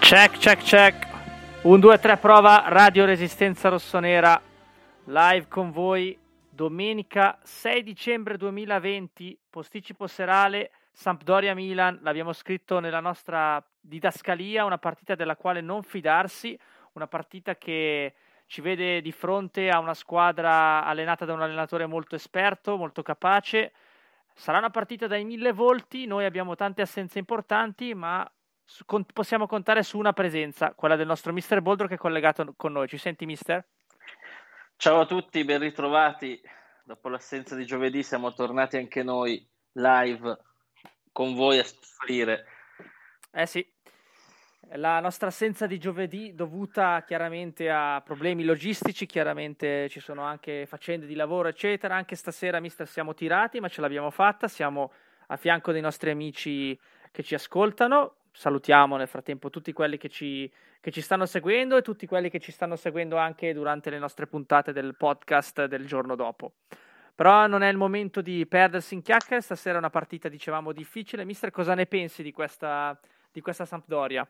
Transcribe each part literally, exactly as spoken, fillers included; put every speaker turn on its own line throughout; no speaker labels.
Check, check, check. un, due, tre, prova. Radio Resistenza Rossonera live con voi domenica sei dicembre duemilaventi, posticipo serale Sampdoria-Milan. L'abbiamo scritto nella nostra didascalia, una partita della quale non fidarsi, una partita che ci vede di fronte a una squadra allenata da un allenatore molto esperto, molto capace. Sarà una partita dai mille volti, noi abbiamo tante assenze importanti, ma su, con, possiamo contare su una presenza, quella del nostro mister Boldro, che è collegato con noi. Ci senti, mister?
Ciao a tutti, ben ritrovati. Dopo l'assenza di giovedì siamo tornati anche noi live con voi a soffrire.
Eh sì, la nostra assenza di giovedì dovuta chiaramente a problemi logistici, chiaramente ci sono anche faccende di lavoro eccetera. Anche stasera, mister, siamo tirati, ma ce l'abbiamo fatta, siamo a fianco dei nostri amici che ci ascoltano. Salutiamo nel frattempo tutti quelli che ci, che ci stanno seguendo e tutti quelli che ci stanno seguendo anche durante le nostre puntate del podcast del giorno dopo. Però non è il momento di perdersi in chiacchiere, stasera è una partita, dicevamo, difficile. Mister, cosa ne pensi di questa, di questa Sampdoria?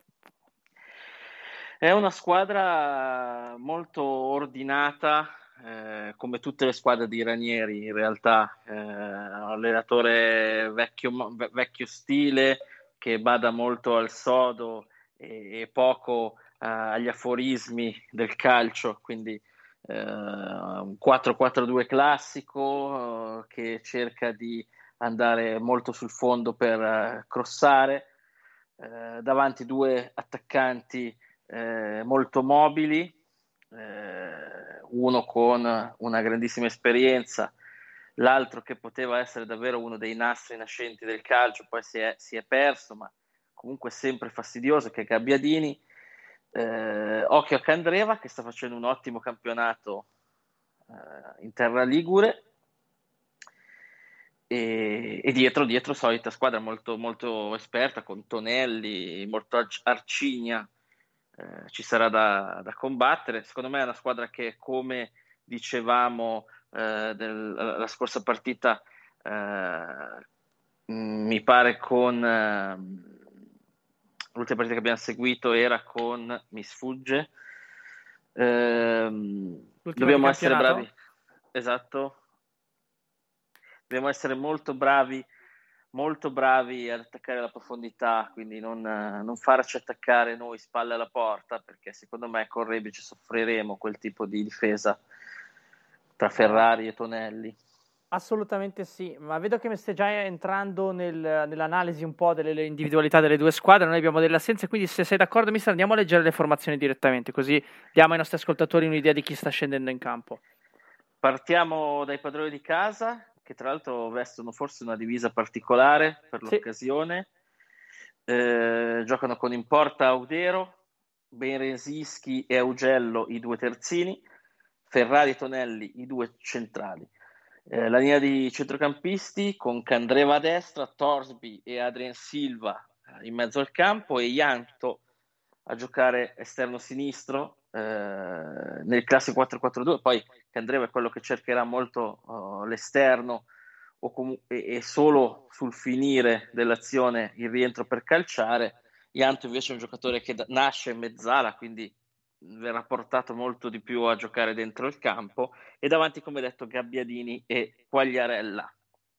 È una squadra molto ordinata, eh, come tutte le squadre di Ranieri in realtà, eh, allenatore vecchio, vecchio stile che bada molto al sodo e, e poco eh, agli aforismi del calcio, quindi eh, un quattro quattro due classico eh, che cerca di andare molto sul fondo per eh, crossare, eh, davanti due attaccanti Eh, molto mobili, eh, uno con una grandissima esperienza, l'altro che poteva essere davvero uno dei nastri nascenti del calcio, poi si è, si è perso, ma comunque sempre fastidioso, che è Gabbiadini. Eh, occhio a Candreva che sta facendo un ottimo campionato eh, in terra ligure. E, e dietro, dietro solita squadra molto, molto esperta con Tonelli, molto Arcigna. Eh, ci sarà da, da combattere. Secondo me è una squadra che, come dicevamo eh, del, la scorsa partita, eh, mi pare con eh, l'ultima partita che abbiamo seguito era con, mi sfugge, eh, dobbiamo essere bravi, esatto, dobbiamo essere molto bravi molto bravi ad attaccare la profondità, quindi non, non farci attaccare noi spalle alla porta, perché secondo me con Rebic soffriremo quel tipo di difesa tra Ferrari e Tonelli.
Assolutamente sì, ma vedo che mi stai già entrando nel, nell'analisi un po' delle individualità delle due squadre. Noi abbiamo delle assenze, quindi se sei d'accordo, mister, andiamo a leggere le formazioni direttamente, così diamo ai nostri ascoltatori un'idea di chi sta scendendo in campo.
Partiamo dai padroni di casa, che tra l'altro vestono forse una divisa particolare per l'occasione. Sì. Eh, giocano con in porta Audero, Beresischi e Augello i due terzini, Ferrari e Tonelli i due centrali. Eh, la linea di centrocampisti con Candreva a destra, Torsby e Adrien Silva in mezzo al campo e Ianto a giocare esterno sinistro eh, nel classico quattro quattro due. Poi Candreva è quello che cercherà molto uh, l'esterno o com- e, e solo sul finire dell'azione il rientro per calciare. Ianto invece è un giocatore che da- nasce in mezzala, quindi verrà portato molto di più a giocare dentro il campo, e davanti, come detto, Gabbiadini e Quagliarella.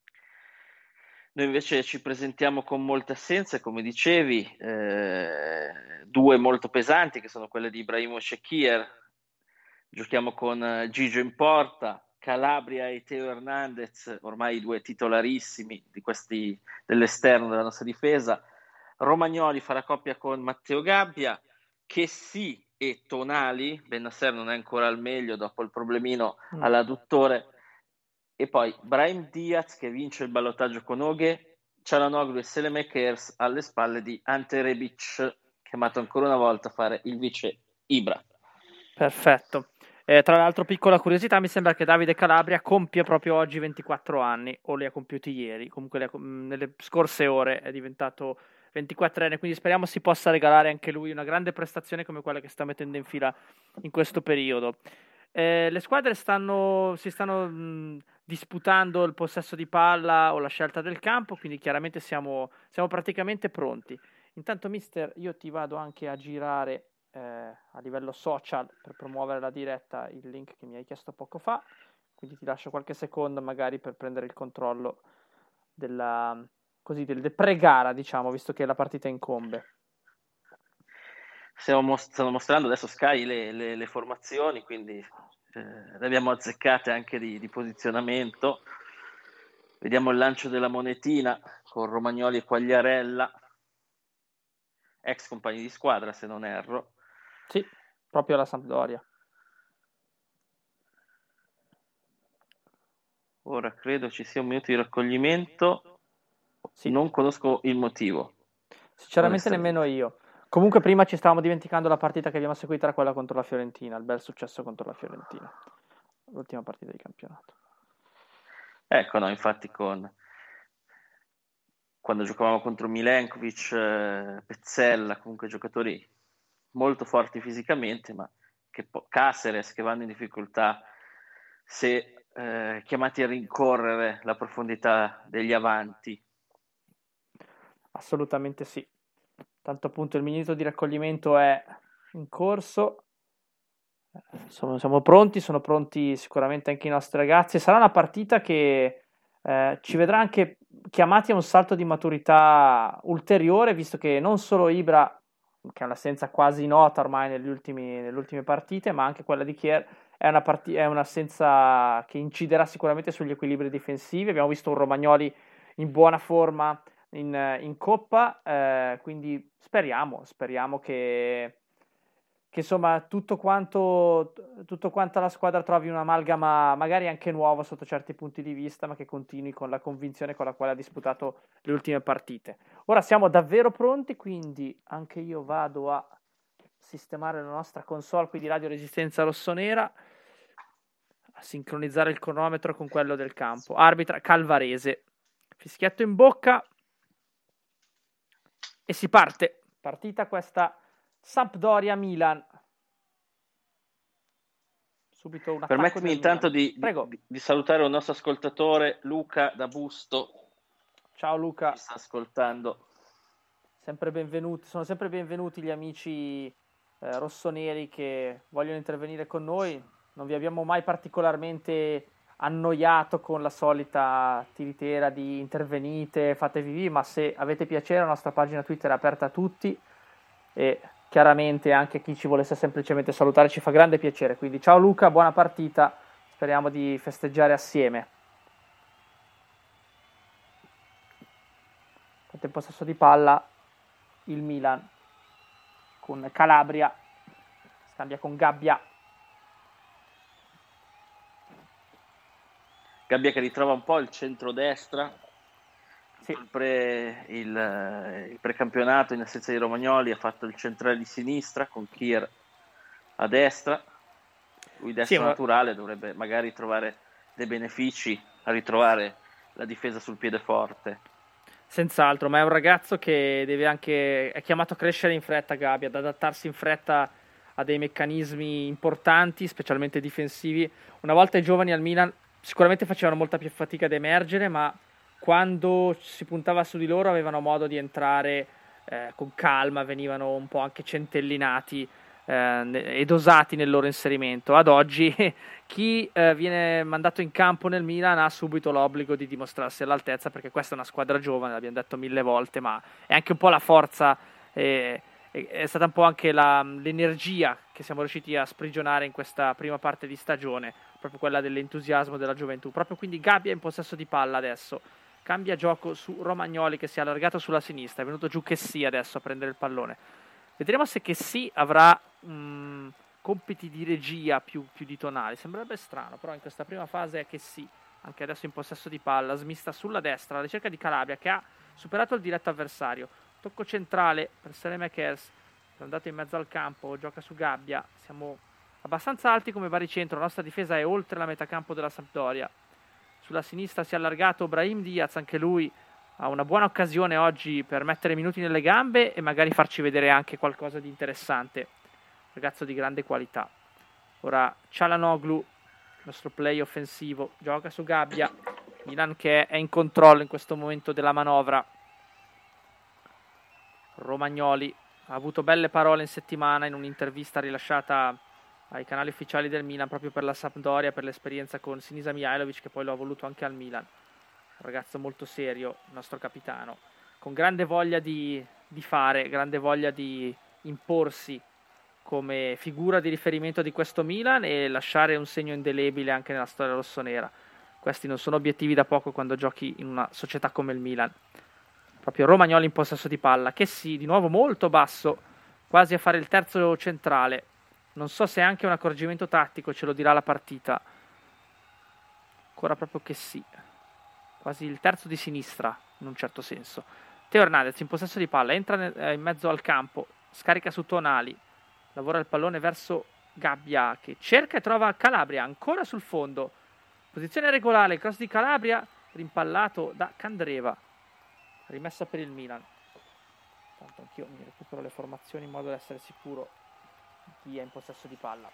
Noi invece ci presentiamo con molte assenze, come dicevi, eh, due molto pesanti che sono quelle di Ibrahimo Shekir. Giochiamo con Gigio in porta, Calabria e Teo Hernandez, ormai due titolarissimi di questi dell'esterno della nostra difesa. Romagnoli farà coppia con Matteo Gabbia, Chessy e Tonali. Bennacer non è ancora al meglio dopo il problemino mm. all'adduttore. E poi Brahim Diaz che vince il ballottaggio con Oghe, Çalhanoğlu e Selemakers alle spalle di Ante Rebic, chiamato ancora una volta a fare il vice Ibra.
Perfetto. Eh, tra l'altro, piccola curiosità, mi sembra che Davide Calabria compie proprio oggi ventiquattro anni, o li ha compiuti ieri, comunque le, nelle scorse ore è diventato ventiquattrenne, quindi speriamo si possa regalare anche lui una grande prestazione come quella che sta mettendo in fila in questo periodo. Eh, le squadre stanno, si stanno mh, disputando il possesso di palla o la scelta del campo, quindi chiaramente siamo, siamo praticamente pronti. Intanto mister, io ti vado anche a girare eh, a livello social per promuovere la diretta il link che mi hai chiesto poco fa, quindi ti lascio qualche secondo magari per prendere il controllo della, così, del, del pre-gara, diciamo, visto che la partita incombe.
Stiamo most- stanno mostrando adesso Sky le, le, le formazioni, quindi eh, le abbiamo azzeccate anche di, di posizionamento. Vediamo il lancio della monetina con Romagnoli e Quagliarella, ex compagni di squadra se non erro.
Sì, proprio alla Sampdoria.
Ora credo ci sia un minuto di raccoglimento,
sì.
Non conosco il motivo.
Sinceramente nemmeno io. Comunque prima ci stavamo dimenticando la partita che abbiamo seguito, era quella contro la Fiorentina, il bel successo contro la Fiorentina, l'ultima partita di campionato.
Ecco, no, infatti con quando giocavamo contro Milenkovic, eh, Pezzella, comunque giocatori molto forti fisicamente, ma che po- Caceres che vanno in difficoltà se eh, chiamati a rincorrere la profondità degli avanti.
Assolutamente sì. Tanto appunto il minuto di raccoglimento è in corso. Sono, siamo pronti, sono pronti sicuramente anche i nostri ragazzi. Sarà una partita che eh, ci vedrà anche chiamati a un salto di maturità ulteriore, visto che non solo Ibra, che è un'assenza quasi nota ormai negli ultimi, nelle ultime partite, ma anche quella di Kier è, una part- è un'assenza che inciderà sicuramente sugli equilibri difensivi. Abbiamo visto un Romagnoli in buona forma in, in Coppa, eh, quindi speriamo, speriamo che che insomma tutto quanto, tutto quanto la squadra trovi un'amalgama magari anche nuova sotto certi punti di vista, ma che continui con la convinzione con la quale ha disputato le ultime partite. Ora siamo davvero pronti, quindi anche io vado a sistemare la nostra console qui di Radio Resistenza Rossonera, a sincronizzare il cronometro con quello del campo. Arbitra Calvarese, fischietto in bocca e si parte. Partita questa Sampdoria-Milan. Subito un attacco.
Permettimi intanto di, di, di salutare un nostro ascoltatore, Luca da Busto.
Ciao Luca.
Ci sta ascoltando.
Sempre benvenuti, sono sempre benvenuti gli amici eh, rossoneri che vogliono intervenire con noi. Non vi abbiamo mai particolarmente annoiato con la solita tiritera di intervenite, fatevi vivi, ma se avete piacere la nostra pagina Twitter è aperta a tutti e chiaramente anche chi ci volesse semplicemente salutare ci fa grande piacere. Quindi ciao Luca, buona partita, speriamo di festeggiare assieme. In possesso di palla il Milan con Calabria, scambia con Gabbia.
Gabbia che ritrova un po' il centrodestra.
Sì.
Il, pre, il, il precampionato in assenza di Romagnoli ha fatto il centrale di sinistra con Kier a destra. Lui destro sì, naturale ma... dovrebbe magari trovare dei benefici a ritrovare la difesa sul piede forte.
Senz'altro, ma è un ragazzo che deve anche è chiamato a crescere in fretta, Gabbia, ad adattarsi in fretta a dei meccanismi importanti, specialmente difensivi. Una volta i giovani al Milan sicuramente facevano molta più fatica ad emergere, ma quando si puntava su di loro avevano modo di entrare eh, con calma, venivano un po' anche centellinati eh, e dosati nel loro inserimento. Ad oggi chi eh, viene mandato in campo nel Milan ha subito l'obbligo di dimostrarsi all'altezza, perché questa è una squadra giovane, l'abbiamo detto mille volte, ma è anche un po' la forza, eh, è stata un po' anche la, l'energia che siamo riusciti a sprigionare in questa prima parte di stagione, proprio quella dell'entusiasmo della gioventù. Proprio quindi Gabbia è in possesso di palla adesso, cambia gioco su Romagnoli che si è allargato sulla sinistra, è venuto giù Chessy adesso a prendere il pallone. Vedremo se Chessy avrà mh, compiti di regia più, più di Tonali, sembrerebbe strano, però in questa prima fase è Chessy, anche adesso in possesso di palla, smista sulla destra, alla ricerca di Calabria che ha superato il diretto avversario. Tocco centrale per Saelemaekers, è andato in mezzo al campo, gioca su Gabbia, siamo abbastanza alti come baricentro, la nostra difesa è oltre la metà campo della Sampdoria. Sulla sinistra si è allargato Brahim Diaz, anche lui ha una buona occasione oggi per mettere minuti nelle gambe e magari farci vedere anche qualcosa di interessante. Ragazzo di grande qualità. Ora Çalhanoğlu, il nostro play offensivo, gioca su Gabbia. Milan che è in controllo in questo momento della manovra. Romagnoli ha avuto belle parole in settimana in un'intervista rilasciata ai canali ufficiali del Milan proprio per la Sampdoria, per l'esperienza con Sinisa Mihajlovic, che poi lo ha voluto anche al Milan. Un ragazzo molto serio, il nostro capitano, con grande voglia di, di fare, grande voglia di imporsi come figura di riferimento di questo Milan e lasciare un segno indelebile anche nella storia rossonera. Questi non sono obiettivi da poco quando giochi in una società come il Milan. Proprio Romagnoli in possesso di palla, che sì, di nuovo molto basso, quasi a fare il terzo centrale. Non so se è anche un accorgimento tattico, ce lo dirà la partita. Ancora proprio che sì. Quasi il terzo di sinistra, in un certo senso. Teo Hernandez in possesso di palla, entra in mezzo al campo, scarica su Tonali, lavora il pallone verso Gabbia, che cerca e trova Calabria, ancora sul fondo. Posizione regolare, il cross di Calabria, rimpallato da Candreva. Rimessa per il Milan. Tanto anch'io mi recupero le formazioni in modo da essere sicuro chi è in possesso di palla.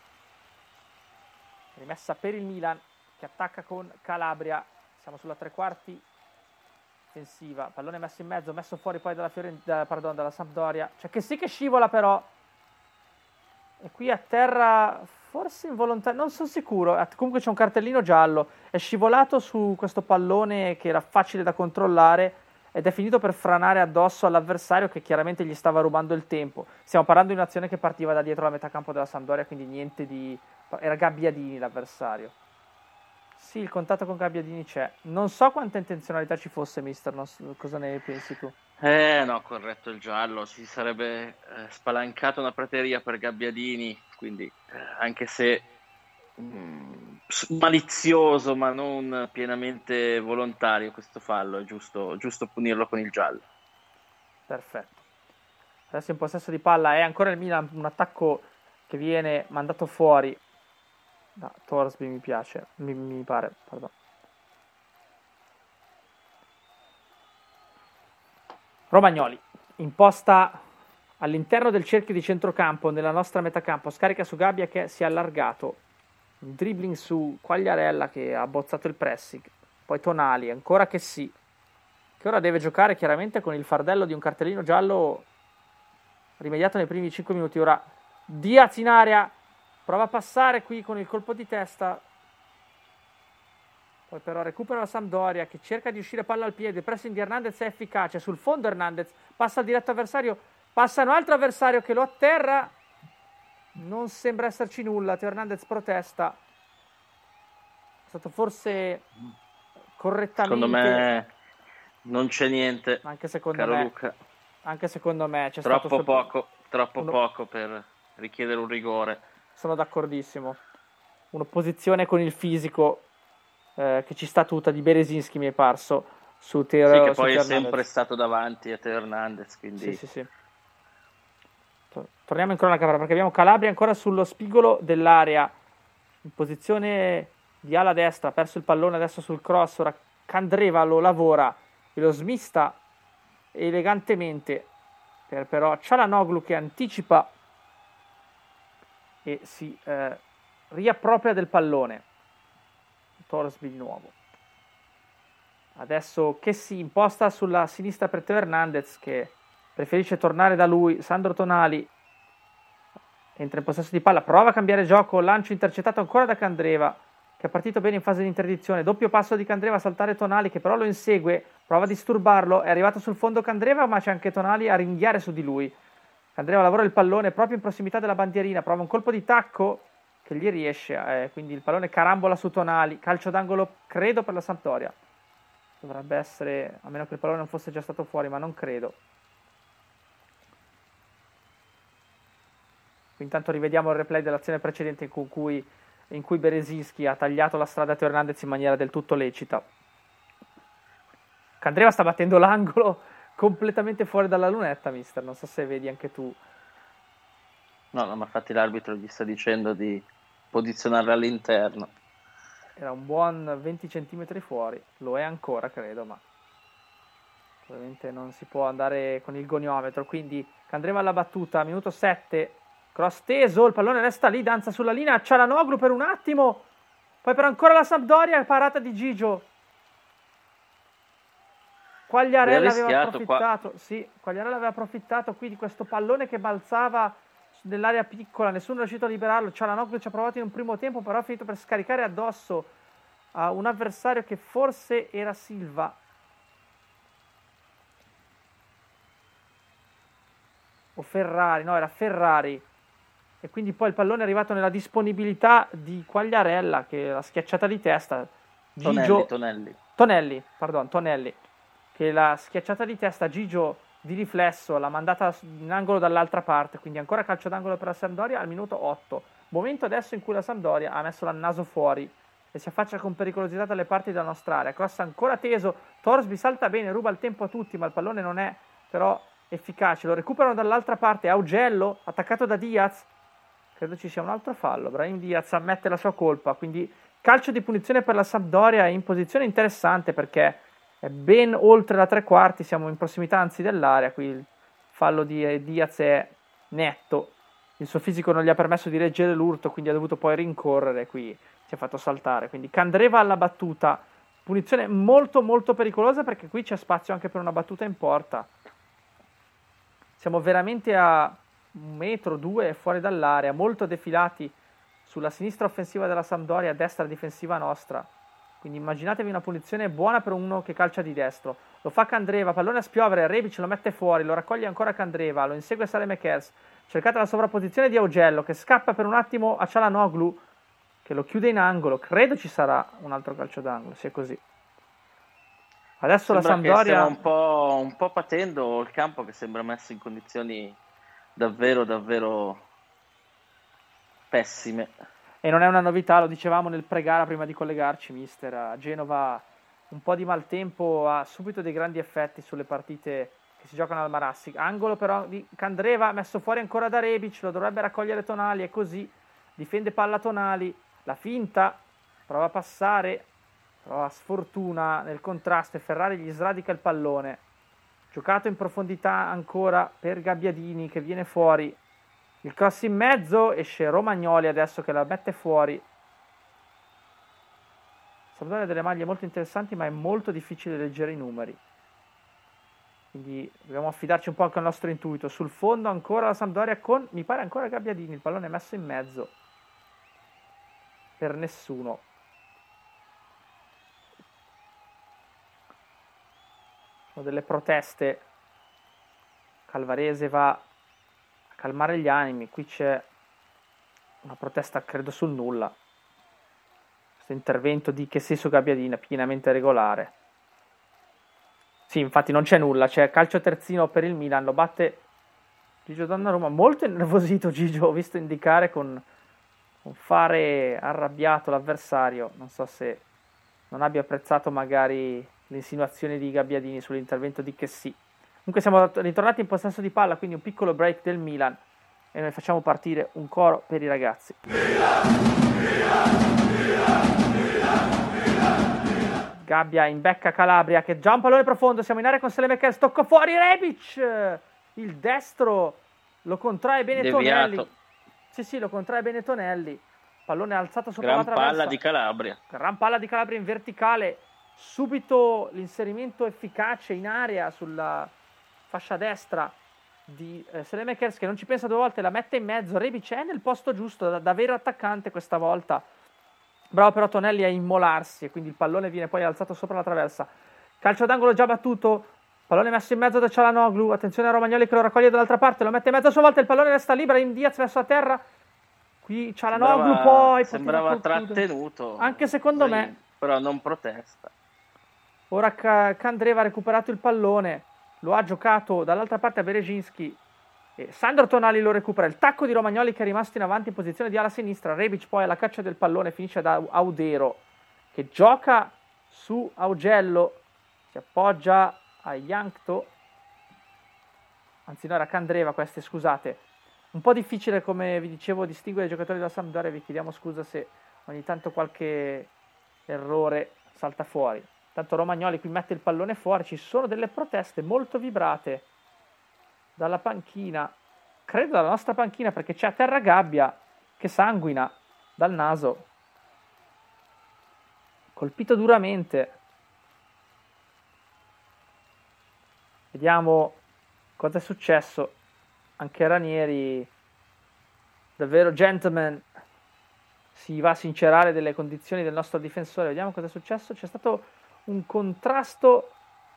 Rimessa per il Milan, che attacca con Calabria. Siamo sulla tre quarti offensiva. Pallone messo in mezzo, messo fuori poi dalla, Fiorent- da, pardon, dalla Sampdoria. Cioè che sì che scivola però. E qui a terra, forse involontario, non sono sicuro. Comunque c'è un cartellino giallo. È scivolato su questo pallone che era facile da controllare ed è finito per franare addosso all'avversario, che chiaramente gli stava rubando il tempo. Stiamo parlando di un'azione che partiva da dietro la metà campo della Sampdoria, quindi niente di... Era Gabbiadini l'avversario. Sì, il contatto con Gabbiadini c'è. Non so quanta intenzionalità ci fosse, mister. Non so, cosa ne pensi tu?
Eh no, corretto il giallo. Si sarebbe eh, spalancata una prateria per Gabbiadini, quindi eh, anche se mh, malizioso ma non pienamente volontario questo fallo, è giusto, giusto punirlo con il giallo.
Perfetto. Adesso in possesso di palla è ancora il Milan, un attacco che viene mandato fuori da Torsby, mi piace, mi, mi pare, pardon. Romagnoli, imposta all'interno del cerchio di centrocampo, nella nostra metacampo, scarica su Gabbia che si è allargato, un dribbling su Quagliarella che ha abbozzato il pressing, poi Tonali, ancora che sì, che ora deve giocare chiaramente con il fardello di un cartellino giallo rimediato nei primi cinque minuti. Ora Diaz in area, prova a passare qui con il colpo di testa, poi però recupera la Sampdoria che cerca di uscire palla al piede, pressing di Hernandez è efficace, sul fondo Hernandez passa al diretto avversario, passa un altro avversario che lo atterra, non sembra esserci nulla. Teo Hernandez protesta, è stato forse correttamente,
secondo me non c'è niente,
anche secondo
caro
me
Luca.
Anche secondo me c'è
troppo
stato
poco troppo
uno...
poco per richiedere un rigore.
Sono d'accordissimo. Un'opposizione con il fisico eh, che ci sta tutta di Berezinski, mi è parso, su Teo.
Sì, che
su
poi
Teo
è sempre
Hernandez.
stato davanti a Teo Hernandez, quindi...
Sì, sì, sì. Torniamo in cronaca perché abbiamo Calabria ancora sullo spigolo dell'area, in posizione di ala destra, ha perso il pallone adesso sul cross, ora Candreva lo lavora e lo smista elegantemente per però Çalhanoğlu che anticipa e si eh, riappropria del pallone. Torsby di nuovo, adesso che si imposta sulla sinistra per Teo Hernandez che preferisce tornare da lui. Sandro Tonali entra in possesso di palla, prova a cambiare gioco, lancio intercettato ancora da Candreva che è partito bene in fase di interdizione, doppio passo di Candreva a saltare Tonali che però lo insegue, prova a disturbarlo, è arrivato sul fondo Candreva ma c'è anche Tonali a ringhiare su di lui. Candreva lavora il pallone proprio in prossimità della bandierina, prova un colpo di tacco che gli riesce, eh, quindi il pallone carambola su Tonali, calcio d'angolo credo per la Sampdoria, dovrebbe essere, a meno che il pallone non fosse già stato fuori, ma non credo. Intanto rivediamo il replay dell'azione precedente in cui, in cui Berezinski ha tagliato la strada a Teo Hernandez in maniera del tutto lecita. Candreva sta battendo l'angolo completamente fuori dalla lunetta, mister, non so se vedi anche tu.
No, no, ma infatti l'arbitro gli sta dicendo di posizionarla all'interno.
Era un buon venti centimetri fuori, lo è ancora credo, ma ovviamente non si può andare con il goniometro, quindi Candreva alla battuta, minuto sette, cross teso, il pallone resta lì, danza sulla linea, Çalhanoğlu per un attimo, poi per ancora la Sampdoria, parata di Gigio. Quagliarella aveva approfittato, qua. Sì, Quagliarella aveva approfittato qui di questo pallone che balzava nell'area piccola, nessuno è riuscito a liberarlo. Cialanoglu ci ha provato in un primo tempo, però ha finito per scaricare addosso a un avversario che forse era Silva. O Ferrari, no, era Ferrari. E quindi poi il pallone è arrivato nella disponibilità di Quagliarella, che l'ha schiacciata di testa.
Gigio, Tonelli, Tonelli.
Tonelli, pardon, Tonelli, che l'ha schiacciata di testa. Gigio di riflesso l'ha mandata in angolo dall'altra parte, quindi ancora calcio d'angolo per la Sampdoria al minuto otto. Momento adesso in cui la Sampdoria ha messo il naso fuori e si affaccia con pericolosità dalle parti della nostra area. Cross ancora teso, Torsby salta bene, ruba il tempo a tutti, ma il pallone non è però efficace. Lo recuperano dall'altra parte, Augello, attaccato da Diaz. Credo ci sia un altro fallo. Brahim Diaz ammette la sua colpa, quindi calcio di punizione per la Sampdoria in posizione interessante perché è ben oltre la tre quarti, siamo in prossimità anzi dell'area. Qui il fallo di Diaz è netto, il suo fisico non gli ha permesso di reggere l'urto, quindi ha dovuto poi rincorrere, qui si è fatto saltare. Quindi Candreva alla battuta, punizione molto molto pericolosa perché qui c'è spazio anche per una battuta in porta. Siamo veramente a un metro, due fuori dall'area, molto defilati sulla sinistra offensiva della Sampdoria, a destra difensiva nostra. Quindi immaginatevi una punizione buona per uno che calcia di destro. Lo fa Candreva, pallone a spiovere, Rebic lo mette fuori, lo raccoglie ancora Candreva, lo insegue Saelemaekers. Cercata la sovrapposizione di Augello che scappa per un attimo a Cialanoglu, che lo chiude in angolo. Credo ci sarà un altro calcio d'angolo, se è così. Adesso
sembra
la Sampdoria...
Stiamo un po', un po' patendo il campo, che sembra messo in condizioni davvero davvero pessime.
E non è una novità, lo dicevamo nel pre-gara prima di collegarci, mister. A Genova un po' di maltempo ha subito dei grandi effetti sulle partite che si giocano al Marassi. Angolo però di Candreva, messo fuori ancora da Rebic, lo dovrebbe raccogliere Tonali, è così. Difende palla Tonali, la finta, prova a passare, prova sfortuna nel contrasto e Ferrari gli sradica il pallone. Giocato in profondità ancora per Gabbiadini che viene fuori. Il cross in mezzo, esce Romagnoli adesso che la mette fuori. Sampdoria ha delle maglie molto interessanti, ma è molto difficile leggere i numeri. Quindi dobbiamo affidarci un po' anche al nostro intuito. Sul fondo ancora la Sampdoria con, mi pare ancora Gabbiadini, il pallone è messo in mezzo. Per nessuno. Sono delle proteste. Calvarese va a calmare gli animi. Qui c'è una protesta credo sul nulla. Questo intervento di che senso Gabbiadini è pienamente regolare. Sì, infatti non c'è nulla, c'è calcio terzino per il Milan, lo batte Gigio Donnarumma, molto innervosito Gigio, ho visto indicare con un fare arrabbiato l'avversario, non so se non abbia apprezzato magari le insinuazioni di Gabbiadini sull'intervento di Chessy. Comunque siamo ritornati in possesso di palla, quindi un piccolo break del Milan e noi facciamo partire un coro per i ragazzi. Milan, Milan, Milan, Milan. Gabbia in becca Calabria che già un pallone profondo, siamo in area con Saelemaekers, tocco fuori Rebic, il destro lo contrae bene
Deviato.
Tonelli. Sì sì, lo contrae bene Tonelli, pallone alzato sopra
gran
la traversa,
palla di Calabria,
gran palla di Calabria in verticale, subito l'inserimento efficace in area sulla fascia destra di eh, Saelemaekers che non ci pensa due volte, la mette in mezzo, Rebic è nel posto giusto, da, da vero attaccante questa volta. Bravo però Tonelli a immolarsi e quindi il pallone viene poi alzato sopra la traversa. Calcio d'angolo già battuto, pallone messo in mezzo da Cialanoglu, attenzione a Romagnoli che lo raccoglie dall'altra parte, lo mette in mezzo a sua volta, il pallone resta libero, in Diaz messo a terra. Qui Cialanoglu
sembrava,
poi
sembrava trattenuto.
Anche secondo
sì,
me.
Però non protesta.
Ora Candreva ha recuperato il pallone, lo ha giocato dall'altra parte a Berezinski. E Sandro Tonali lo recupera, il tacco di Romagnoli che è rimasto in avanti in posizione di ala sinistra, Rebic poi alla caccia del pallone finisce da Audero che gioca su Augello, si appoggia a Jankto, anzi no era Candreva queste, scusate, un po' difficile come vi dicevo distinguere i giocatori della Sampdoria, vi chiediamo scusa se ogni tanto qualche errore salta fuori. Tanto Romagnoli qui mette il pallone fuori, ci sono delle proteste molto vibrate dalla panchina, credo dalla nostra panchina perché c'è a terra Gabbia che sanguina dal naso, colpito duramente. Vediamo cosa è successo. Anche Ranieri, davvero gentleman, si va a sincerare delle condizioni del nostro difensore. Vediamo cosa è successo. C'è stato un contrasto.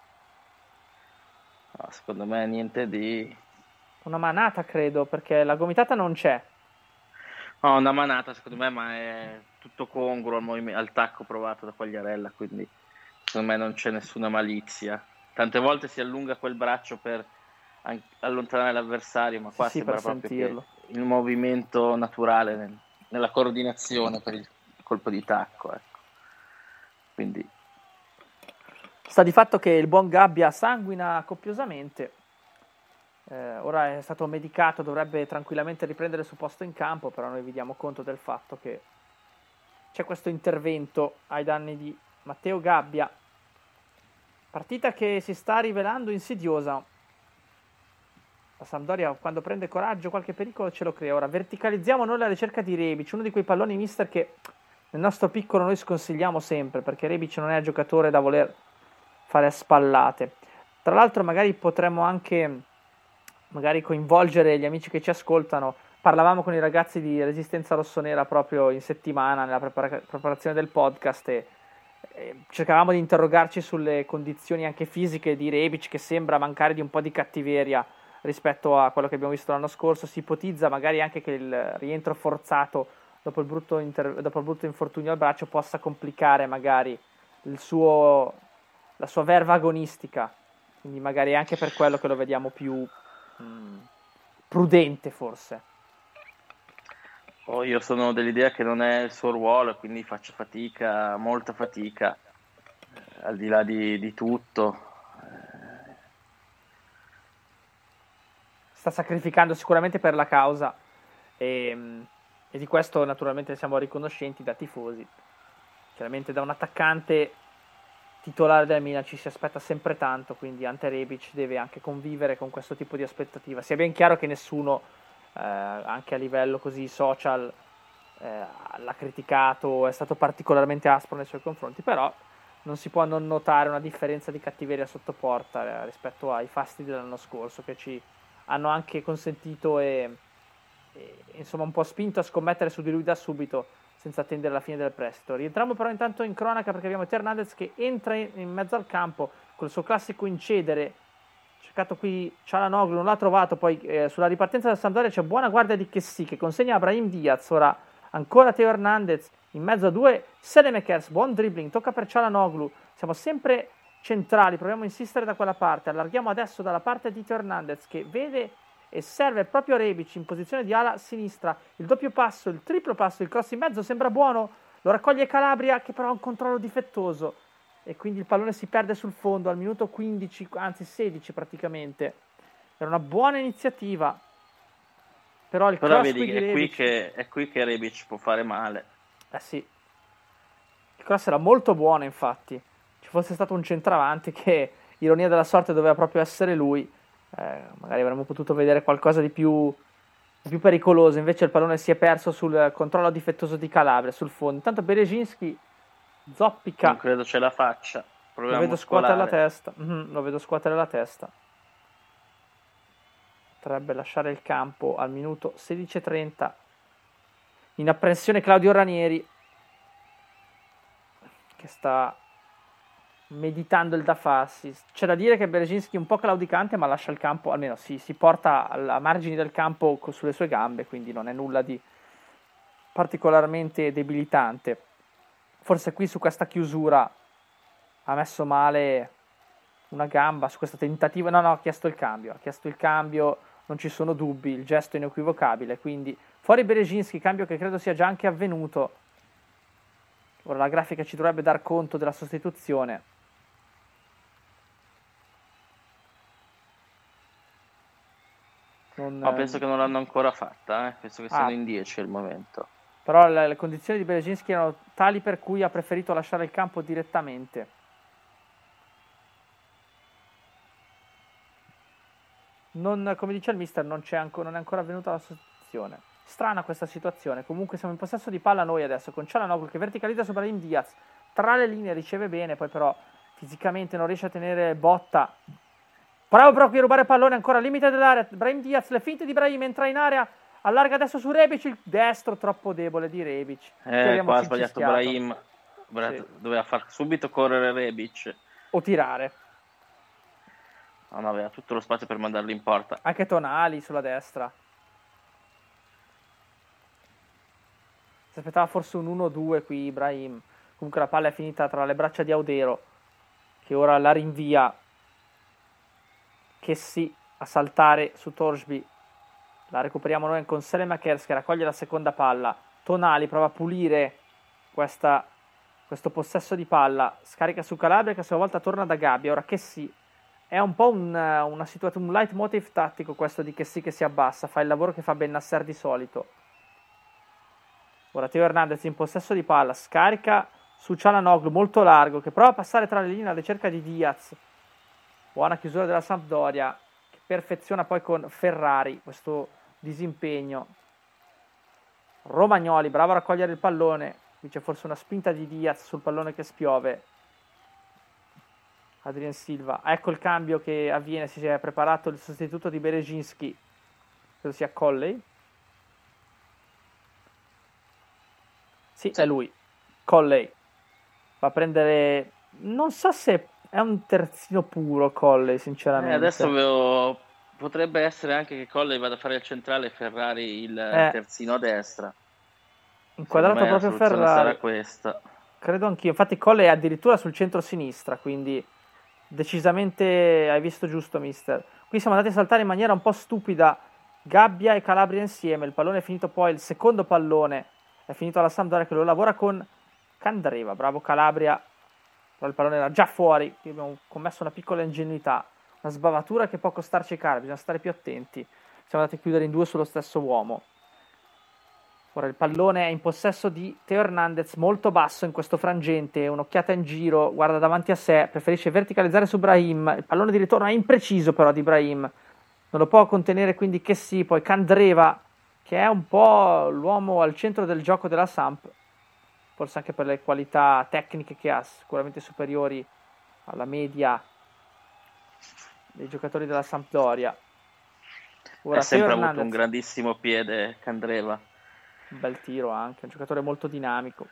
No, secondo me niente di...
Una manata, credo, perché la gomitata non c'è.
No, una manata secondo me, ma è tutto congruo al, movimento, al tacco provato da Quagliarella, quindi secondo me non c'è nessuna malizia. Tante volte si allunga quel braccio per allontanare l'avversario, ma qua
sì,
sembra
per
proprio
sentirlo.
Che il movimento naturale nel, nella coordinazione per il colpo di tacco, ecco. Quindi
sta di fatto che il buon Gabbia sanguina copiosamente. Eh, ora è stato medicato, dovrebbe tranquillamente riprendere il suo posto in campo, però noi vi diamo conto del fatto che c'è questo intervento ai danni di Matteo Gabbia. Partita che si sta rivelando insidiosa. La Sampdoria, quando prende coraggio, qualche pericolo ce lo crea. Ora verticalizziamo noi la ricerca di Rebic, uno di quei palloni, mister, che nel nostro piccolo noi sconsigliamo sempre, perché Rebic non è giocatore da voler fare a spallate. Tra l'altro magari potremmo anche magari coinvolgere gli amici che ci ascoltano. Parlavamo con i ragazzi di Resistenza Rossonera proprio in settimana nella prepara- preparazione del podcast e, e cercavamo di interrogarci sulle condizioni anche fisiche di Rebic, che sembra mancare di un po' di cattiveria rispetto a quello che abbiamo visto l'anno scorso. Si ipotizza magari anche che il rientro forzato dopo il brutto, inter- dopo il brutto infortunio al braccio possa complicare magari il suo, la sua verva agonistica, quindi magari anche per quello che lo vediamo più Mm. prudente forse.
Oh, io sono dell'idea che non è il suo ruolo, quindi faccio fatica, molta fatica, eh, al di là di, di tutto. Eh...
Sta sacrificando sicuramente per la causa e, e di questo naturalmente siamo riconoscenti da tifosi. Chiaramente da un attaccante titolare del Milan ci si aspetta sempre tanto, quindi Ante Rebic deve anche convivere con questo tipo di aspettativa. Sia ben chiaro che nessuno, eh, anche a livello così social, eh, l'ha criticato, è stato particolarmente aspro nei suoi confronti, però non si può non notare una differenza di cattiveria sotto porta eh, rispetto ai fasti dell'anno scorso, che ci hanno anche consentito e, e insomma un po' spinto a scommettere su di lui da subito, senza attendere la fine del prestito. Rientriamo però intanto in cronaca perché abbiamo Teo Hernandez che entra in mezzo al campo col suo classico incedere. Cercato qui Çalhanoğlu, non l'ha trovato, poi eh, sulla ripartenza del Sampdoria c'è buona guardia di Kessie che consegna a Brahim Diaz. Ora ancora Teo Hernandez in mezzo a due Saelemaekers, buon dribbling, tocca per Çalhanoğlu. Siamo sempre centrali, proviamo a insistere da quella parte. Allarghiamo adesso dalla parte di Teo Hernandez che vede e serve proprio Rebic in posizione di ala sinistra. Il doppio passo, il triplo passo, il cross in mezzo sembra buono, lo raccoglie Calabria che però ha un controllo difettoso e quindi il pallone si perde sul fondo al minuto quindici, anzi sedici praticamente. Era una buona iniziativa, però il
però
cross
vedi
qui
che
di
è, qui
Rebic,
che è qui che Rebic può fare male.
eh sì, il cross era molto buono, infatti ci fosse stato un centravanti che, ironia della sorte, doveva proprio essere lui. Eh, magari avremmo potuto vedere qualcosa di più, di più pericoloso, invece il pallone si è perso sul controllo difettoso di Calabria sul fondo. Intanto Berezinski zoppica,
Non credo ce la faccia.
lo vedo scuotere la testa, mm-hmm, lo vedo scuotere la testa. Potrebbe lasciare il campo al minuto sedici e trenta. In apprensione Claudio Ranieri che sta meditando il da farsi. C'è da dire che Berezinski è un po' claudicante, ma lascia il campo, almeno si, si porta a margini del campo sulle sue gambe, quindi non è nulla di particolarmente debilitante. Forse qui su questa chiusura ha messo male una gamba, su questo tentativo, no no, ha chiesto il cambio, ha chiesto il cambio, non ci sono dubbi, il gesto è inequivocabile, quindi fuori Berezinski, cambio che credo sia già anche avvenuto. Ora la grafica ci dovrebbe dar conto della sostituzione.
Non, no, penso che non l'hanno ancora fatta, eh? Penso che siano ah, in dieci al momento.
Però le, le condizioni di Berezinski erano tali per cui ha preferito lasciare il campo direttamente. Non, come dice il mister, non, c'è anco, non è ancora avvenuta la sostituzione. Strana questa situazione. Comunque siamo in possesso di palla noi adesso, con Çalhanoğlu che verticalizza su Brahim Diaz. Tra le linee riceve bene, poi però fisicamente non riesce a tenere botta. Bravo però qui a rubare pallone, ancora al limite dell'area. Brahim Diaz, le finte di Brahim, entra in area, allarga adesso su Rebic, il destro troppo debole di Rebic.
Eh, qua ha sbagliato Brahim,
sì.
Doveva far subito correre Rebic.
O tirare.
No, no, aveva tutto lo spazio per mandarlo in porta.
Anche Tonali sulla destra. Si aspettava forse un uno due qui Brahim. Comunque la palla è finita tra le braccia di Audero, che ora la rinvia. Che sì, a saltare su Torsby. La recuperiamo noi con Selemakers che raccoglie la seconda palla. Tonali prova a pulire questa, questo possesso di palla. Scarica su Calabria che a sua volta torna da Gabbia. Ora che sì, è un po' un, una situazione, un leitmotiv tattico questo di che sì che si abbassa. Fa il lavoro che fa Bennasser di solito. Ora Teo Hernandez in possesso di palla, scarica su Çalhanoğlu molto largo che prova a passare tra le linee alla ricerca di Diaz. Buona chiusura della Sampdoria che perfeziona poi con Ferrari questo disimpegno. Romagnoli bravo a raccogliere il pallone, qui c'è forse una spinta di Diaz sul pallone che spiove. Adrien Silva, ecco il cambio che avviene, si è preparato il sostituto di Berezinski, credo sia Colley. Sì, è lui, Colley, va a prendere, non so se è un terzino puro Colley, sinceramente.
Eh, adesso avevo... potrebbe essere anche che Colley vada a fare il centrale e Ferrari il eh, terzino a destra.
Inquadrato proprio Ferrari.
Sarà questa.
Credo anch'io, infatti Colley è addirittura sul centro-sinistra, quindi decisamente hai visto giusto, mister. Qui siamo andati a saltare in maniera un po' stupida Gabbia e Calabria insieme, il pallone è finito poi, il secondo pallone è finito alla Sampdoria che lo lavora con Candreva, bravo Calabria, però il pallone era già fuori, qui abbiamo commesso una piccola ingenuità, una sbavatura che può costarci cara, bisogna stare più attenti, siamo andati a chiudere in due sullo stesso uomo. Ora il pallone è in possesso di Teo Hernandez, molto basso in questo frangente, un'occhiata in giro, guarda davanti a sé, preferisce verticalizzare su Brahim, il pallone di ritorno è impreciso però di Brahim, non lo può contenere quindi che sì, poi Candreva, che è un po' l'uomo al centro del gioco della Samp, forse anche per le qualità tecniche che ha, sicuramente superiori alla media dei giocatori della Sampdoria.
Ora, ha sempre avuto un grandissimo piede Candreva.
Un bel tiro anche, un giocatore molto dinamico.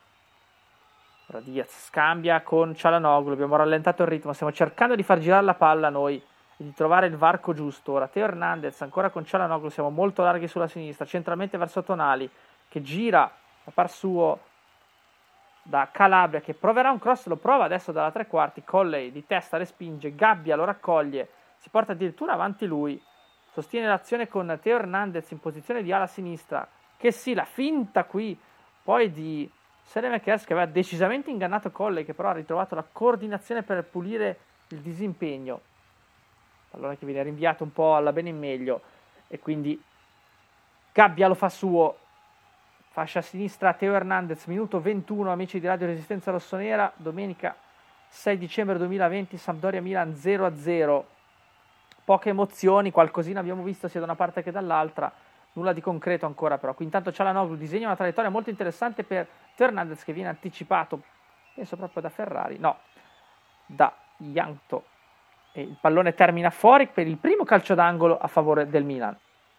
Ora Diaz scambia con Çalhanoğlu, abbiamo rallentato il ritmo, stiamo cercando di far girare la palla noi e di trovare il varco giusto. Ora Teo Hernandez ancora con Çalhanoğlu, siamo molto larghi sulla sinistra, centralmente verso Tonali che gira a par suo da Calabria che proverà un cross, lo prova adesso dalla tre quarti, Colley di testa respinge, Gabbia lo raccoglie, si porta addirittura avanti lui, sostiene l'azione con Teo Hernandez in posizione di ala sinistra, che sì, la finta qui poi di Selemakers che aveva decisamente ingannato Colley, che però ha ritrovato la coordinazione per pulire il disimpegno. Pallone che viene rinviato un po' alla bene in meglio e quindi Gabbia lo fa suo. Fascia sinistra Teo Hernandez, minuto ventuno, amici di Radio Resistenza Rossonera, domenica sei dicembre duemilaventi, Sampdoria Milan zero a zero. Poche emozioni, qualcosina abbiamo visto sia da una parte che dall'altra. Nulla di concreto ancora però. Qui intanto Çalhanoğlu disegna una traiettoria molto interessante per Teo Hernandez che viene anticipato, penso proprio da Ferrari, no, da Jankto. E il pallone termina fuori per il primo calcio d'angolo a favore del Milan.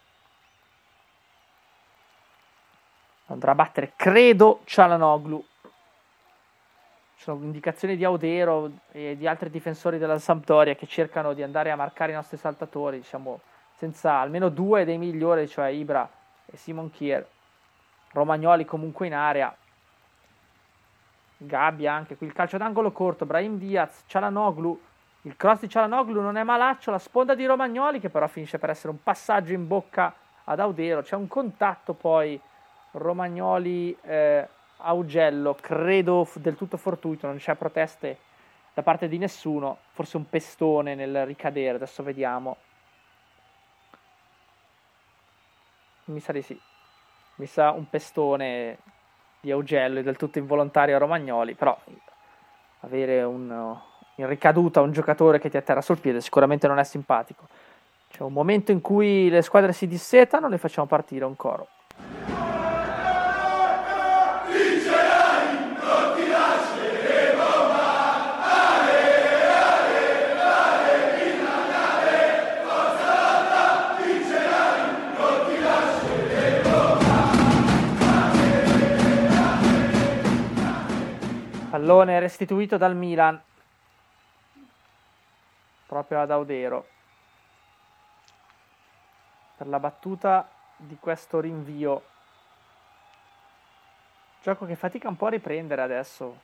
Andrà a battere, credo, Çalhanoğlu. Ci sono indicazioni di Audero e di altri difensori della Sampdoria che cercano di andare a marcare i nostri saltatori, diciamo, senza almeno due dei migliori, cioè Ibra e Simon Kjær. Romagnoli comunque in area. Gabbia anche qui il calcio d'angolo corto, Brahim Diaz, Çalhanoğlu, il cross di Çalhanoğlu non è malaccio, la sponda di Romagnoli che però finisce per essere un passaggio in bocca ad Audero, c'è un contatto poi Romagnoli eh, Augello, credo del tutto fortuito, non c'è proteste da parte di nessuno, forse un pestone nel ricadere, adesso vediamo. Mi sa di sì, mi sa un pestone di Augello e del tutto involontario a Romagnoli, però avere un, in ricaduta un giocatore che ti atterra sul piede sicuramente non è simpatico. C'è un momento in cui le squadre si dissetano, ne facciamo partire un coro. Pallone restituito dal Milan proprio ad Audero per la battuta di questo rinvio. Gioco che fatica un po' a riprendere adesso.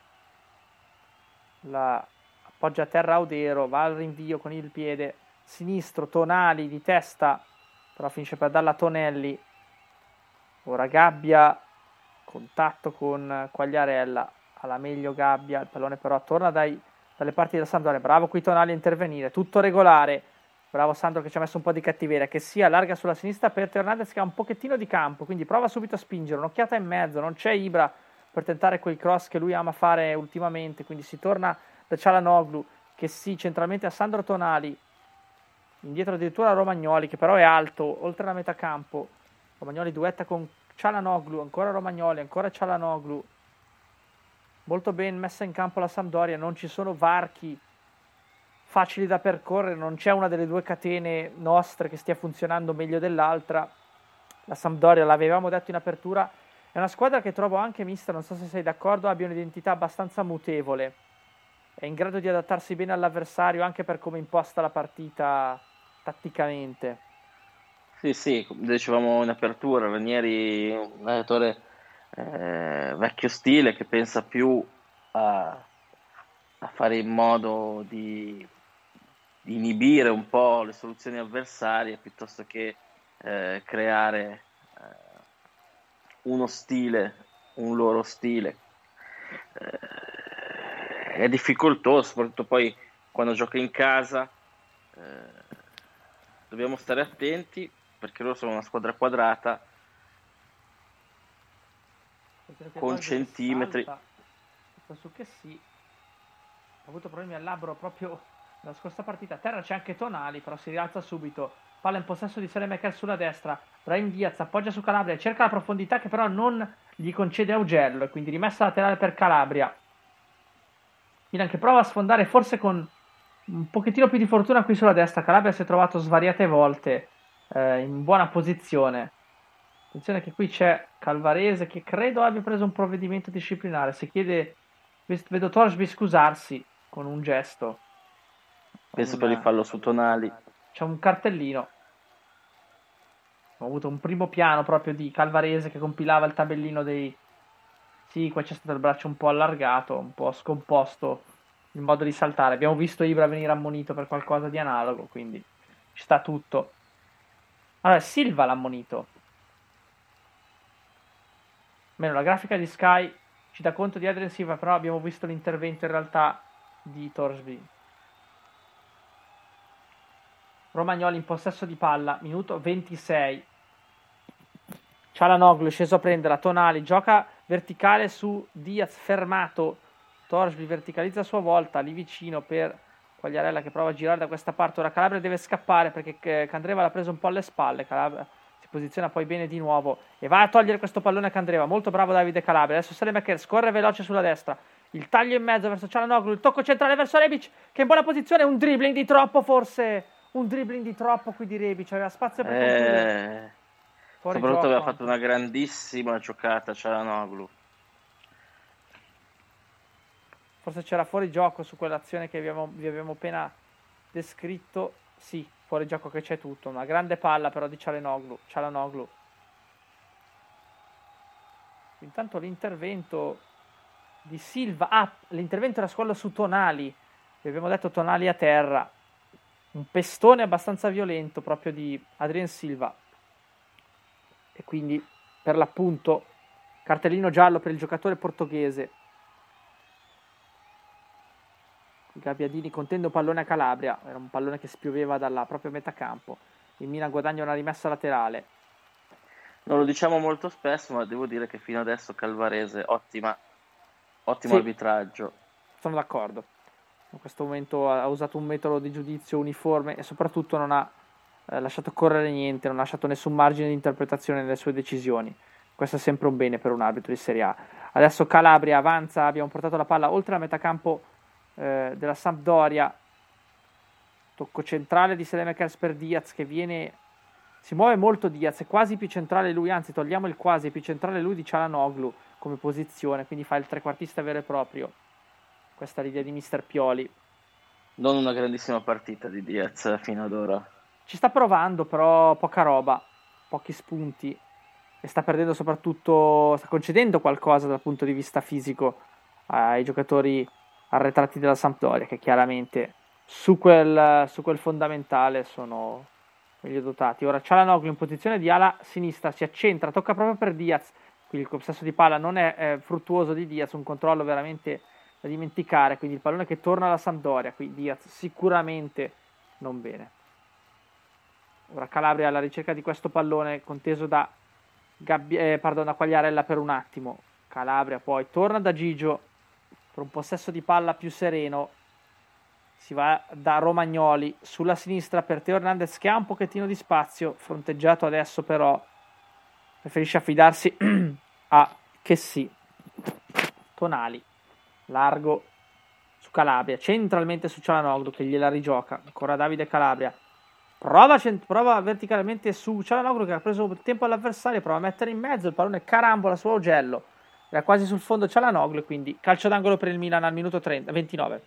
La appoggia a terra Audero, va al rinvio con il piede sinistro, Tonali di testa, però finisce per darla a Tonelli. Ora Gabbia, contatto con Quagliarella, alla meglio Gabbia, il pallone però torna dai, dalle parti della Sampdoria. Bravo qui Tonali a intervenire, tutto regolare. Bravo Sandro che ci ha messo un po' di cattiveria, che si allarga sulla sinistra per Teo Hernandez che ha un pochettino di campo, quindi prova subito a spingere, un'occhiata in mezzo, non c'è Ibra per tentare quel cross che lui ama fare ultimamente, quindi si torna da Çalhanoğlu che si centralmente a Sandro Tonali, indietro addirittura Romagnoli che però è alto, oltre la metà campo. Romagnoli duetta con Çalhanoğlu, ancora Romagnoli, ancora Çalhanoğlu. Molto ben messa in campo la Sampdoria, non ci sono varchi facili da percorrere, non c'è una delle due catene nostre che stia funzionando meglio dell'altra. La Sampdoria, l'avevamo detto in apertura, è una squadra che trovo anche mista, non so se sei d'accordo, abbia un'identità abbastanza mutevole, è in grado di adattarsi bene all'avversario anche per come imposta la partita tatticamente.
Sì, sì, come dicevamo in apertura, Ranieri è un allenatore eh, vecchio stile che pensa più a, a fare in modo di, di inibire un po' le soluzioni avversarie piuttosto che eh, creare eh, uno stile, un loro stile. Eh, è difficoltoso, soprattutto poi quando gioca in casa. Eh, dobbiamo stare attenti perché loro sono una squadra quadrata con centimetri.
Su che sì, ha avuto problemi al labbro proprio nella scorsa partita. A terra c'è anche Tonali, però si rialza subito. Palla in possesso di Saelemaekers sulla destra. Brahim Diaz appoggia su Calabria, cerca la profondità che però non gli concede Augello e quindi rimessa laterale per Calabria. Milan che prova a sfondare forse con un pochettino più di fortuna qui sulla destra. Calabria si è trovato svariate volte eh, in buona posizione. Attenzione che qui c'è Calvarese che credo abbia preso un provvedimento disciplinare. Si chiede, vedo Torsby scusarsi con un gesto.
Penso
Una...
per il fallo su Tonali.
C'è un cartellino. Ho avuto un primo piano proprio di Calvarese che compilava il tabellino dei... Sì, qua c'è stato il braccio un po' allargato, un po' scomposto il modo di saltare. Abbiamo visto Ibra venire ammonito per qualcosa di analogo, quindi ci sta tutto. Allora, Silva l'ha ammonito. Meno la grafica di Sky ci dà conto di Adrien Silva, però abbiamo visto l'intervento in realtà di Torsby. Romagnoli in possesso di palla, minuto ventisei. Çalhanoğlu è sceso a prendere, Tonali gioca verticale su Diaz, fermato. Torsby verticalizza a sua volta, lì vicino per Quagliarella che prova a girare da questa parte. Ora Calabria deve scappare perché Candreva l'ha preso un po' alle spalle. Calabria si posiziona poi bene di nuovo e va a togliere questo pallone a Candreva. Molto bravo Davide Calabria. Adesso Saelemaekers scorre veloce sulla destra. Il taglio in mezzo verso Çalhanoğlu, il tocco centrale verso Rebic che è in buona posizione. Un dribbling di troppo forse. Un dribbling di troppo qui di Rebic. Aveva spazio per concludere.
Eh... Soprattutto aveva fatto una grandissima giocata Çalhanoğlu.
Forse c'era fuori gioco su quell'azione che abbiamo, vi abbiamo appena descritto. Sì, fuori gioco che c'è tutto. Una grande palla però di Çalhanoğlu. Çalhanoğlu. Intanto l'intervento di Silva. Ah, l'intervento era quello su Tonali. Vi abbiamo detto Tonali a terra. Un pestone abbastanza violento proprio di Adrien Silva. E quindi per l'appunto cartellino giallo per il giocatore portoghese. Gabbiadini contendo pallone a Calabria, era un pallone che spioveva dalla propria metà campo. Il Milan guadagna una rimessa laterale.
Non lo diciamo molto spesso, ma devo dire che fino adesso Calvarese ottima, ottimo sì, arbitraggio.
Sono d'accordo. In questo momento ha usato un metodo di giudizio uniforme e soprattutto non ha eh, lasciato correre niente, non ha lasciato nessun margine di interpretazione nelle sue decisioni. Questo è sempre un bene per un arbitro di Serie A. Adesso Calabria avanza, abbiamo portato la palla oltre la metà campo eh, della Sampdoria. Tocco centrale di Saelemaekers per Diaz che viene, si muove molto Diaz, è quasi più centrale lui, anzi togliamo il quasi, è più centrale lui di Çalhanoğlu come posizione, quindi fa il trequartista vero e proprio. questa l'idea di mister Pioli.
Non una grandissima partita di Diaz fino ad ora.
Ci sta provando, però poca roba, pochi spunti, e sta perdendo soprattutto, sta concedendo qualcosa dal punto di vista fisico ai giocatori arretrati della Sampdoria, che chiaramente su quel, su quel fondamentale sono meglio dotati. Ora Çalhanoğlu in posizione di ala sinistra, si accentra, tocca proprio per Diaz, quindi il possesso di palla non è, è fruttuoso di Diaz, un controllo veramente da dimenticare, quindi il pallone che torna alla Sampdoria, qui Diaz sicuramente non bene. Ora Calabria alla ricerca di questo pallone conteso da, Gabbi- eh, pardon, da Quagliarella per un attimo. Calabria poi torna da Gigio per un possesso di palla più sereno. Si va da Romagnoli sulla sinistra per Teo Hernandez, che ha un pochettino di spazio, fronteggiato adesso però preferisce affidarsi a Chessy. Tonali largo su Calabria, centralmente su Çalhanoğlu che gliela rigioca. Ancora Davide Calabria. Prova, cent- prova verticalmente su Çalhanoğlu, che ha preso tempo all'avversario, prova a mettere in mezzo, il pallone carambola su Augello, era quasi sul fondo Çalhanoğlu, quindi calcio d'angolo per il Milan al minuto trenta, ventinove.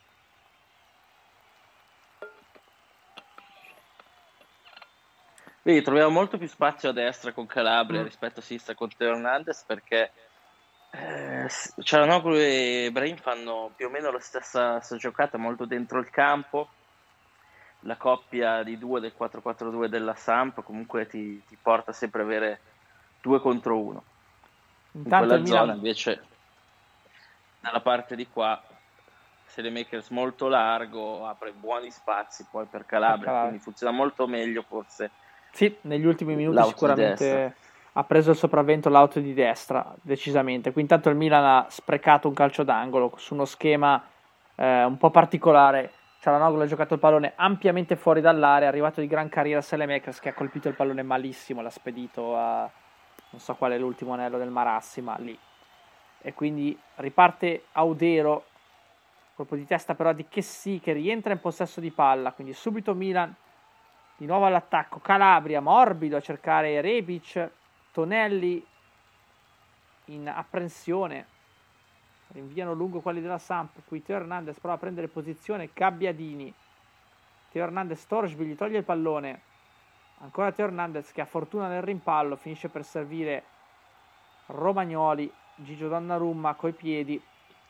Vedi, troviamo molto più spazio a destra con Calabria
Mm.
rispetto a sinistra con Teo Hernandez, perché eh, Çalhanoğlu e Brahim fanno più o meno la stessa, stessa giocata, molto dentro il campo. La coppia di due del quattro quattro due della Samp comunque ti, ti porta sempre a avere due contro uno.
Intanto
in quella
il Milan...
zona invece dalla parte di qua Saelemaekers molto largo, apre buoni spazi poi per Calabria, per Calabria. Quindi funziona molto meglio forse.
Sì, negli ultimi minuti sicuramente ha preso il sopravvento l'auto di destra, decisamente. Qui intanto il Milan ha sprecato un calcio d'angolo su uno schema eh, un po' particolare. Çalhanoğlu ha giocato il pallone ampiamente fuori dall'area, è arrivato di gran carriera Saelemaekers, che ha colpito il pallone malissimo, l'ha spedito a non so qual è l'ultimo anello del Marassi, ma lì. E quindi riparte Audero, colpo di testa però di Chessy, che rientra in possesso di palla, quindi subito Milan di nuovo all'attacco. Calabria morbido a cercare Rebic, Tonelli in apprensione, rinviano lungo quelli della Samp. Qui Teo Hernandez prova a prendere posizione, Gabbiadini, Teo Hernandez, Torsby gli toglie il pallone, ancora Teo Hernandez che ha fortuna nel rimpallo, finisce per servire Romagnoli, Gigio Donnarumma coi piedi.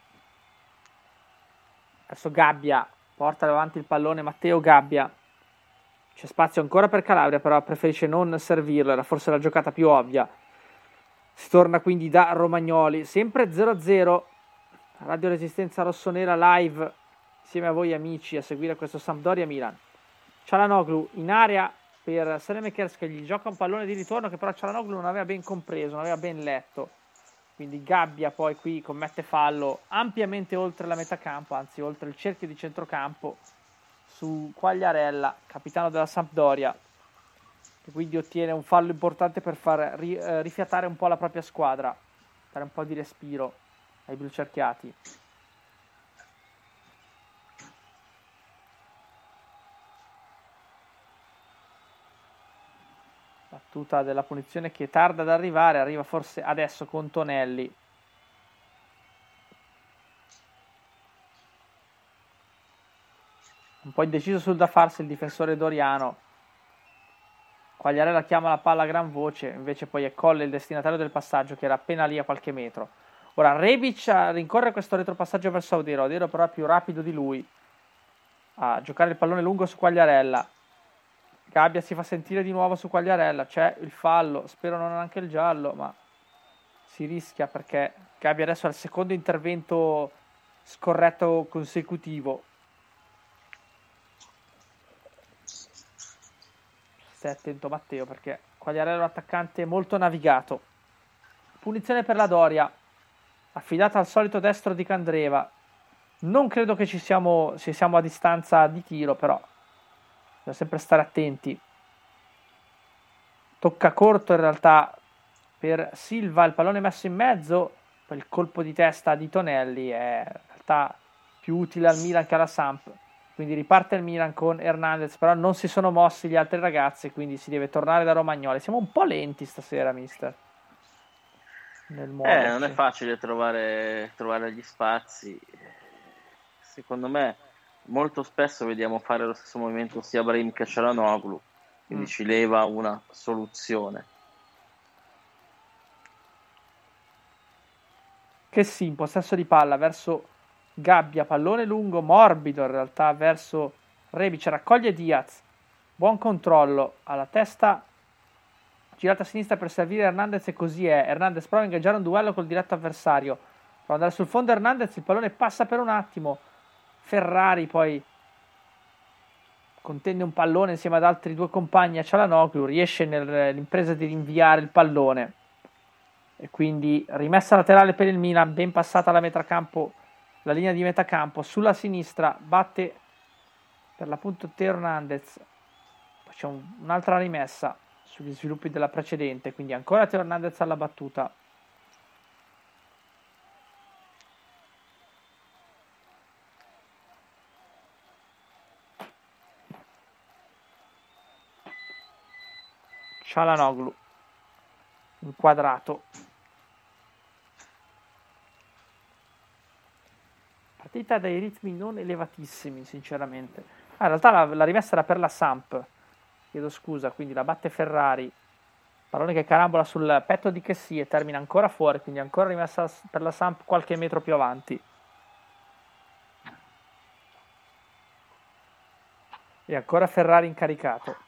Adesso Gabbia porta davanti il pallone, Matteo Gabbia, c'è spazio ancora per Calabria, però preferisce non servirlo, era forse la giocata più ovvia. Si torna quindi da Romagnoli, sempre zero a zero, Radio Resistenza Rossonera live, insieme a voi amici, a seguire questo Sampdoria Milan. Çalhanoğlu in area per Saelemaekers, che gli gioca un pallone di ritorno che però Çalhanoğlu non aveva ben compreso, non aveva ben letto. Quindi Gabbia poi qui commette fallo ampiamente oltre la metà campo, anzi oltre il cerchio di centrocampo, su Quagliarella, capitano della Sampdoria, che quindi ottiene un fallo importante per far ri, eh, rifiatare un po' la propria squadra, dare un po' di respiro ai blucerchiati. Battuta della punizione che tarda ad arrivare, arriva forse adesso con Tonelli. Un po' indeciso sul da farsi il difensore doriano. Quagliarella chiama la palla a gran voce, invece poi è Colle il destinatario del passaggio, che era appena lì a qualche metro. Ora Rebic rincorre questo retropassaggio verso Audero, Audero però è più rapido di lui a giocare il pallone lungo su Quagliarella. Gabbia si fa sentire di nuovo su Quagliarella, c'è il fallo, spero non anche il giallo, ma si rischia perché Gabbia adesso ha il secondo intervento scorretto consecutivo. Stai attento Matteo, perché Quagliarella è un attaccante molto navigato. Punizione per la Doria, affidata al solito destro di Candreva. Non credo che ci siamo, ci siamo a distanza di tiro, però bisogna sempre stare attenti. Tocca corto in realtà per Silva, il pallone messo in mezzo, poi il colpo di testa di Tonelli è in realtà più utile al Milan che alla Samp. Quindi riparte il Milan con Hernandez, però non si sono mossi gli altri ragazzi, quindi si deve tornare da Romagnoli. Siamo un po' lenti stasera, mister. Nel
eh, non è facile trovare, trovare gli spazi. secondo me molto spesso vediamo fare lo stesso movimento sia Brahim che Çalhanoğlu, quindi mm. ci leva una soluzione.
Che sì, in possesso di palla verso Gabbia, pallone lungo, morbido in realtà, verso Rebic, raccoglie Diaz, buon controllo, alla testa girata a sinistra per servire Hernandez e così è. Hernandez prova a ingaggiare un duello col diretto avversario, prova ad andare sul fondo Hernandez, il pallone passa per un attimo, Ferrari poi contende un pallone insieme ad altri due compagni a Çalhanoğlu, riesce nell'impresa di rinviare il pallone e quindi rimessa laterale per il Milan, ben passata la metacampo, la linea di metacampo, sulla sinistra batte per l'appunto Teo Hernandez, poi c'è un, un'altra rimessa sugli sviluppi della precedente, quindi ancora Teo Hernandez alla battuta. Çalhanoğlu inquadrato, partita dai ritmi non elevatissimi sinceramente. Ah, in realtà la, la rimessa era per la Samp, chiedo scusa, quindi la batte Ferrari, pallone che carambola sul petto di Kessie e termina ancora fuori, quindi ancora rimessa per la Samp qualche metro più avanti. E ancora Ferrari incaricato,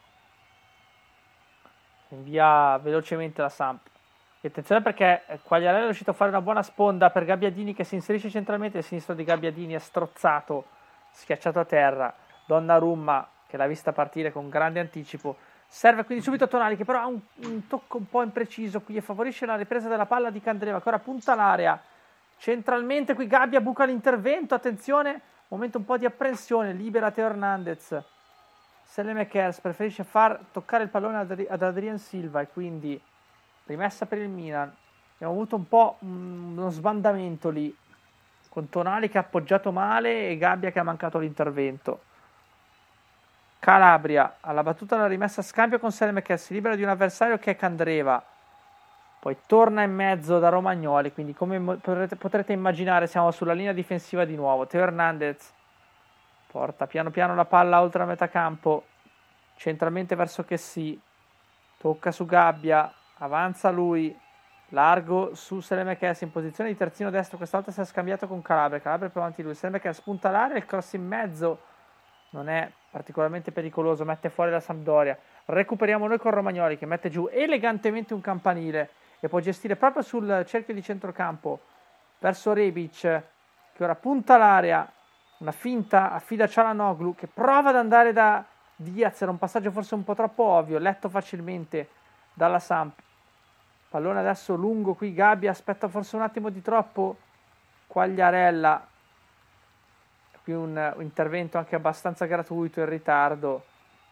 invia velocemente la Samp. E attenzione perché Quagliarella è riuscito a fare una buona sponda per Gabbiadini che si inserisce centralmente, il sinistro di Gabbiadini è strozzato, schiacciato a terra. Donnarumma che l'ha vista partire con grande anticipo, serve quindi subito Tonali che però ha un, un tocco un po' impreciso qui e favorisce la ripresa della palla di Candreva che ora punta l'area centralmente, qui Gabbia buca l'intervento, attenzione, momento un po' di apprensione, libera Teo Hernandez, Saelemaekers preferisce far toccare il pallone ad, ad Adrien Silva e quindi rimessa per il Milan. Abbiamo avuto un po' uno sbandamento lì con Tonali che ha appoggiato male e Gabbia che ha mancato l'intervento. Calabria alla battuta della rimessa a scambio con Saelemaekers, si libera di un avversario che è Candreva, poi torna in mezzo da Romagnoli, quindi come potrete, potrete immaginare siamo sulla linea difensiva di nuovo. Teo Hernandez porta piano piano la palla oltre a metà campo, centralmente verso Kessie, tocca su Gabbia, avanza lui, largo su Saelemaekers in posizione di terzino destro, questa volta si è scambiato con Calabria, Calabria più avanti lui, Saelemaekers spunta l'area, il cross in mezzo non è particolarmente pericoloso, mette fuori la Sampdoria, recuperiamo noi con Romagnoli che mette giù elegantemente un campanile e può gestire proprio sul cerchio di centrocampo verso Rebic che ora punta l'area, una finta, affida Çalhanoğlu che prova ad andare da Diaz, era un passaggio forse un po' troppo ovvio, letto facilmente dalla Samp. Pallone adesso lungo qui, Gabbia aspetta forse un attimo di troppo, Quagliarella, qui un, un intervento anche abbastanza gratuito in ritardo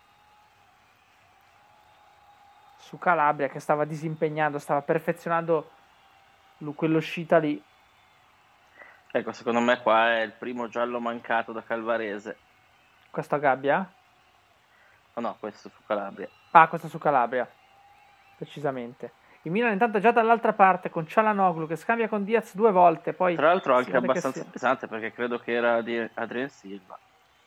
su Calabria che stava disimpegnando, stava perfezionando quell'uscita lì.
Ecco, secondo me qua è il primo giallo mancato da Calvarese.
Questo a Gabbia?
Oh no, questo su Calabria.
Ah, questo su Calabria, precisamente. Il Milan intanto è già dall'altra parte con Çalhanoğlu che scambia con Diaz due volte, poi
tra l'altro anche abbastanza sia... pesante perché credo che era di Adrien Silva.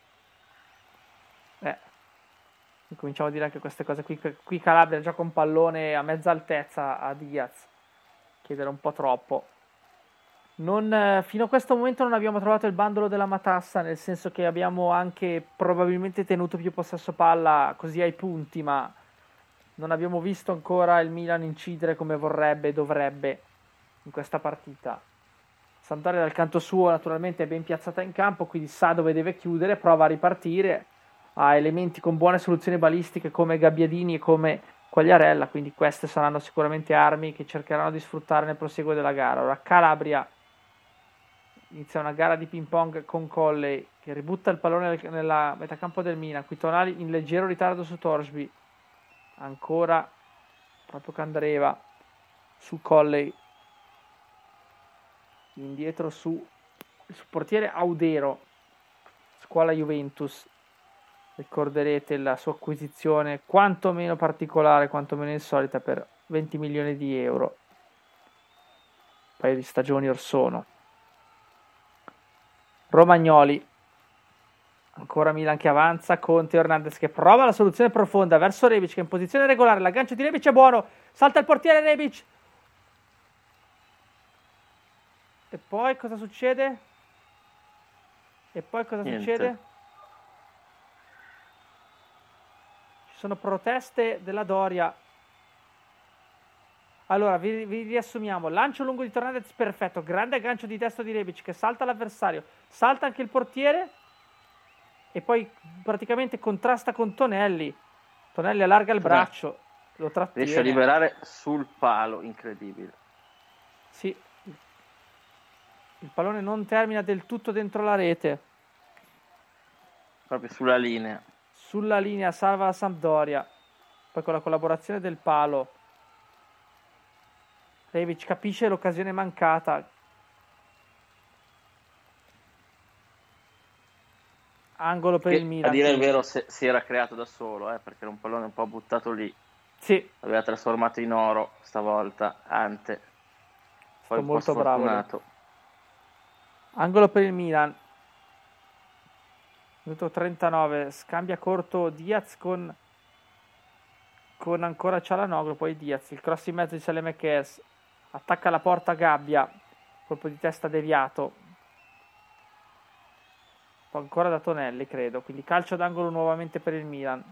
Eh, cominciamo a dire anche queste cose qui. Qui Calabria gioca un pallone a mezza altezza a Diaz, chiedere un po' troppo. Non, fino a questo momento non abbiamo trovato il bandolo della matassa, nel senso che abbiamo anche probabilmente tenuto più possesso palla così ai punti, ma non abbiamo visto ancora il Milan incidere come vorrebbe e dovrebbe in questa partita. Sampdoria dal canto suo naturalmente è ben piazzata in campo, quindi sa dove deve chiudere, prova a ripartire, ha elementi con buone soluzioni balistiche come Gabbiadini e come Quagliarella, quindi queste saranno sicuramente armi che cercheranno di sfruttare nel proseguo della gara. Ora Calabria inizia una gara di ping pong con Colley che ributta il pallone nella metacampo del Milan, qui Tonali in leggero ritardo su Torsby, ancora proprio Candreva su Colley, indietro su il suo portiere Audero, scuola Juventus, ricorderete la sua acquisizione quantomeno particolare, quantomeno insolita per venti milioni di euro un paio di stagioni or sono. Romagnoli ancora Milan che avanza con Teo Hernandez che prova la soluzione profonda verso Rebic che è in posizione regolare, l'aggancio di Rebic è buono, salta il portiere Rebic e poi cosa succede? E poi cosa
Niente.
succede? Ci sono proteste della Doria. Allora, vi, vi riassumiamo. Lancio lungo di Hernandez perfetto, grande aggancio di testa di Rebic che salta l'avversario, salta anche il portiere e poi praticamente contrasta con Tonelli. Tonelli allarga il
Tonelli.
braccio, lo trattiene.
Riesce a liberare sul palo, incredibile.
Sì, il pallone non termina del tutto dentro la rete.
Proprio sulla linea.
Sulla linea salva la Sampdoria. Poi con la collaborazione del palo Rebic capisce l'occasione mancata. Angolo per
che,
il Milan.
A dire il vero se, si era creato da solo, eh, perché era un pallone un po' buttato lì.
Sì.
L'aveva trasformato in oro stavolta Ante. Poi un
molto
po' sfortunato.
bravo. Angolo per il Milan. Minuto trentanove. Scambia corto Diaz con con ancora Çalhanoğlu, poi Diaz. Il cross in mezzo di Saelemaekers. Attacca la porta Gabbia. Colpo di testa deviato. Poi ancora da Tonelli, credo. Quindi calcio d'angolo nuovamente per il Milan.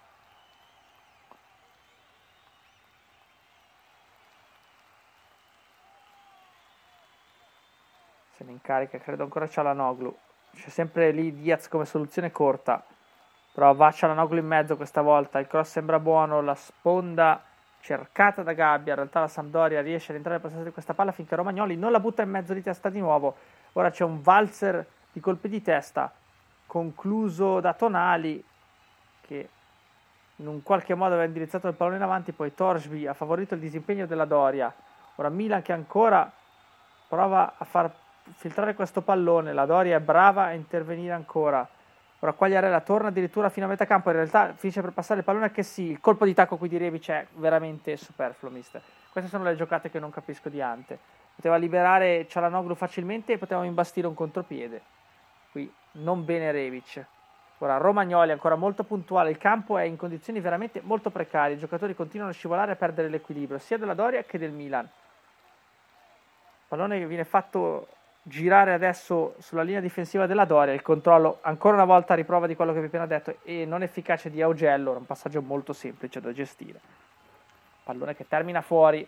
Se ne incarica, credo ancora Çalhanoğlu. C'è sempre lì Diaz come soluzione corta. Però va Çalhanoğlu in mezzo questa volta. Il cross sembra buono. La sponda cercata da Gabbia. In realtà la Sampdoria riesce ad entrare nel possesso di questa palla finché Romagnoli non la butta in mezzo di testa di nuovo. Ora c'è un valzer di colpi di testa concluso da Tonali che in un qualche modo aveva indirizzato il pallone in avanti, poi Torsby ha favorito il disimpegno della Doria. Ora Milan che ancora prova a far filtrare questo pallone, la Doria è brava a intervenire ancora. Ora Quagliarella torna addirittura fino a metà campo, in realtà finisce per passare il pallone, che sì, il colpo di tacco qui di Rebic è veramente superfluo, mister. Queste sono le giocate che non capisco di Ante. Poteva liberare Çalhanoğlu facilmente e potevamo imbastire un contropiede. Qui non bene Rebic. Ora Romagnoli ancora molto puntuale, il campo è in condizioni veramente molto precarie, i giocatori continuano a scivolare e a perdere l'equilibrio sia della Doria che del Milan. Pallone che viene fatto girare adesso sulla linea difensiva della Doria, il controllo ancora una volta a riprova di quello che vi ho appena detto e non efficace di Augello, un passaggio molto semplice da gestire. Pallone che termina fuori,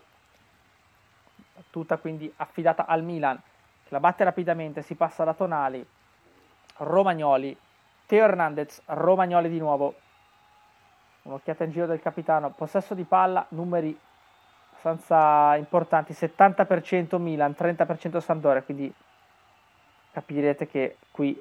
tutta quindi affidata al Milan che la batte rapidamente, si passa da Tonali, Romagnoli, Teo Hernandez, Romagnoli di nuovo, un'occhiata in giro del capitano, possesso di palla, numeri abbastanza importanti, settanta per cento Milan, trenta per cento Sampdoria, quindi capirete che qui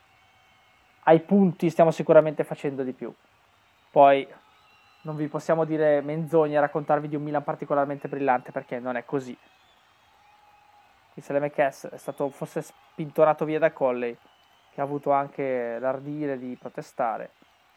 ai punti stiamo sicuramente facendo di più. Poi non vi possiamo dire menzogne e raccontarvi di un Milan particolarmente brillante, perché non è così. Qui Saelemaekers è stato forse spintorato via da Colley, che ha avuto anche l'ardire di protestare.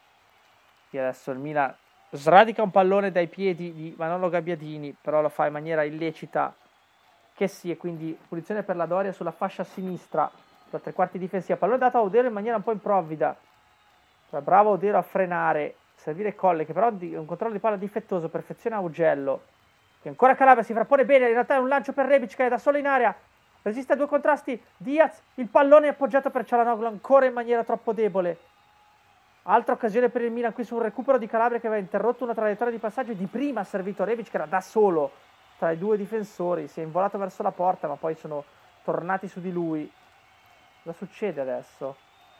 E adesso il Milan sradica un pallone dai piedi di Manolo Gabbiadini, però lo fa in maniera illecita, che sì, e quindi punizione per la Doria sulla fascia sinistra, da tre quarti difensiva. Pallone dato a Odero in maniera un po' improvvida. Cioè, bravo Odero a frenare, servire Colle, che però è un controllo di palla difettoso, perfeziona Augello, che ancora Calabria si frappone bene, in realtà è un lancio per Rebic che è da solo in area, resiste a due contrasti, Diaz, il pallone è appoggiato per Çalhanoğlu ancora in maniera troppo debole. Altra occasione per il Milan qui su un recupero di Calabria che aveva interrotto una traiettoria di passaggio e di prima ha servito Rebic che era da solo tra i due difensori, si è involato verso la porta ma poi sono tornati su di lui. Cosa succede adesso?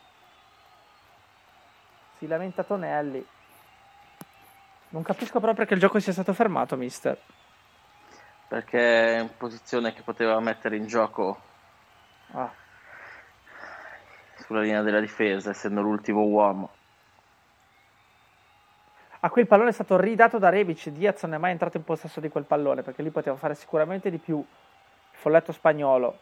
Si lamenta Tonelli. Non capisco proprio perché il gioco sia stato fermato, mister.
Perché è in posizione che poteva mettere in gioco
ah.
sulla linea della difesa, essendo l'ultimo uomo.
A quel pallone è stato ridato da Rebic, Diaz non è mai entrato in possesso di quel pallone, perché lì poteva fare sicuramente di più il folletto spagnolo.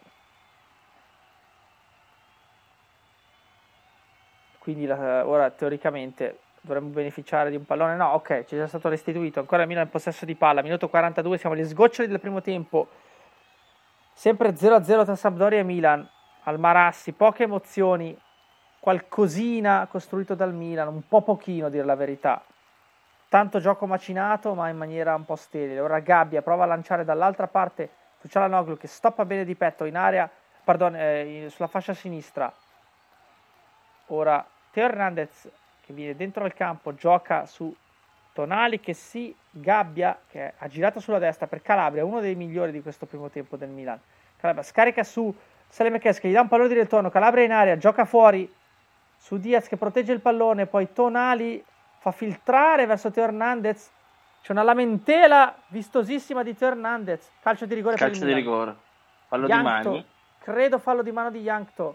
Quindi la, ora teoricamente dovremmo beneficiare di un pallone. No, ok, ci è già stato restituito. Ancora Milan in possesso di palla, minuto quarantadue, siamo agli sgoccioli del primo tempo. Sempre zero a zero tra Sampdoria e Milan. Al Marassi, poche emozioni. qualcosina costruito dal Milan, un po' pochino a dire la verità. Tanto gioco macinato ma in maniera un po' sterile. Ora Gabbia prova a lanciare dall'altra parte su Çalhanoğlu che stoppa bene di petto in area, pardon, eh, sulla fascia sinistra. Ora Teo Hernandez che viene dentro al campo, gioca su Tonali che si Gabbia che ha girato sulla destra per Calabria, uno dei migliori di questo primo tempo del Milan. Calabria scarica su Saelemaekers che gli dà un pallone di ritorno, Calabria in area, gioca fuori su Diaz che protegge il pallone, poi Tonali fa filtrare verso Teo Hernandez, c'è una lamentela vistosissima di Teo Hernandez, calcio di rigore
calcio
per il
di
Milan.
rigore, fallo
Yankto,
di mani,
credo fallo di mano di Yankto.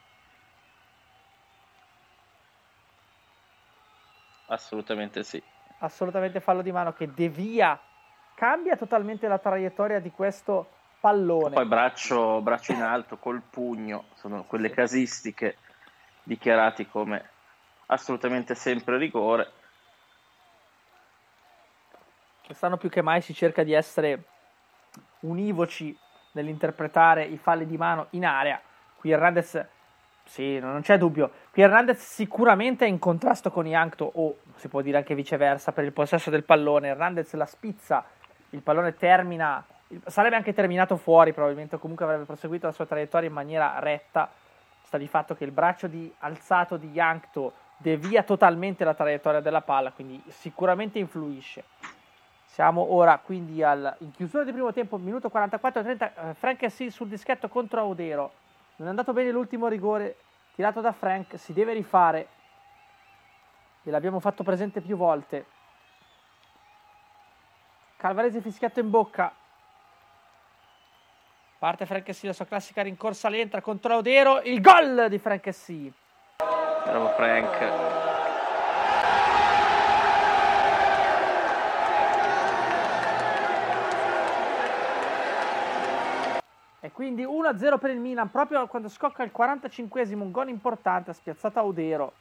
assolutamente sì,
assolutamente fallo di mano che devia, cambia totalmente la traiettoria di questo pallone.
Poi braccio, braccio in alto col pugno, sono quelle sì. casistiche dichiarati come assolutamente sempre rigore.
Quest'anno più che mai si cerca di essere univoci nell'interpretare i falli di mano in area. Qui Hernandez, sì, non c'è dubbio, qui Hernandez sicuramente è in contrasto con Yankto, o si può dire anche viceversa, per il possesso del pallone. Hernandez la spizza, il pallone termina, sarebbe anche terminato fuori probabilmente, o comunque avrebbe proseguito la sua traiettoria in maniera retta. Sta di fatto che il braccio di alzato di Yankto devia totalmente la traiettoria della palla, quindi sicuramente influisce. Siamo ora quindi al, in chiusura del primo tempo, minuto quarantaquattro trenta, eh, Frank Kessie sul dischetto contro Audero. Non è andato bene l'ultimo rigore tirato da Frank, si deve rifare. Gliel'abbiamo fatto presente più volte. Calvarese fischietto in bocca. Parte Frank Kessie, la sua classica rincorsa lenta contro Audero. Il gol di Frank Kessie.
Bravo Frank.
E quindi uno a zero per il Milan, proprio quando scocca il quarantacinquesimo, un gol importante, ha spiazzato Audero.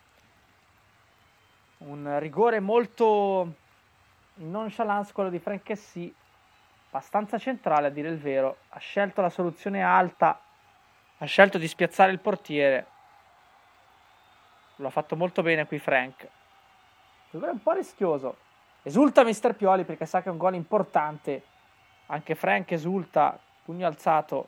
Un rigore molto in nonchalance quello di Frank Kessie, abbastanza centrale a dire il vero. Ha scelto la soluzione alta, ha scelto di spiazzare il portiere. Lo ha fatto molto bene qui Frank. Rigore un po' rischioso. Esulta mister Pioli perché sa che è un gol importante. Anche Frank esulta. Pugno alzato,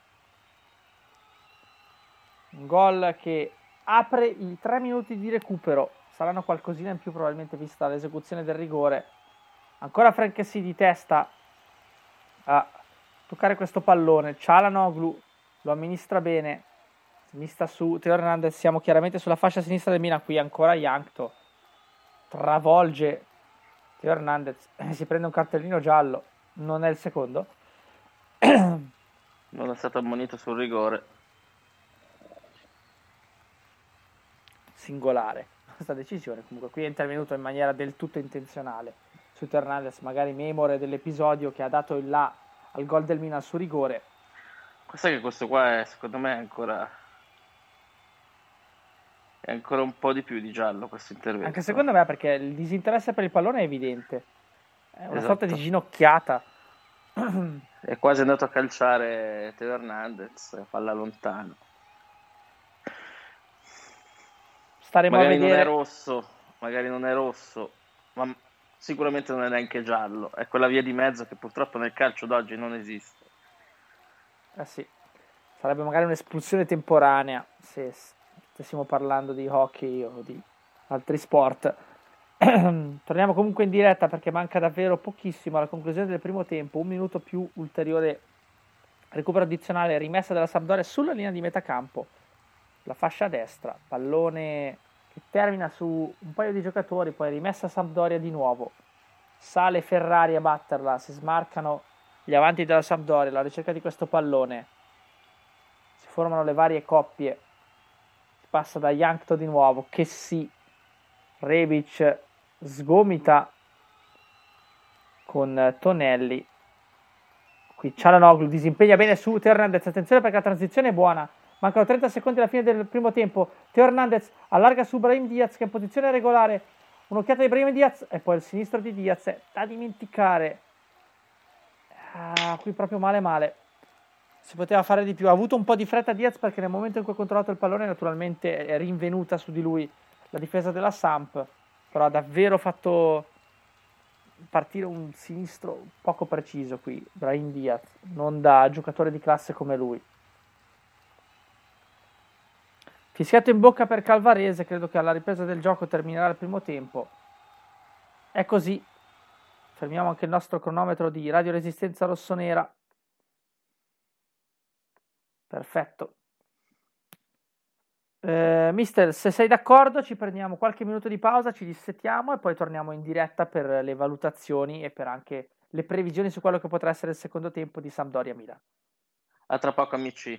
un gol che apre i tre minuti di recupero, saranno qualcosina in più probabilmente vista l'esecuzione del rigore. Ancora Frank Kessie di testa a toccare questo pallone, Çalhanoğlu lo amministra bene, sinistra su Teo Hernandez, siamo chiaramente sulla fascia sinistra del Milan, qui ancora Yankto, travolge Teo Hernandez, si prende un cartellino giallo, non è il secondo.
Non è stato ammonito sul rigore.
Singolare questa decisione, comunque qui è intervenuto in maniera del tutto intenzionale su Hernandez, magari memore dell'episodio che ha dato il là al gol del Milan su rigore.
Questo che questo qua è, secondo me è ancora è ancora un po' di più di giallo questo intervento.
Anche secondo me, perché il disinteresse per il pallone è evidente, è una
esatto.
sorta di ginocchiata.
È quasi andato a calciare Teo Hernandez, palla lontano.
Staremo
magari
a vedere.
Non è rosso, magari non è rosso, ma sicuramente non è neanche giallo. È quella via di mezzo che purtroppo nel calcio d'oggi non esiste.
Eh sì, sarebbe magari un'espulsione temporanea se stessimo parlando di hockey o di altri sport. Torniamo comunque in diretta perché manca davvero pochissimo alla conclusione del primo tempo, un minuto più ulteriore recupero addizionale, rimessa della Sampdoria sulla linea di metacampo, la fascia destra, pallone che termina su un paio di giocatori, poi rimessa Sampdoria di nuovo, sale Ferrari a batterla, si smarcano gli avanti della Sampdoria alla ricerca di questo pallone, si formano le varie coppie, si passa da Yankto di nuovo, Kessie, Rebic sgomita con Tonelli, qui Çalhanoğlu disimpegna bene su Teo Hernandez, attenzione perché la transizione è buona, mancano trenta secondi alla fine del primo tempo, Teo Hernandez allarga su Brahim Diaz che è in posizione regolare, un'occhiata di Brahim Diaz e poi il sinistro di Diaz, da dimenticare, ah, qui proprio male male, si poteva fare di più. Ha avuto un po' di fretta Diaz perché nel momento in cui ha controllato il pallone naturalmente è rinvenuta su di lui la difesa della Samp, però ha davvero fatto partire un sinistro poco preciso qui, Brahim Diaz, non da giocatore di classe come lui. Fischiato in bocca per Calvarese, credo che alla ripresa del gioco terminerà il primo tempo. È così. Fermiamo anche il nostro cronometro di Radio Resistenza Rossonera. Perfetto. Eh, mister, se sei d'accordo ci prendiamo qualche minuto di pausa, ci dissettiamo e poi torniamo in diretta per le valutazioni e per anche le previsioni su quello che potrà essere il secondo tempo di Sampdoria Milan.
A tra poco amici.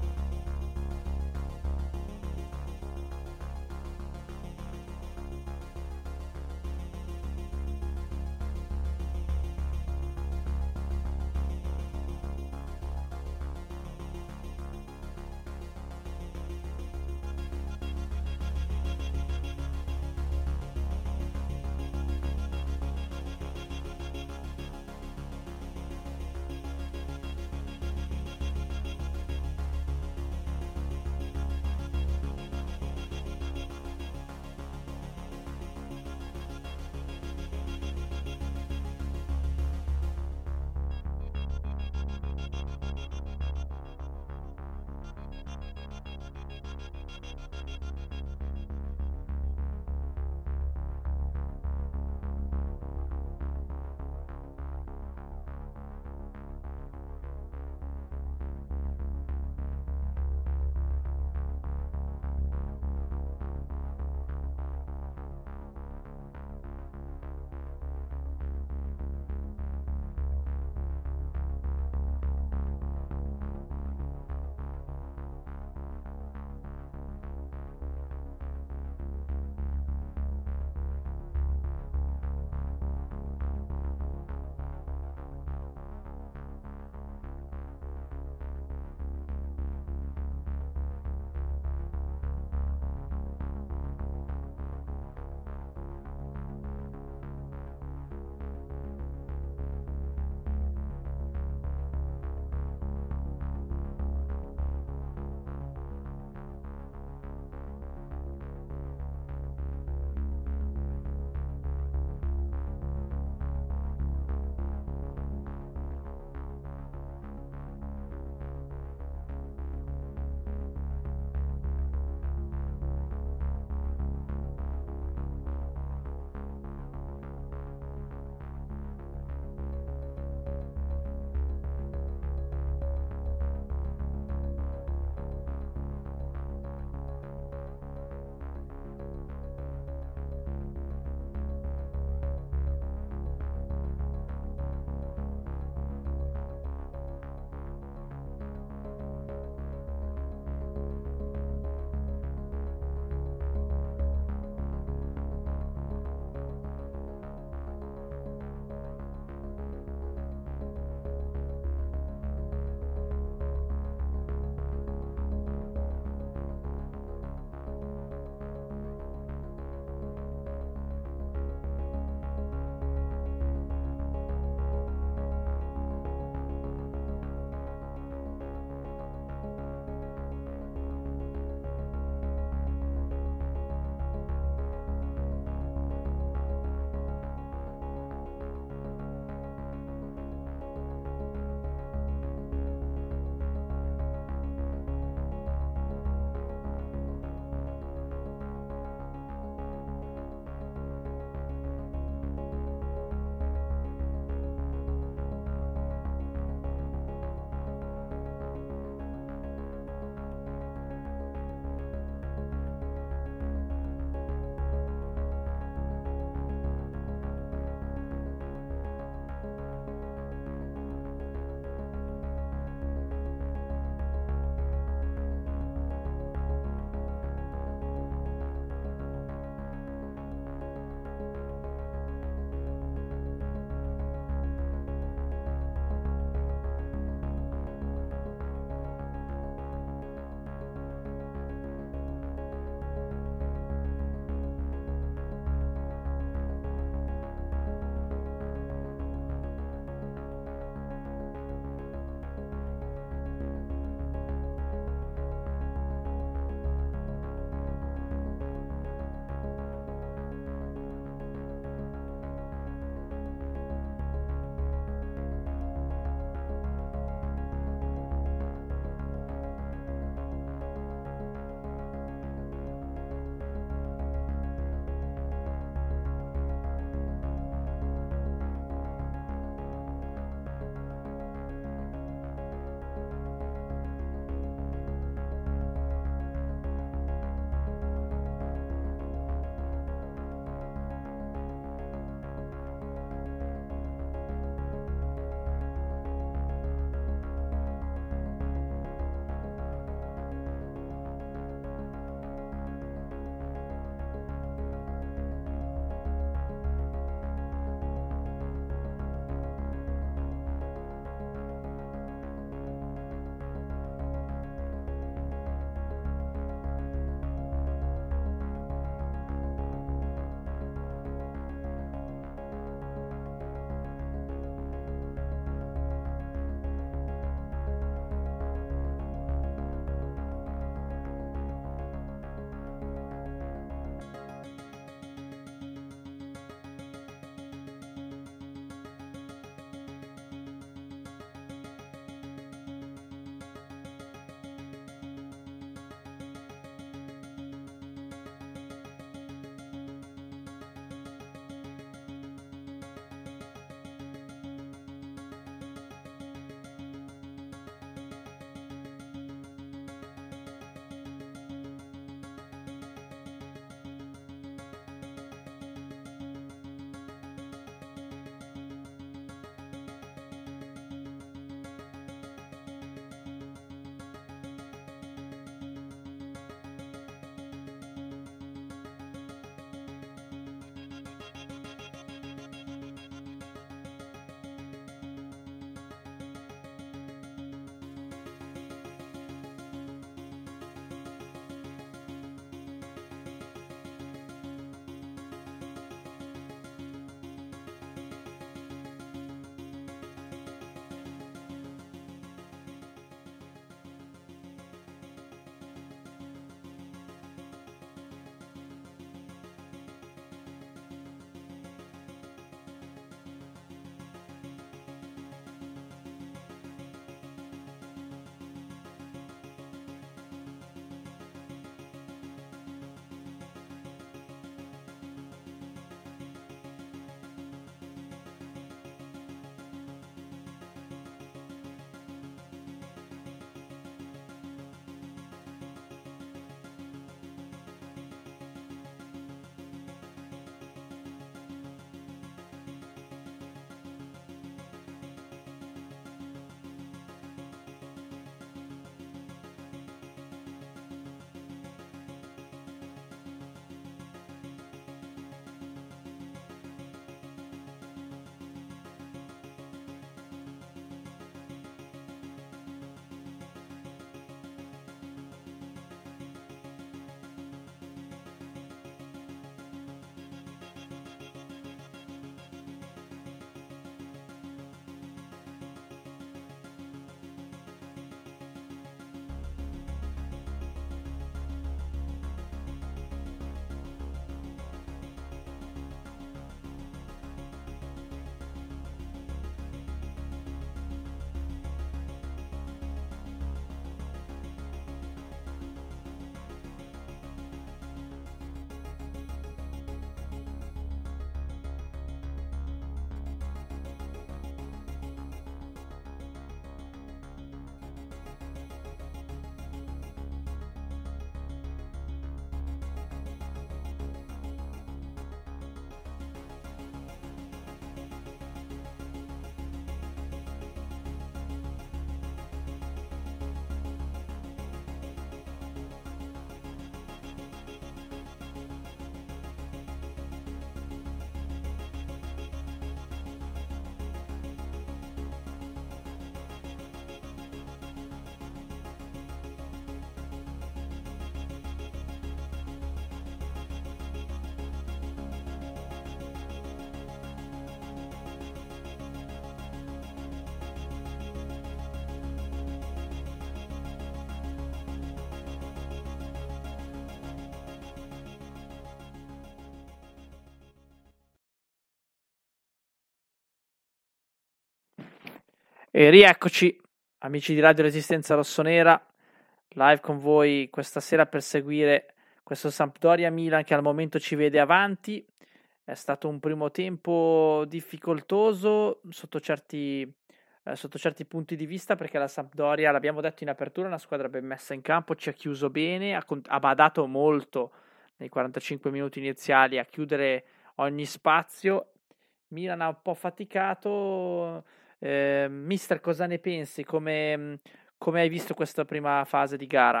E rieccoci, amici di Radio Resistenza Rossonera, live con voi questa sera per seguire questo Sampdoria-Milan che al momento ci vede avanti. È stato un primo tempo difficoltoso sotto certi, eh, sotto certi punti di vista, perché la Sampdoria, l'abbiamo detto in apertura, è una squadra ben messa in campo, ci ha chiuso bene, ha, cont- ha badato molto nei quarantacinque minuti iniziali a chiudere ogni spazio. Milan ha un po' faticato. Eh, mister, cosa ne pensi? Come, come hai visto questa prima fase di gara?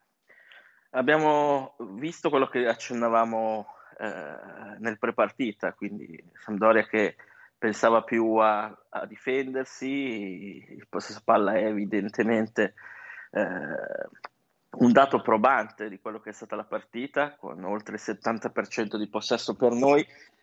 Abbiamo visto quello che accennavamo eh, nel prepartita, quindi Sampdoria che pensava più a, a difendersi, il possesso palla è evidentemente eh, un dato probante di quello che è stata la partita, con oltre il settanta per cento di possesso per noi.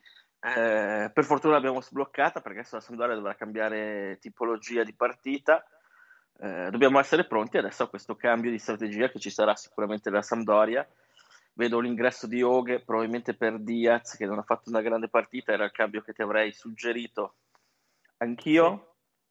Eh, per fortuna l'abbiamo sbloccata, perché adesso la Sampdoria dovrà cambiare tipologia di partita. Eh, dobbiamo essere pronti adesso a questo cambio di strategia che ci sarà sicuramente nella Sampdoria. Vedo l'ingresso di Oghe, probabilmente per Diaz, che non ha fatto una grande partita, era il cambio che ti avrei suggerito anch'io.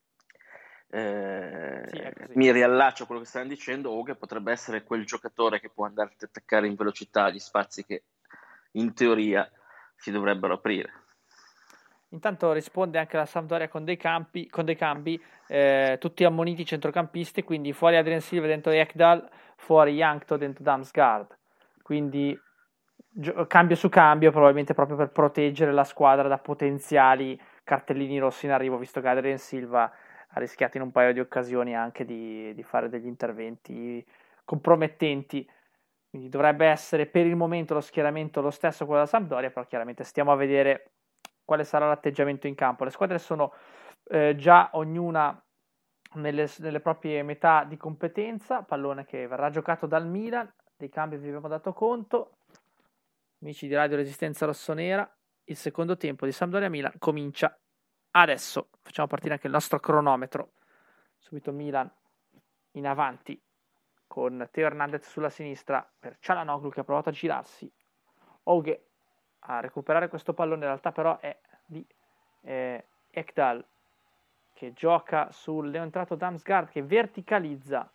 Sì. Eh, sì, mi riallaccio a quello che stanno dicendo. Oghe potrebbe essere quel giocatore che può andare a attaccare in velocità gli spazi che in teoria si dovrebbero aprire.
Intanto risponde anche la Sampdoria con dei, campi, con dei cambi, eh, tutti ammoniti centrocampisti, quindi fuori Adrien Silva dentro Ekdal, fuori Yankto dentro Damsgaard. Quindi gio- cambio su cambio, probabilmente proprio per proteggere la squadra da potenziali cartellini rossi in arrivo, visto che Adrien Silva ha rischiato in un paio di occasioni anche di, di fare degli interventi compromettenti. Quindi dovrebbe essere per il momento lo schieramento lo stesso quello della Sampdoria, però chiaramente stiamo a vedere quale sarà l'atteggiamento in campo. Le squadre sono eh, già ognuna nelle, nelle proprie metà di competenza, pallone che verrà giocato dal Milan, dei cambi vi abbiamo dato conto, amici di Radio Resistenza Rossonera. Il secondo tempo di Sampdoria-Milan comincia adesso. Facciamo partire anche il nostro cronometro. Subito Milan in avanti con Teo Hernandez sulla sinistra per Çalhanoğlu che ha provato a girarsi. Oghe a recuperare questo pallone, in realtà però è di eh, Ekdal che gioca sull'entrato Damsgaard che verticalizza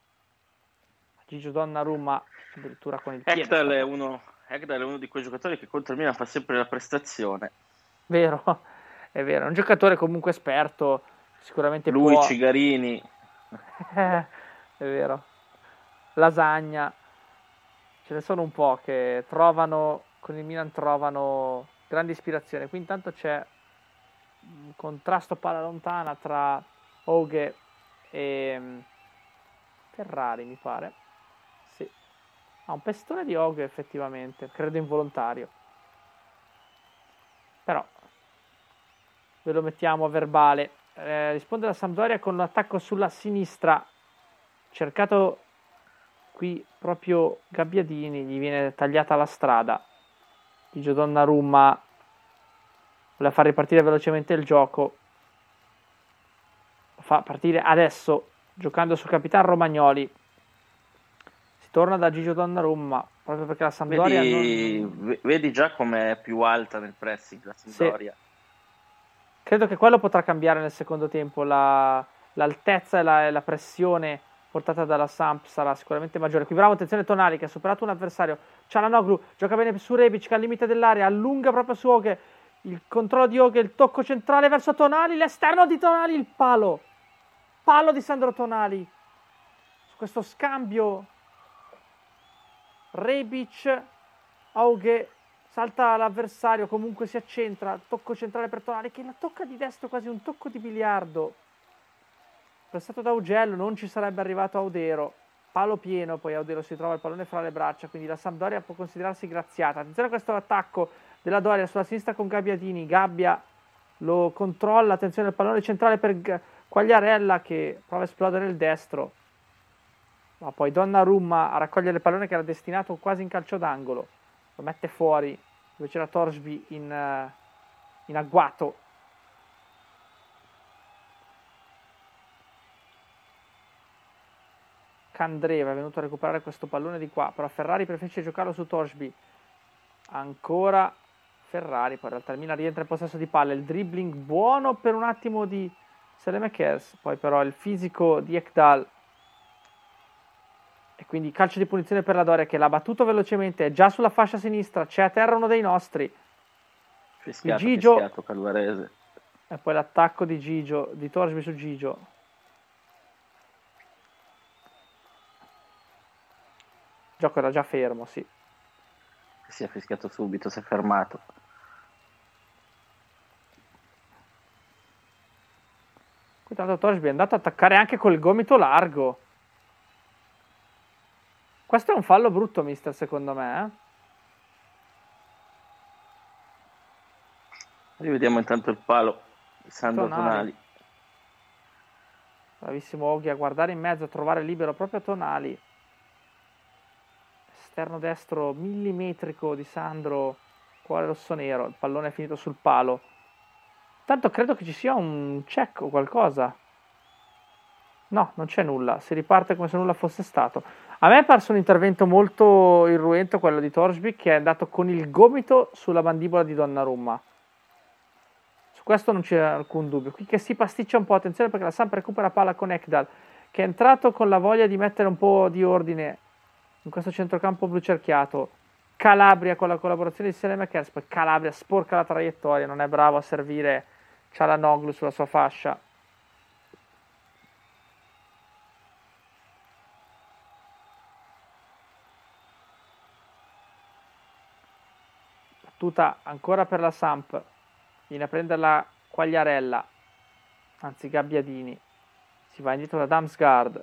Gigio Donnarumma addirittura con il piede.
Ekdal è uno, Ekdal è uno di quei giocatori che contro il Milan fa sempre la prestazione.
Vero, è vero, è un giocatore comunque esperto, sicuramente
lui,
può...
Cigarini.
È vero. Lasagna. Ce ne sono un po' che trovano, con il Milan trovano grande ispirazione. Qui intanto c'è un contrasto palla lontana tra Oghe e Ferrari, mi pare. Sì. Ha un pestone di Oghe effettivamente, credo involontario. Però ve lo mettiamo a verbale. Eh, risponde la Sampdoria con un attacco sulla sinistra, cercato qui proprio Gabbiadini, gli viene tagliata la strada. Gigio Donnarumma vuole far ripartire velocemente il gioco, lo fa partire adesso giocando sul capitano Romagnoli. Si torna da Gigio Donnarumma proprio perché la Sampdoria
vedi,
non...
vedi già com'è più alta nel pressing la Sampdoria.
Sì. Credo che quello potrà cambiare nel secondo tempo, la, l'altezza e la, e la pressione portata dalla Samp sarà sicuramente maggiore. Qui bravo, attenzione Tonali che ha superato un avversario. Çalhanoğlu gioca bene su Rebic che al limite dell'area, allunga proprio su Oghe. Il controllo di Oghe, il tocco centrale verso Tonali, l'esterno di Tonali, il palo. Palo di Sandro Tonali. Su questo scambio Rebic, Oghe, salta l'avversario, comunque si accentra, tocco centrale per Tonali che la tocca di destro, quasi un tocco di biliardo. Prestato da Augello, non ci sarebbe arrivato Audero. Palo pieno, poi Audero si trova il pallone fra le braccia, quindi la Sampdoria può considerarsi graziata. Attenzione a questo attacco della Doria sulla sinistra con Gabbiadini. Gabbia lo controlla, attenzione al pallone centrale per Quagliarella che prova a esplodere il destro. Ma poi Donnarumma a raccogliere il pallone che era destinato quasi in calcio d'angolo. Lo mette fuori, dove c'era Torsby in, in agguato. Candreva è venuto a recuperare questo pallone di qua, però Ferrari preferisce giocarlo su Torsby. Ancora Ferrari, poi in realtà il Milan rientra in possesso di palla, il dribbling buono per un attimo di Selemakers, poi però il fisico di Ekdal, e quindi calcio di punizione per la Doria che l'ha battuto velocemente, è già sulla fascia sinistra, c'è a terra uno dei nostri,
fischiato,
Gigio,
fischiato Calvarese,
e poi l'attacco di Gigio, di Torsby su Gigio. Il gioco era già fermo, sì.
Si è fischiato subito, si è fermato.
Qui tanto Torsby è andato a attaccare anche col gomito largo. Questo è un fallo brutto, mister, secondo me. Eh?
Rivediamo intanto il palo di Sandro
Tonali.
Tonali.
Bravissimo Oghi a guardare in mezzo, a trovare libero proprio Tonali. Esterno destro millimetrico di Sandro, cuore rossonero. Il pallone è finito sul palo. Tanto credo che ci sia un check o qualcosa. No, non c'è nulla. Si riparte come se nulla fosse stato. A me è parso un intervento molto irruento quello di Torsby, che è andato con il gomito sulla mandibola di Donnarumma. Su questo non c'è alcun dubbio. Qui che si pasticcia un po', attenzione perché la Samp recupera palla con Ekdal, che è entrato con la voglia di mettere un po' di ordine in questo centrocampo blu cerchiato. Calabria con la collaborazione di Selemakers, poi Calabria sporca la traiettoria, non è bravo a servire Çalhanoğlu sulla sua fascia. Battuta ancora per la Samp, viene a prenderla Quagliarella, anzi Gabbiadini, si va indietro da Damsgaard,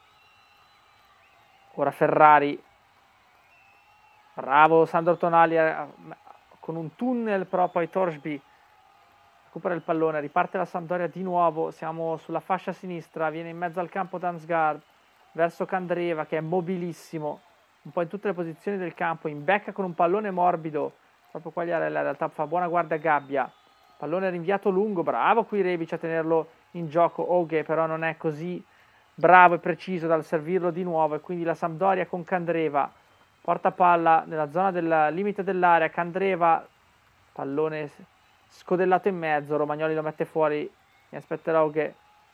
ora Ferrari, bravo Sandro Tonali con un tunnel, però poi Torsby recupera il pallone, riparte la Sampdoria di nuovo, siamo sulla fascia sinistra, viene in mezzo al campo Damsgaard verso Candreva che è mobilissimo un po' in tutte le posizioni del campo, imbecca con un pallone morbido proprio Quagliarella, in realtà fa buona guardia Gabbia, pallone rinviato lungo, bravo qui Rebic a tenerlo in gioco. Oghe però non è così bravo e preciso dal servirlo di nuovo, e quindi la Sampdoria con Candreva porta palla nella zona del limite dell'area. Candreva, pallone scodellato in mezzo, Romagnoli lo mette fuori, mi aspetterà Oghe.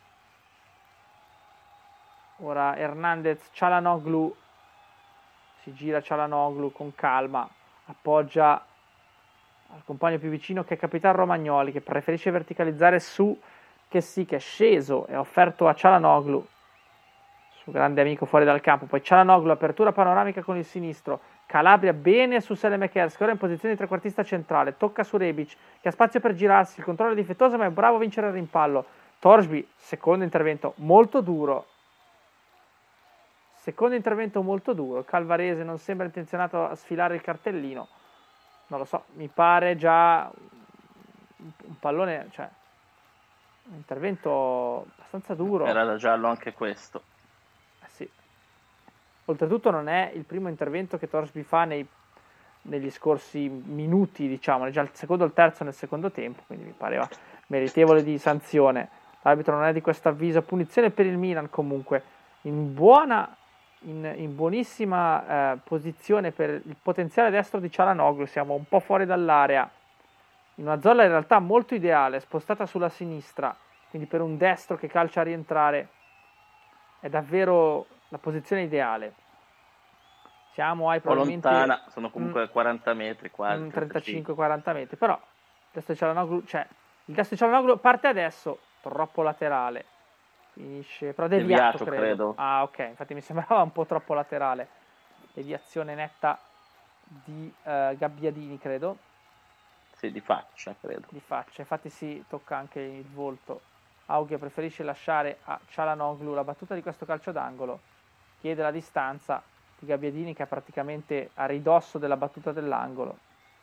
Ora Hernandez, Çalhanoğlu, si gira Çalhanoğlu con calma, appoggia al compagno più vicino che è Capitan Romagnoli, che preferisce verticalizzare su che sì, che è sceso e offerto a Çalhanoğlu, suo grande amico fuori dal campo. Poi Çalhanoğlu, apertura panoramica con il sinistro, Calabria bene su Selemakers, che ora è in posizione di trequartista centrale, tocca su Rebic che ha spazio per girarsi, il controllo è difettoso ma è bravo a vincere il rimpallo. Torsby, secondo intervento molto duro, secondo intervento molto duro, Calvarese non sembra intenzionato a sfilare il cartellino, non lo so, mi pare già un pallone, cioè un intervento abbastanza duro.
Era da giallo anche questo.
Eh sì. Oltretutto non è il primo intervento che Torsby fa nei, negli scorsi minuti, diciamo, è già il secondo o il terzo nel secondo tempo, quindi mi pareva meritevole di sanzione. L'arbitro non è di questo avviso, punizione per il Milan comunque, in buona In, in buonissima eh, posizione per il potenziale destro di Çalhanoğlu, siamo un po' fuori dall'area, in una zona in realtà molto ideale, spostata sulla sinistra, quindi per un destro che calcia a rientrare è davvero la posizione ideale. Siamo ai probabilmente
lontana, sono comunque mm, quaranta metri quasi,
trentacinque quaranta metri, però il destro di Çalhanoğlu, cioè il destro di Çalhanoğlu parte adesso, troppo laterale. Finisce, però deviato,
deviato credo.
credo. Ah, ok, infatti mi sembrava un po' troppo laterale. Deviazione netta di uh, Gabbiadini, credo.
Sì, di faccia, credo.
Di faccia, infatti si tocca anche il volto. Aughia preferisce lasciare a Çalhanoğlu la battuta di questo calcio d'angolo. Chiede la distanza di Gabbiadini, che è praticamente a ridosso della battuta dell'angolo.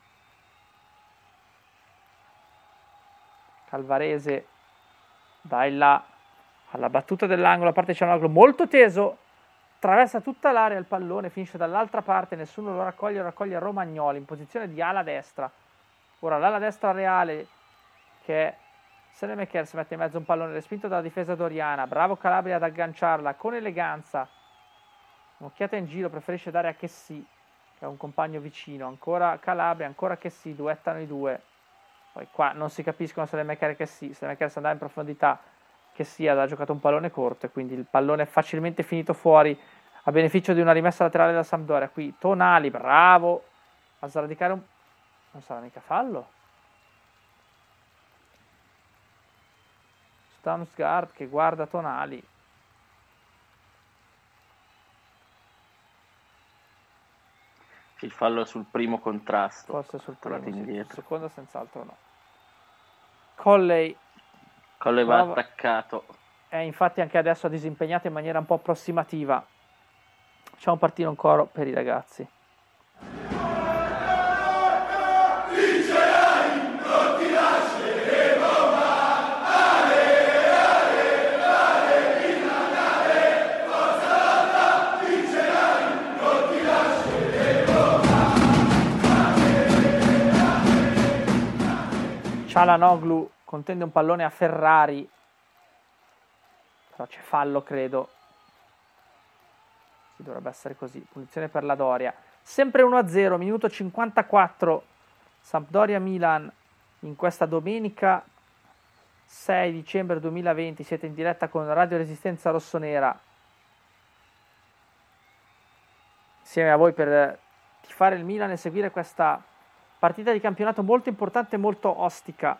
Calvarese dai là alla battuta dell'angolo, a parte Çalhanoğlu molto teso, attraversa tutta l'area il pallone, finisce dall'altra parte, nessuno lo raccoglie, lo raccoglie Romagnoli in posizione di ala destra. Ora l'ala destra reale, che è Selemakers, mette in mezzo un pallone respinto dalla difesa doriana, bravo Calabria ad agganciarla con eleganza, un'occhiata in giro, preferisce dare a Chessy, che è un compagno vicino, ancora Calabria, ancora Chessy, duettano i due, poi qua non si capiscono Selemakers e Chessy, Selemakers andava in profondità, che sia ha giocato un pallone corto e quindi il pallone è facilmente finito fuori a beneficio di una rimessa laterale della Sampdoria. Qui Tonali, bravo a sradicare un... non sarà mica fallo? Damsgaard che guarda Tonali.
Il fallo sul primo contrasto.
Forse sul primo, sì, sul secondo senz'altro no. Colley.
Colley va attaccato.
È infatti anche adesso disimpegnato in maniera un po' approssimativa. Facciamo partire un coro per i ragazzi. Çalhanoğlu contende un pallone a Ferrari, però c'è fallo, credo. Sì, dovrebbe essere così. Punizione per la Doria. Sempre uno a zero, minuto cinquantaquattro. Sampdoria-Milan in questa domenica sei dicembre duemilaventi. Siete in diretta con Radio Resistenza Rossonera. Insieme a voi per tifare il Milan e seguire questa partita di campionato molto importante e molto ostica.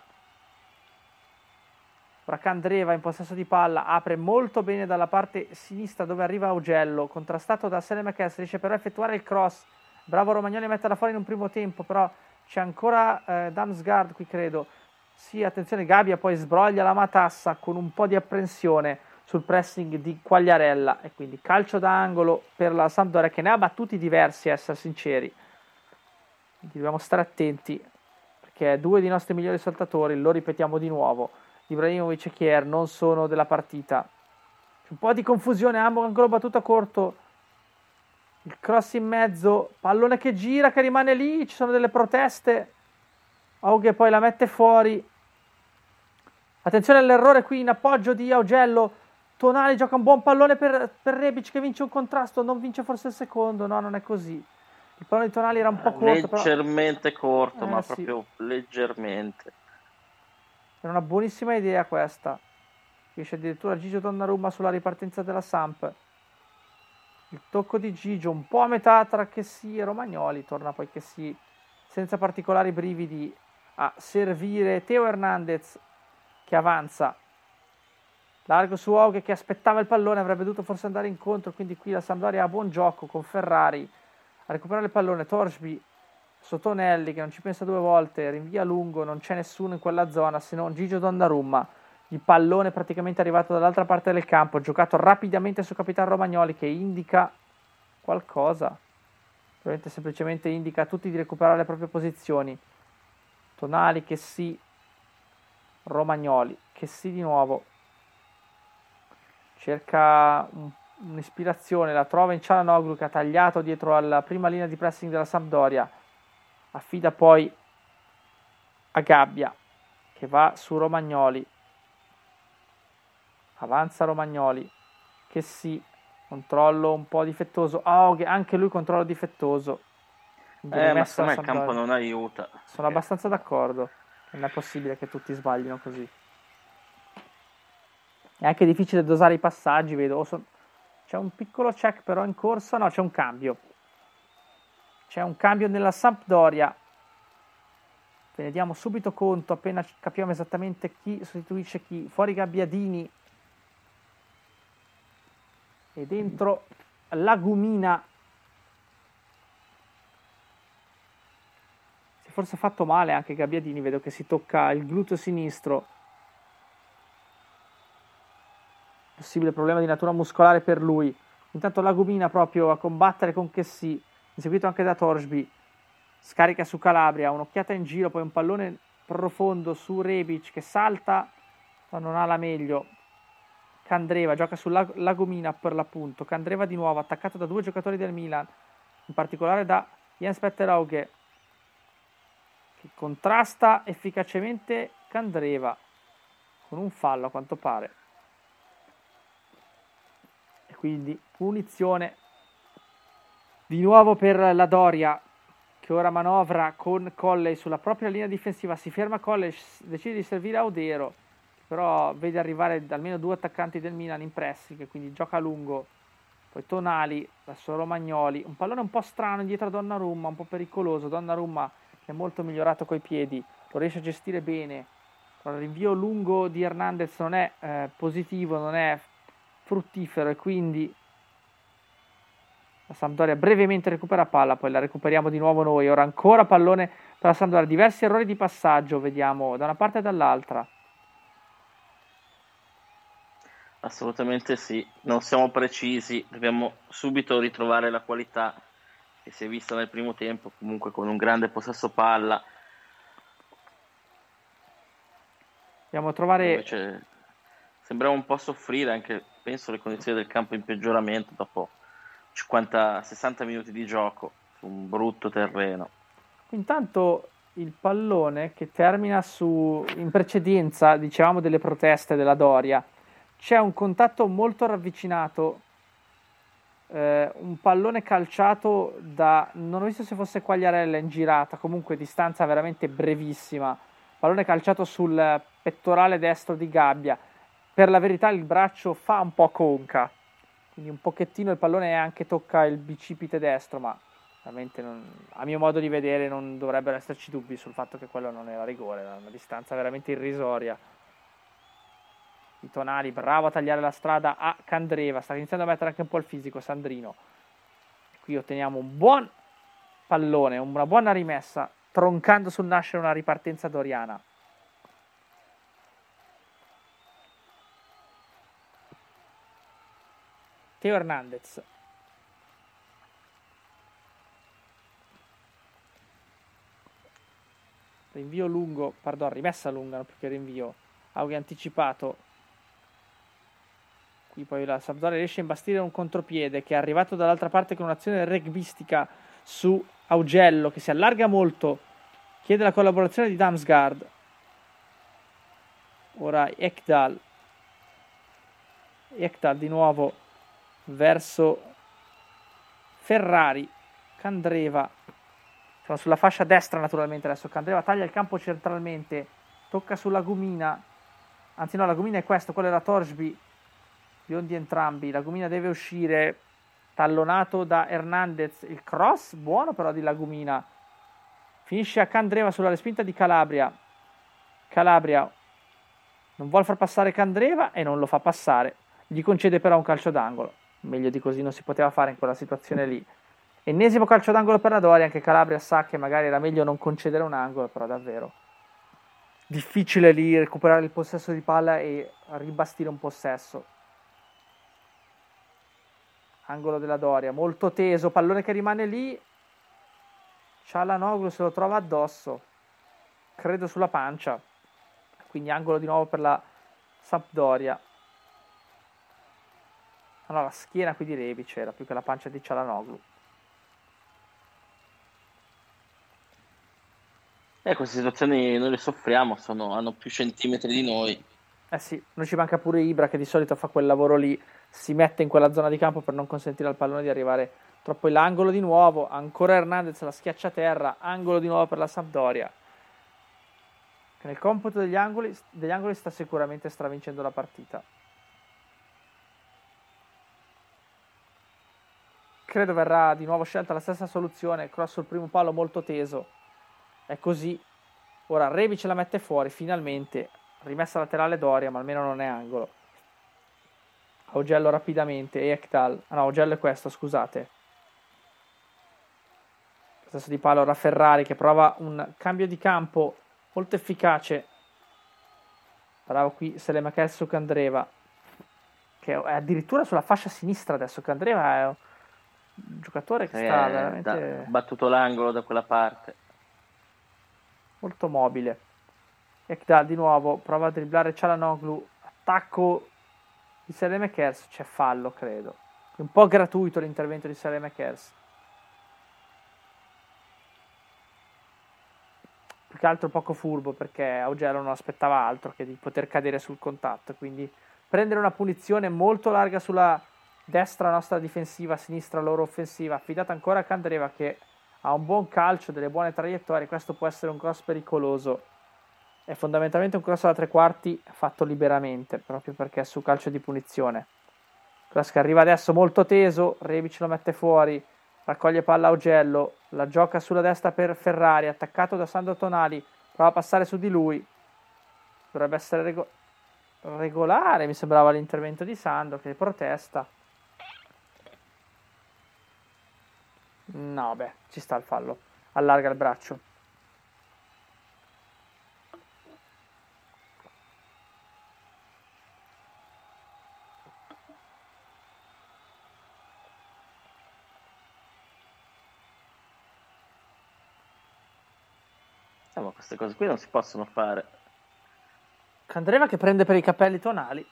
Ora Candreva in possesso di palla, apre molto bene dalla parte sinistra dove arriva Augello, contrastato da Saelemaekers, riesce però a effettuare il cross. Bravo Romagnoli a metterla fuori in un primo tempo, però c'è ancora eh, Damsgaard qui, credo. Sì, attenzione, Gabbia poi sbroglia la matassa con un po' di apprensione sul pressing di Quagliarella e quindi calcio d'angolo per la Sampdoria, che ne ha battuti diversi, a essere sinceri. Quindi dobbiamo stare attenti perché due dei nostri migliori saltatori, lo ripetiamo di nuovo, Ibrahimovic e Kjaer, non sono della partita. C'è un po' di confusione, Hamburg ancora battuto a corto, il cross in mezzo, pallone che gira, che rimane lì, ci sono delle proteste, Auge poi la mette fuori. Attenzione all'errore qui in appoggio di Augello. Tonali gioca un buon pallone per, per Rebic che vince un contrasto, non vince forse il secondo, no, non è così. Il pallone di Tonali era un po' corto,
leggermente
però...
corto,
eh,
ma
sì.
proprio leggermente.
Era una buonissima idea questa. Riesce addirittura Gigio Donnarumma sulla ripartenza della Samp. Il tocco di Gigio un po' a metà tra Chessy e Romagnoli. Torna poi Chessy senza particolari brividi a servire Theo Hernandez che avanza. Largo su Auge che aspettava il pallone, avrebbe dovuto forse andare incontro, quindi qui la Sampdoria ha buon gioco con Ferrari a recuperare il pallone. Torsby su Tonelli che non ci pensa due volte, rinvia lungo, non c'è nessuno in quella zona se non Gigio Donnarumma. Il pallone praticamente arrivato dall'altra parte del campo, giocato rapidamente su capitano Romagnoli che indica qualcosa, probabilmente semplicemente indica a tutti di recuperare le proprie posizioni. Tonali che sì, Romagnoli che sì di nuovo, cerca un un'ispirazione, la trova in Çalhanoğlu che ha tagliato dietro alla prima linea di pressing della Sampdoria, affida poi a Gabbia che va su Romagnoli, avanza Romagnoli che sì, controllo un po' difettoso, oh, anche lui controllo difettoso,
eh, ma secondo me il campo non aiuta.
Sono abbastanza d'accordo, non è possibile che tutti sbaglino così, è anche difficile dosare i passaggi, vedo. Son... c'è un piccolo check però in corsa, no, c'è un cambio. C'è un cambio nella Sampdoria. Ve ne diamo subito conto appena capiamo esattamente chi sostituisce chi. Fuori Gabbiadini. E dentro Lagumina. Si è forse fatto male anche Gabbiadini, vedo che si tocca il gluteo sinistro. Possibile problema di natura muscolare per lui. Intanto Lagumina proprio a combattere con Chessy, inseguito anche da Torsby, scarica su Calabria, un'occhiata in giro, poi un pallone profondo su Rebic che salta ma non ha la meglio. Candreva gioca su Lagumina per l'appunto. Candreva di nuovo attaccato da due giocatori del Milan, in particolare da Jens Petter Auge che contrasta efficacemente Candreva con un fallo a quanto pare. Quindi punizione di nuovo per la Doria che ora manovra con Colley sulla propria linea difensiva, si ferma Colley, decide di servire Audero, però vede arrivare almeno due attaccanti del Milan in pressing, quindi gioca a lungo, poi Tonali verso Romagnoli, un pallone un po' strano dietro a Donnarumma, un po' pericoloso, Donnarumma che è molto migliorato coi piedi, lo riesce a gestire bene, il rinvio lungo di Hernandez non è eh, positivo, non è fruttifero e quindi la Sampdoria brevemente recupera palla, poi la recuperiamo di nuovo noi, ora ancora pallone per la Sampdoria, diversi errori di passaggio, vediamo da una parte e dall'altra.
Assolutamente sì, non siamo precisi, dobbiamo subito ritrovare la qualità che si è vista nel primo tempo, comunque con un grande possesso palla.
Dobbiamo trovare...
Invece sembrava un po' soffrire, anche penso le condizioni del campo in peggioramento dopo cinquanta sessanta minuti di gioco su un brutto terreno.
Intanto il pallone che termina su, in precedenza, dicevamo, delle proteste della Doria, c'è un contatto molto ravvicinato, eh, un pallone calciato da, non ho visto se fosse Quagliarella in girata, comunque distanza veramente brevissima, pallone calciato sul pettorale destro di Gabbia, per la verità il braccio fa un po' conca, quindi un pochettino il pallone anche tocca il bicipite destro, ma veramente non, a mio modo di vedere non dovrebbero esserci dubbi sul fatto che quello non era rigore, era una distanza veramente irrisoria. I Tonali, bravo a tagliare la strada a Candreva, sta iniziando a mettere anche un po' il fisico Sandrino. Qui otteniamo un buon pallone, una buona rimessa, troncando sul nascere una ripartenza doriana. Teo Hernandez. Rinvio lungo, pardon, rimessa lunga, non più che rinvio. Aughi anticipato. Qui poi la Sampdoria riesce a imbastire un contropiede che è arrivato dall'altra parte con un'azione rugbistica su Augello che si allarga molto, chiede la collaborazione di Damsgaard. Ora Ekdal. Ekdal di nuovo verso Ferrari. Candreva. Siamo sulla fascia destra naturalmente adesso. Candreva taglia il campo centralmente, tocca sulla Gumina. Anzi no, la Gumina è questo, quello era Torsby. Biondi entrambi, la Gumina deve uscire, tallonato da Hernandez, il cross buono però di Lagumina, finisce a Candreva sulla respinta di Calabria. Calabria non vuole far passare Candreva e non lo fa passare, gli concede però un calcio d'angolo, meglio di così non si poteva fare in quella situazione lì. Ennesimo calcio d'angolo per la Doria, anche Calabria sa che magari era meglio non concedere un angolo, però davvero difficile lì recuperare il possesso di palla e ribastire un possesso. Angolo della Doria, molto teso, pallone che rimane lì, Çalhanoğlu se lo trova addosso, credo sulla pancia, quindi angolo di nuovo per la Sampdoria. Allora, la schiena qui di Rebic era più che la pancia di Çalhanoğlu.
Eh, queste situazioni noi le soffriamo, sono, hanno più centimetri di noi.
Eh sì, non ci manca pure Ibra che di solito fa quel lavoro lì, si mette in quella zona di campo per non consentire al pallone di arrivare troppo in là. Angolo di nuovo, ancora Hernandez la schiaccia a terra, angolo di nuovo per la Sampdoria, che nel computo degli angoli, degli angoli sta sicuramente stravincendo la partita. Credo verrà di nuovo scelta la stessa soluzione, cross sul primo palo molto teso, è così. Ora Rebic la mette fuori finalmente, rimessa laterale Doria, ma almeno non è angolo. Augello rapidamente e Ekdal. Ah no, Augello è questo, scusate. Possesso di palla ora Ferrari che prova un cambio di campo molto efficace. Bravo qui Saelemaekers su Candreva, che è addirittura sulla fascia sinistra adesso. Candreva è un giocatore che
eh,
sta veramente...
Da, battuto l'angolo da quella parte.
Molto mobile. Ekdal di nuovo prova a dribblare Çalhanoğlu, attacco di Saelemaekers, c'è fallo credo, un po' gratuito l'intervento di Saelemaekers, più che altro poco furbo perché Augello non aspettava altro che di poter cadere sul contatto, quindi prendere una punizione molto larga sulla destra nostra difensiva, sinistra loro offensiva, affidata ancora a Candreva che ha un buon calcio, delle buone traiettorie, questo può essere un cross pericoloso. è fondamentalmente un cross da tre quarti fatto liberamente, proprio perché è su calcio di punizione. Cross che arriva adesso molto teso, Rebic lo mette fuori, raccoglie palla Augello, la gioca sulla destra per Ferrari, attaccato da Sandro Tonali, prova a passare su di lui, dovrebbe essere rego- regolare, mi sembrava l'intervento di Sandro che protesta. No, beh, ci sta il fallo, allarga il braccio.
Eh, ma queste cose qui non si possono fare.
Candreva che prende per i capelli Tonali.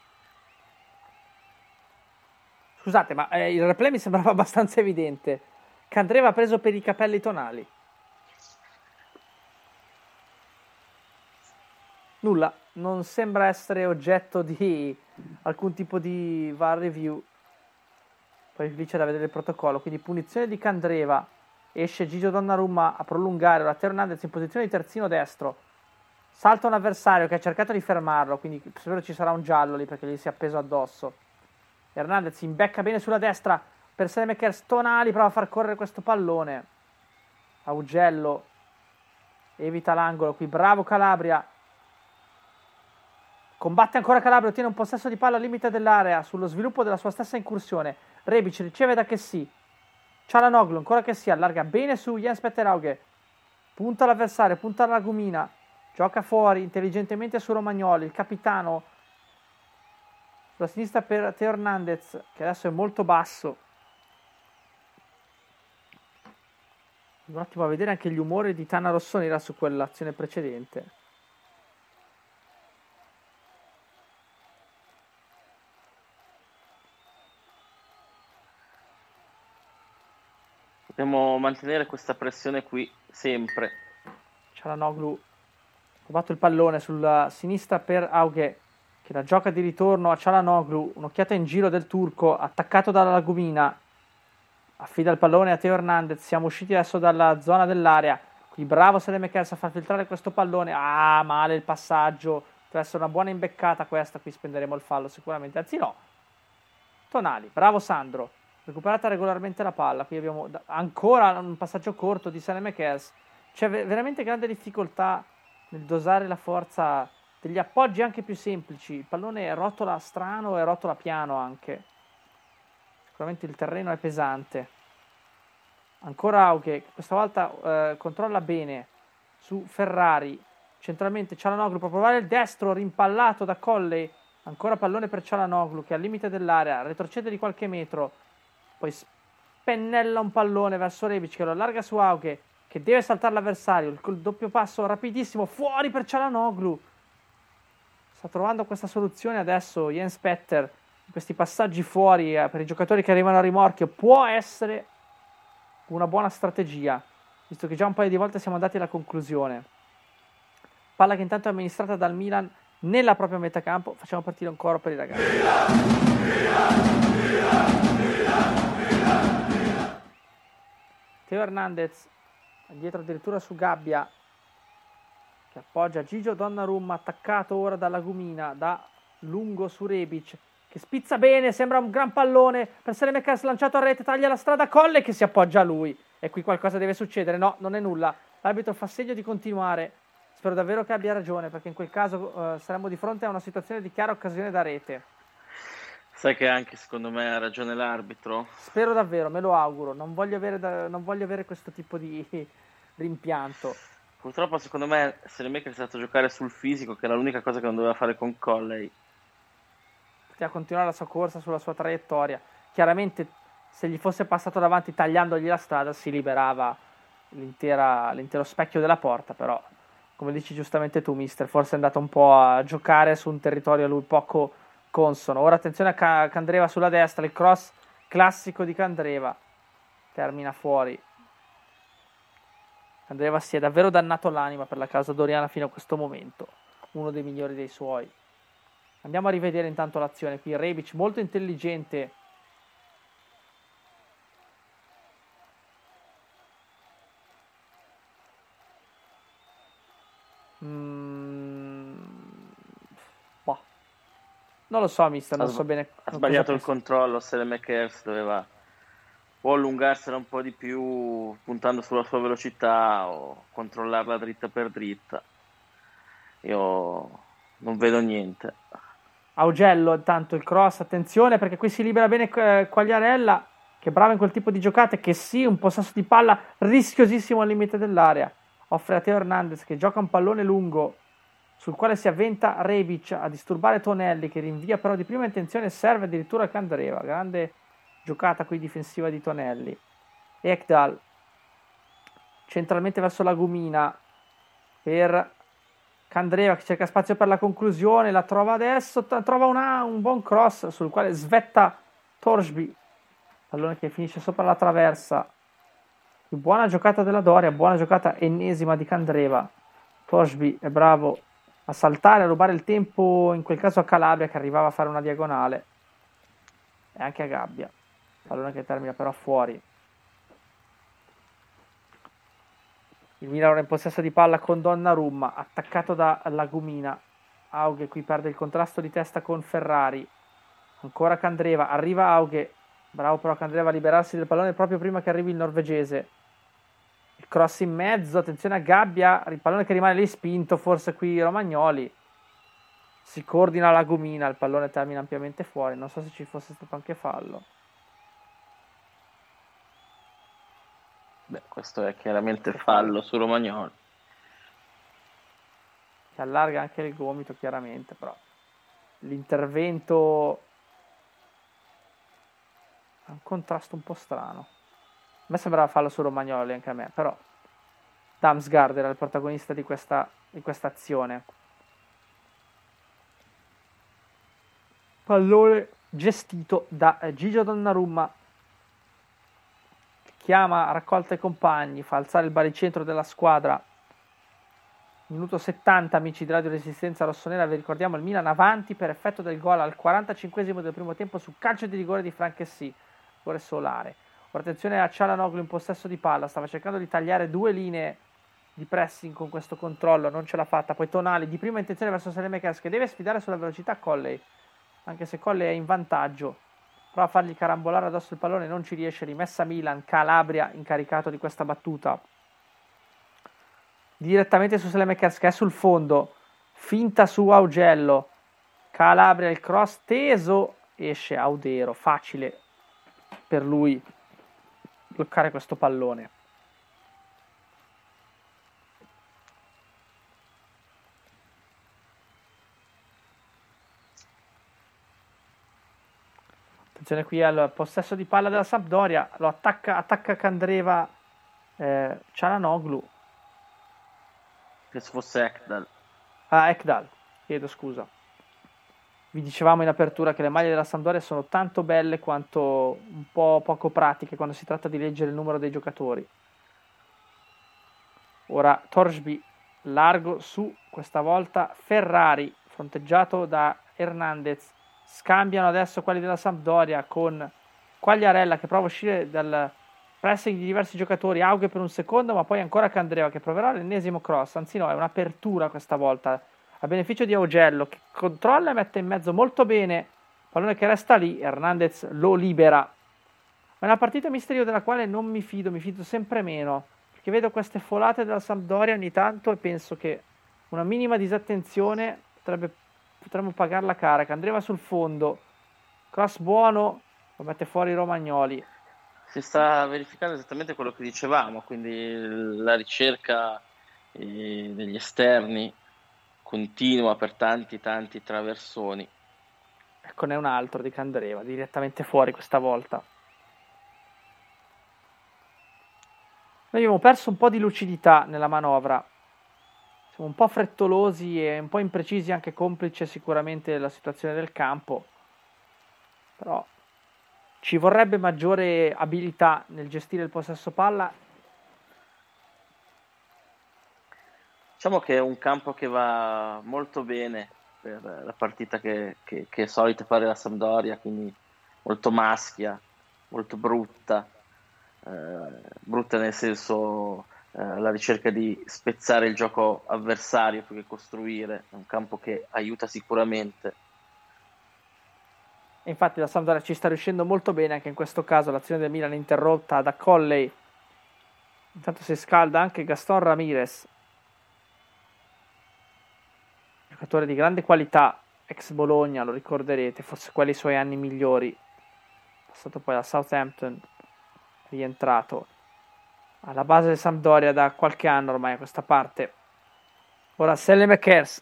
Scusate, ma eh, il replay mi sembrava abbastanza evidente. Candreva ha preso per i capelli Tonali. Nulla, non sembra essere oggetto di alcun tipo di V A R review. Poi lì c'è da vedere il protocollo. Quindi punizione di Candreva. Esce Gigio Donnarumma a prolungare. Ora Teo Hernandez in posizione di terzino destro. Salta un avversario che ha cercato di fermarlo. Quindi spero ci sarà un giallo lì perché gli si è appeso addosso. Hernandez si imbecca bene sulla destra per Saelemaekers. Tonali prova a far correre questo pallone. Augello evita l'angolo qui. Bravo Calabria. Combatte ancora Calabria, ottiene un possesso di palla al limite dell'area sullo sviluppo della sua stessa incursione. Rebic riceve da Kessie. Çalhanoğlu, ancora Kessie, allarga bene su Jens Petter Hauge. Punta l'avversario, punta la Lagumina. Gioca fuori intelligentemente su Romagnoli, il capitano. Sulla sinistra per Teo Hernandez, che adesso è molto basso. Un attimo a vedere anche gli umori di Tana Rossonera su quell'azione precedente.
Dobbiamo mantenere questa pressione qui sempre.
Çalhanoğlu ha rubato il pallone sulla sinistra per Hauge, che la gioca di ritorno a Çalhanoğlu. Un'occhiata in giro del turco, attaccato dalla Lagumina. Affida il pallone a Teo Hernandez. Siamo usciti adesso dalla zona dell'area. Qui bravo Saelemaekers a far filtrare questo pallone. Ah, male il passaggio. Deve essere una buona imbeccata questa. Qui spenderemo il fallo sicuramente. Anzi no. Tonali, bravo Sandro. Recuperata regolarmente la palla. Qui abbiamo ancora un passaggio corto di Saelemaekers. C'è veramente grande difficoltà nel dosare la forza degli appoggi anche più semplici. Il pallone rotola strano e rotola piano anche. Sicuramente il terreno è pesante. Ancora Hauge, che questa volta eh, controlla bene su Ferrari. Centralmente Çalhanoğlu può provare il destro, rimpallato da Colley. Ancora pallone per Çalhanoğlu che è al limite dell'area, retrocede di qualche metro. Poi spennella un pallone verso Rebic che lo allarga su Hauge, che deve saltare l'avversario. Il, il doppio passo rapidissimo, fuori per Çalhanoğlu. Sta trovando questa soluzione adesso Jens Petter. Questi passaggi fuori eh, per i giocatori che arrivano a rimorchio può essere una buona strategia, visto che già un paio di volte siamo andati alla conclusione. Palla che intanto è amministrata dal Milan nella propria metà campo. Facciamo partire un coro per i ragazzi. Milan, Milan, Milan, Milan, Milan, Milan. Teo Hernandez dietro addirittura su Gabbia, che appoggia Gigio Donnarumma, attaccato ora da Lagumina, da lungo su Rebic, che spizza bene, sembra un gran pallone per Saelemaekers lanciato a rete, taglia la strada, Colle che si appoggia a lui. E qui qualcosa deve succedere. No, non è nulla. L'arbitro fa segno di continuare. Spero davvero che abbia ragione, perché in quel caso eh, saremmo di fronte a una situazione di chiara occasione da rete.
Sai che anche secondo me ha ragione l'arbitro?
Spero davvero, me lo auguro. Non voglio avere, da, non voglio avere questo tipo di rimpianto.
Purtroppo secondo me Saelemaekers è stato giocare sul fisico, che era l'unica cosa che non doveva fare con Colley.
Poteva continuare la sua corsa sulla sua traiettoria. Chiaramente se gli fosse passato davanti tagliandogli la strada si liberava l'intera, l'intero specchio della porta, però come dici giustamente tu mister, forse è andato un po' a giocare su un territorio a lui poco consono. Ora attenzione a Candreva sulla destra, il cross classico di Candreva termina fuori. Candreva si è davvero dannato l'anima per la causa doriana fino a questo momento, uno dei migliori dei suoi. Andiamo a rivedere intanto l'azione qui. Rebic molto intelligente. Mm, Non lo so, mister, non
ha,
so bene.
Ha sbagliato il controllo, Saelemaekers doveva o allungarsela un po' di più puntando sulla sua velocità o controllarla dritta per dritta. Io non vedo niente.
Augello intanto il cross, attenzione perché qui si libera bene eh, Quagliarella, che è bravo in quel tipo di giocate, che sì, un possesso di palla rischiosissimo al limite dell'area, offre a Teo Hernandez che gioca un pallone lungo sul quale si avventa Rebic a disturbare Tonelli, che rinvia però di prima intenzione e serve addirittura Candreva. Grande giocata qui difensiva di Tonelli. Ekdal centralmente verso la Gumina per Candreva che cerca spazio per la conclusione, la trova adesso, t- trova una, un buon cross sul quale svetta Torsby, pallone che finisce sopra la traversa. Buona giocata della Doria, buona giocata ennesima di Candreva. Torsby è bravo a saltare, a rubare il tempo, in quel caso a Calabria che arrivava a fare una diagonale, e anche a Gabbia, pallone che termina però fuori. Il Milan ora in possesso di palla con Donnarumma, attaccato da Lagumina. Aughe qui perde il contrasto di testa con Ferrari. Ancora Candreva, arriva Aughe, bravo però Candreva a liberarsi del pallone proprio prima che arrivi il norvegese. Il cross in mezzo, attenzione a Gabbia, il pallone che rimane lì spinto, forse qui Romagnoli. Si coordina Lagumina, il pallone termina ampiamente fuori, non so se ci fosse stato anche fallo.
Beh, questo è chiaramente fallo su Romagnoli.
Si allarga anche il gomito, chiaramente, però l'intervento ha un contrasto un po' strano. A me sembrava fallo su Romagnoli, anche a me, però Damsgaard era il protagonista di questa, di questa azione. Pallone gestito da Gigio Donnarumma, chiama a raccolta i compagni, fa alzare il baricentro della squadra. Minuto settanta, amici di Radio Resistenza Rossonera, vi ricordiamo il Milan avanti per effetto del gol al quarantacinquesimo del primo tempo su calcio di rigore di Franchessy, rigore solare. Ora attenzione a Çalhanoğlu in possesso di palla, stava cercando di tagliare due linee di pressing con questo controllo, non ce l'ha fatta. Poi Tonali di prima intenzione verso Saelemaekers che deve sfidare sulla velocità Colley, anche se Colley è in vantaggio. Prova a fargli carambolare addosso il pallone, non ci riesce. Rimessa Milan, Calabria incaricato di questa battuta. Direttamente su Saelemaekers che è sul fondo, finta su Augello. Calabria, il cross teso, esce Audero, facile per lui bloccare questo pallone. Attenzione qui al possesso di palla della Sampdoria, lo attacca, attacca Candreva, eh, Çalhanoğlu.
Che se fosse Ekdal.
Ah, Ekdal, chiedo scusa. Vi dicevamo in apertura che le maglie della Sampdoria sono tanto belle quanto un po' poco pratiche quando si tratta di leggere il numero dei giocatori. Ora Torsby largo su, questa volta Ferrari, fronteggiato da Hernandez. Scambiano adesso quelli della Sampdoria con Quagliarella che prova a uscire dal pressing di diversi giocatori. Aughe per un secondo, ma poi ancora Candreva che proverà l'ennesimo cross. Anzi no, è un'apertura questa volta a beneficio di Augello che controlla e mette in mezzo molto bene. Pallone che resta lì, Hernandez lo libera. È una partita misterio della quale non mi fido, mi fido sempre meno, perché vedo queste folate della Sampdoria ogni tanto e penso che una minima disattenzione potrebbe, potremmo pagarla cara. Candreva sul fondo, cross buono, lo mette fuori Romagnoli.
Si sta verificando esattamente quello che dicevamo, quindi la ricerca eh, degli esterni continua per tanti tanti traversoni.
Eccone un altro di Candreva, direttamente fuori questa volta. Noi abbiamo perso un po' di lucidità nella manovra, siamo un po' frettolosi e un po' imprecisi, anche complice sicuramente della situazione del campo, però ci vorrebbe maggiore abilità nel gestire il possesso palla.
Diciamo che è un campo che va molto bene per la partita che, che, che è solita fare la Sampdoria, quindi molto maschia, molto brutta, eh, brutta nel senso eh, la ricerca di spezzare il gioco avversario più che costruire. È un campo che aiuta sicuramente,
E infatti la Sampdoria ci sta riuscendo molto bene, anche in questo caso l'azione del Milan è interrotta da Colley. Intanto si scalda anche Gaston Ramirez, giocatore di grande qualità, ex Bologna, lo ricorderete, forse quelli i suoi anni migliori, passato poi al Southampton, rientrato alla base del Sampdoria da qualche anno ormai a questa parte. Ora Saelemaekers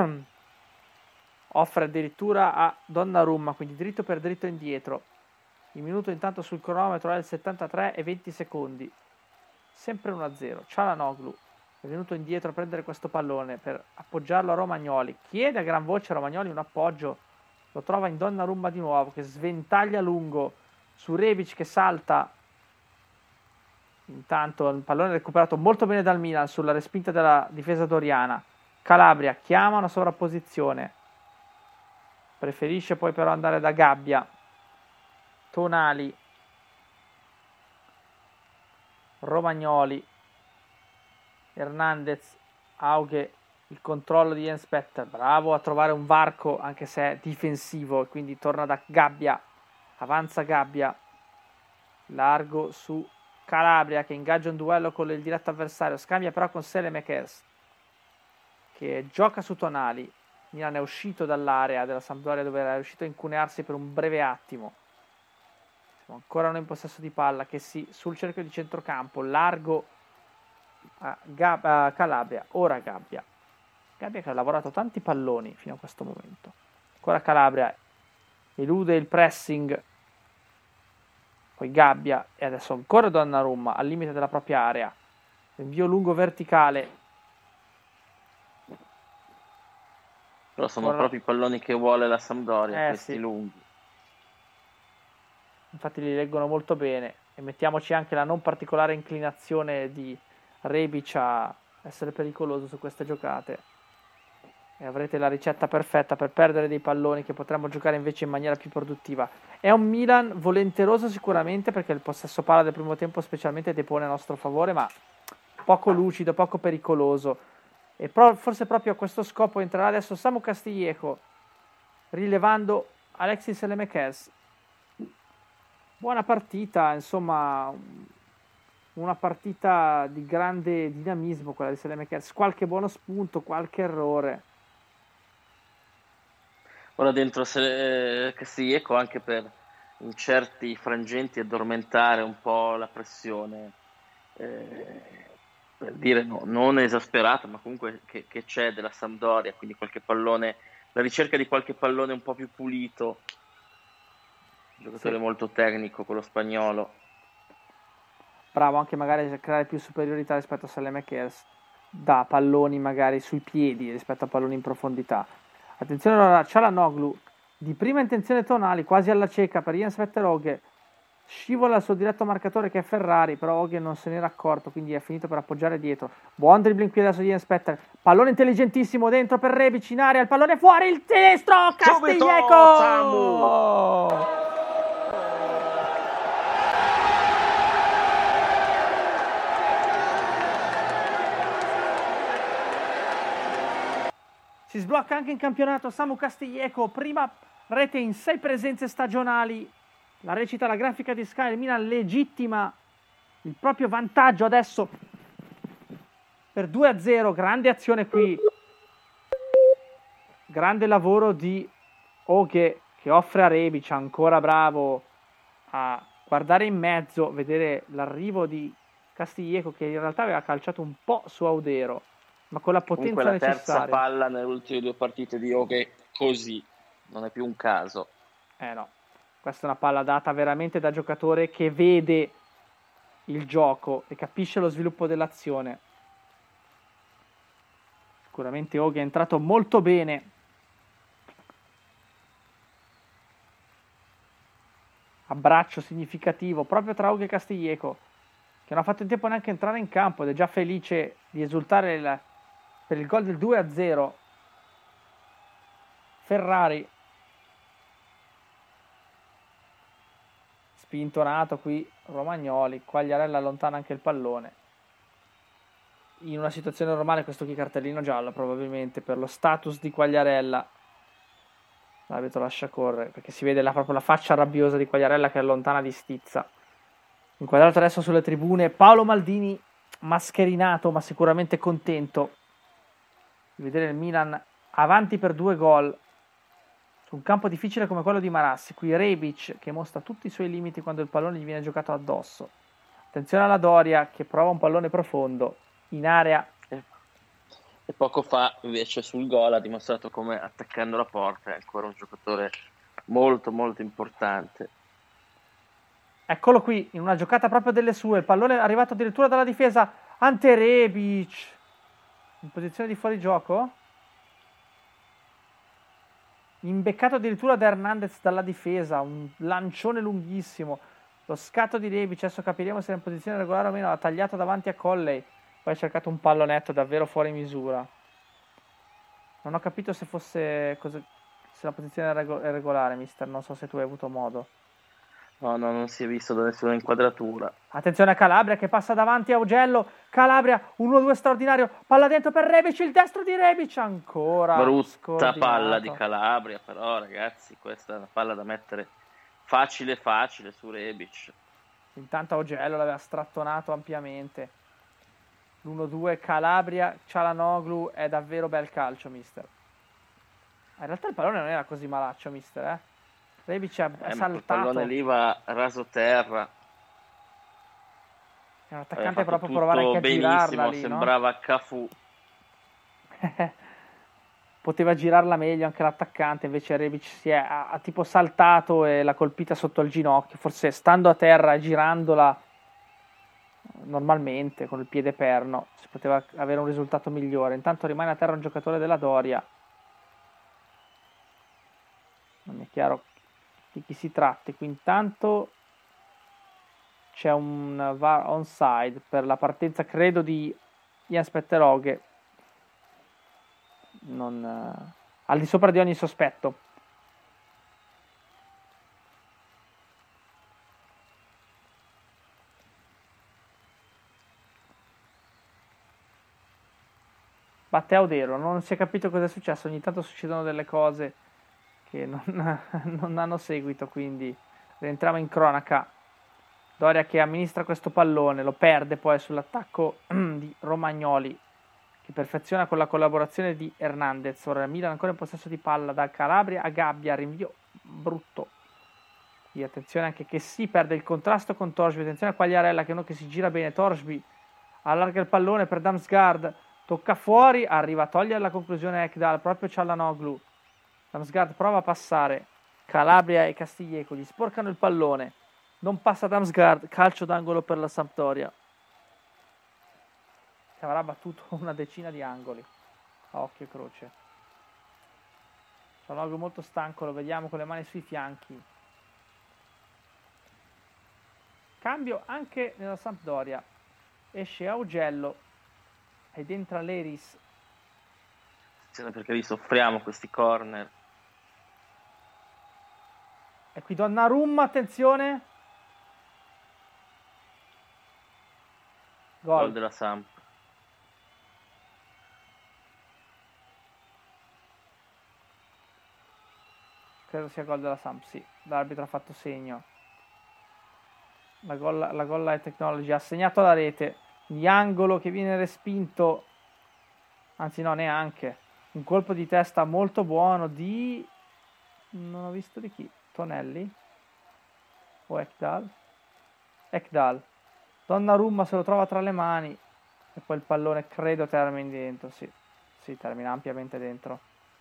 offre addirittura a Donnarumma, quindi dritto per dritto indietro. Il minuto intanto sul cronometro è il settantatré e venti secondi, sempre uno a zero. Çalhanoğlu è venuto indietro a prendere questo pallone per appoggiarlo a Romagnoli, chiede a gran voce a Romagnoli un appoggio, lo trova in Donnarumma di nuovo che sventaglia lungo su Rebic che salta. Intanto il pallone recuperato molto bene dal Milan sulla respinta della difesa doriana. Calabria chiama una sovrapposizione, preferisce poi però andare da Gabbia. Tonali, Romagnoli, Hernandez, Aughe, il controllo di Jens Petter, bravo a trovare un varco anche se è difensivo, quindi torna da Gabbia, avanza Gabbia, largo su Calabria che ingaggia un duello con il diretto avversario, scambia però con Saelemaekers che gioca su Tonali. Milan è uscito dall'area della Sampdoria dove era riuscito a incunearsi per un breve attimo. Siamo ancora noi in possesso di palla che si sul cerchio di centrocampo, largo a, Gab- a Calabria, ora Gabbia. Gabbia che ha lavorato tanti palloni fino a questo momento. Ancora Calabria elude il pressing, poi Gabbia e adesso ancora Donnarumma al limite della propria area. Invio lungo verticale.
Però sono
Ora...
proprio i palloni che vuole la Sampdoria,
eh,
questi
sì.
lunghi.
Infatti li leggono molto bene e mettiamoci anche la non particolare inclinazione di Rebic a essere pericoloso su queste giocate e avrete la ricetta perfetta per perdere dei palloni che potremmo giocare invece in maniera più produttiva. È un Milan volenteroso sicuramente perché il possesso palla del primo tempo specialmente depone a nostro favore, ma poco lucido, poco pericoloso, e pro- forse proprio a questo scopo entrerà adesso Samu Castillejo rilevando Alexis Saelemaekers. Buona partita, insomma, una partita di grande dinamismo quella di Saelemaekers, qualche buono spunto, qualche errore.
Ora dentro se, Castillejo anche per in certi frangenti addormentare un po' la pressione, eh, per dire no, non esasperata, ma comunque che, che c'è della Sampdoria, quindi qualche pallone, la ricerca di qualche pallone un po' più pulito. Giocatore
Sì.
molto tecnico, quello spagnolo.
Bravo anche magari a creare più superiorità rispetto a Saelemaekers, da palloni magari sui piedi rispetto a palloni in profondità. Attenzione allora, Çalhanoğlu di prima intenzione Tonali, quasi alla cieca per Jens Petter Hauge, scivola il suo diretto marcatore che è Ferrari, però Hauge non se n'era accorto, quindi è finito per appoggiare dietro. Buon dribbling qui adesso di Jens Petter, pallone intelligentissimo dentro per Rebic in area, il pallone fuori, il destro, Castillejo! Si sblocca anche in campionato Samu Castillejo, prima rete in sei presenze stagionali. La recita la grafica di Sky, il Milan legittima il proprio vantaggio adesso per due a zero, grande azione qui. Grande lavoro di Hauge che offre a Rebic, ancora bravo a guardare in mezzo, vedere l'arrivo di Castillejo che in realtà aveva calciato un po' su Audero, ma con la potenza
Comunque la terza
necessaria.
palla nelle ultime due partite di Hauge così, non è più un caso.
Eh no, questa è una palla data veramente da giocatore che vede il gioco e capisce lo sviluppo dell'azione. Sicuramente Hauge è entrato molto bene. Abbraccio significativo proprio tra Hauge e Castillejo, che non ha fatto in tempo neanche entrare in campo ed è già felice di esultare il, per il gol del due a zero. Ferrari spintonato qui, Romagnoli, Quagliarella allontana anche il pallone. In una situazione normale questo qui cartellino giallo probabilmente per lo status di Quagliarella. L'arbitro lascia correre perché si vede la, proprio la faccia rabbiosa di Quagliarella che allontana di stizza. Inquadrato adesso sulle tribune Paolo Maldini, mascherinato ma sicuramente contento di vedere il Milan avanti per due gol su un campo difficile come quello di Marassi. Qui Rebic che mostra tutti i suoi limiti quando il pallone gli viene giocato addosso. Attenzione alla Doria che prova un pallone profondo in area.
E poco fa invece sul gol ha dimostrato come attaccando la porta è ancora un giocatore molto molto importante.
Eccolo qui, in una giocata proprio delle sue, il pallone è arrivato addirittura dalla difesa, Ante Rebic, in posizione di fuorigioco, imbeccato addirittura da Hernandez dalla difesa, un lancione lunghissimo, lo scatto di Rebic, adesso capiremo se è in posizione regolare o meno, ha tagliato davanti a Colley, poi ha cercato un pallonetto davvero fuori misura. Non ho capito se fosse, cosa, se la posizione è regolare, mister, non so se tu hai avuto modo.
No, no, non si è visto da nessuna inquadratura.
Attenzione a Calabria che passa davanti a Augello. Calabria, uno due straordinario. Palla dentro per Rebic, il destro di Rebic ancora.
Brutta palla di Calabria, però ragazzi, questa è una palla da mettere facile facile su Rebic.
Intanto Augello l'aveva strattonato ampiamente. l'uno due Calabria, Çalhanoğlu, è davvero bel calcio, mister. In realtà il pallone non era così malaccio, mister, eh. Rebic è eh, saltato. Il
pallone lì va raso terra.
È un attaccante proprio provare anche a girarla lì,
sembrava
no?
Cafu.
Poteva girarla meglio anche l'attaccante, invece Rebic si è ha, ha tipo saltato e l'ha colpita sotto il ginocchio, forse stando a terra e girandola normalmente con il piede perno si poteva avere un risultato migliore. Intanto rimane a terra un giocatore della Doria, non è chiaro di chi si tratti. Qui intanto c'è un V A R onside per la partenza credo di Ian Spetteroghe, non uh, al di sopra di ogni sospetto. Batte Audero, non si è capito cosa è successo, ogni tanto succedono delle cose che non, non hanno seguito, quindi rientriamo in cronaca. Doria che amministra questo pallone, lo perde poi sull'attacco di Romagnoli che perfeziona con la collaborazione di Hernandez. Ora Milan ancora in possesso di palla da Calabria a Gabbia, rinvio brutto. E attenzione anche che si perde il contrasto con Torsby, attenzione a Quagliarella che è uno che si gira bene, Torsby allarga il pallone per Damsgaard, tocca fuori, arriva a togliere la conclusione Ekdal, proprio Çalhanoğlu. Damsgaard prova a passare, Calabria e Castiglieco gli sporcano il pallone, non passa Damsgaard, calcio d'angolo per la Sampdoria che avrà battuto una decina di angoli a occhio e croce. Çalhanoğlu molto stanco, lo vediamo con le mani sui fianchi. Cambio anche nella Sampdoria, esce Augello ed entra Leris.
Perché li soffriamo questi corner.
E qui Donnarumma, attenzione. Gol.
Gol della Samp.
Credo sia gol della Samp, sì. L'arbitro ha fatto segno. La gol, la gol Line Technology ha segnato la rete. Di angolo che viene respinto. Anzi no, neanche. Un colpo di testa molto buono di... non ho visto di chi. Tonelli? O Ekdal? Ekdal. Donnarumma se lo trova tra le mani. E poi il pallone credo termini dentro. Sì, sì, termina ampiamente dentro.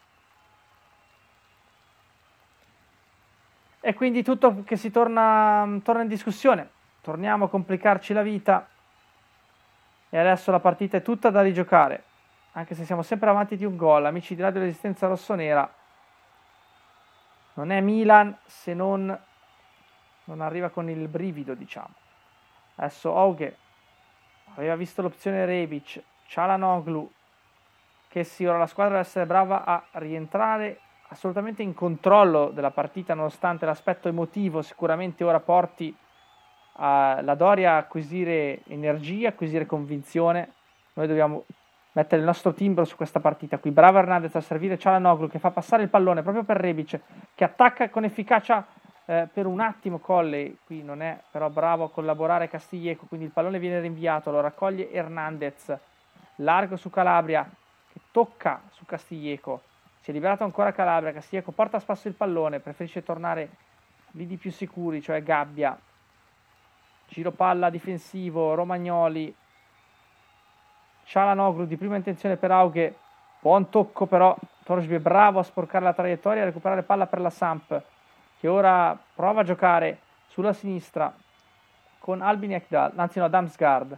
E quindi tutto che si torna, torna in discussione. Torniamo a complicarci la vita. E adesso la partita è tutta da rigiocare. Anche se siamo sempre avanti di un gol. Amici di Radio Resistenza Rossonera. Non è Milan se non, non arriva con il brivido, diciamo. Adesso Auge aveva visto l'opzione Rebic, Çalhanoğlu, che sì, ora la squadra deve essere brava a rientrare assolutamente in controllo della partita, nonostante l'aspetto emotivo sicuramente ora porti a la Doria a acquisire energia, acquisire convinzione. Noi dobbiamo mettere il nostro timbro su questa partita qui. Bravo Hernandez a servire Çalhanoğlu che fa passare il pallone proprio per Rebic, che attacca con efficacia eh, per un attimo Colley, qui non è però bravo a collaborare Castillejo, quindi il pallone viene rinviato, lo raccoglie Hernandez, largo su Calabria che tocca su Castillejo, si è liberato ancora Calabria, Castillejo porta a spasso il pallone, preferisce tornare lì di più sicuri, cioè Gabbia, giro palla difensivo, Romagnoli, Çalhanoğlu di prima intenzione per Auge, buon tocco però, Torsby è bravo a sporcare la traiettoria e a recuperare palla per la Samp, che ora prova a giocare sulla sinistra con Albin Ekdal, anzi no, Damsgaard.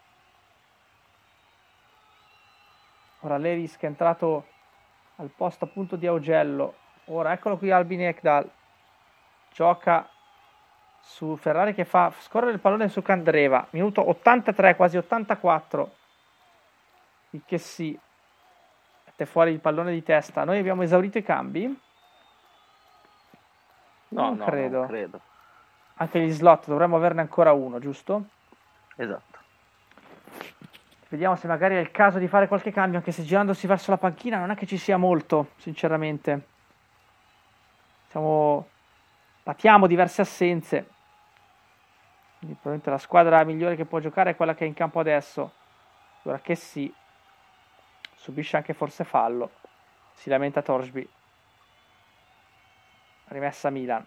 Ora Leris che è entrato al posto appunto di Augello, ora eccolo qui Albin Ekdal, gioca su Ferrari che fa scorrere il pallone su Candreva, minuto ottantatré, quasi ottantaquattro, che sì, mette fuori il pallone di testa. Noi abbiamo esaurito i cambi?
No,
non
no,
credo.
non credo.
Anche gli slot dovremmo averne ancora uno, giusto?
Esatto.
Vediamo se magari è il caso di fare qualche cambio, anche se girandosi verso la panchina non è che ci sia molto, sinceramente. Siamo... Patiamo diverse assenze. Quindi probabilmente la squadra migliore che può giocare è quella che è in campo adesso. Ora che sì, subisce anche forse fallo. Si lamenta Torsby. Rimessa Milan.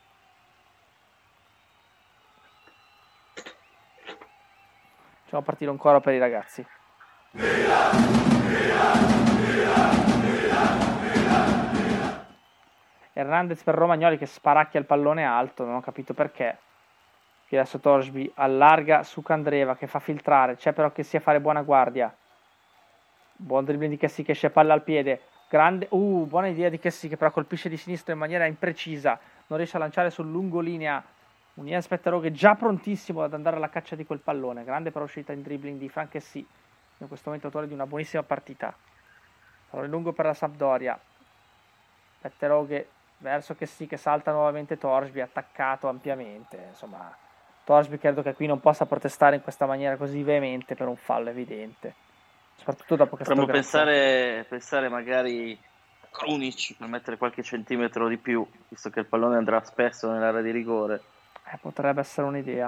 Facciamo partire un coro per i ragazzi. Milan, Milan, Milan, Milan, Milan, Milan. Hernandez per Romagnoli che sparacchia il pallone alto, non ho capito perché. Qui adesso Torsby allarga su Candreva che fa filtrare, c'è però che sia fare buona guardia. Buon dribbling di Kessi che esce palla al piede. Grande, uh, buona idea di Kessi che però colpisce di sinistro in maniera imprecisa, non riesce a lanciare sul lungolinea un Jens Petteroghe già prontissimo ad andare alla caccia di quel pallone. Grande però uscita in dribbling di Frank Kessi, in questo momento autore di una buonissima partita. Pallone lungo per la Sampdoria. Petteroghe verso Kessi che salta nuovamente Torsby, attaccato ampiamente. Insomma, Torsby credo che qui non possa protestare in questa maniera così veemente per un fallo evidente. Soprattutto dopo che
potremmo pensare, pensare magari a Krunic per mettere qualche centimetro di più, visto che il pallone andrà spesso nell'area di rigore.
Eh, potrebbe essere un'idea.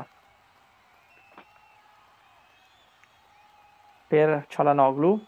Per Çalhanoğlu?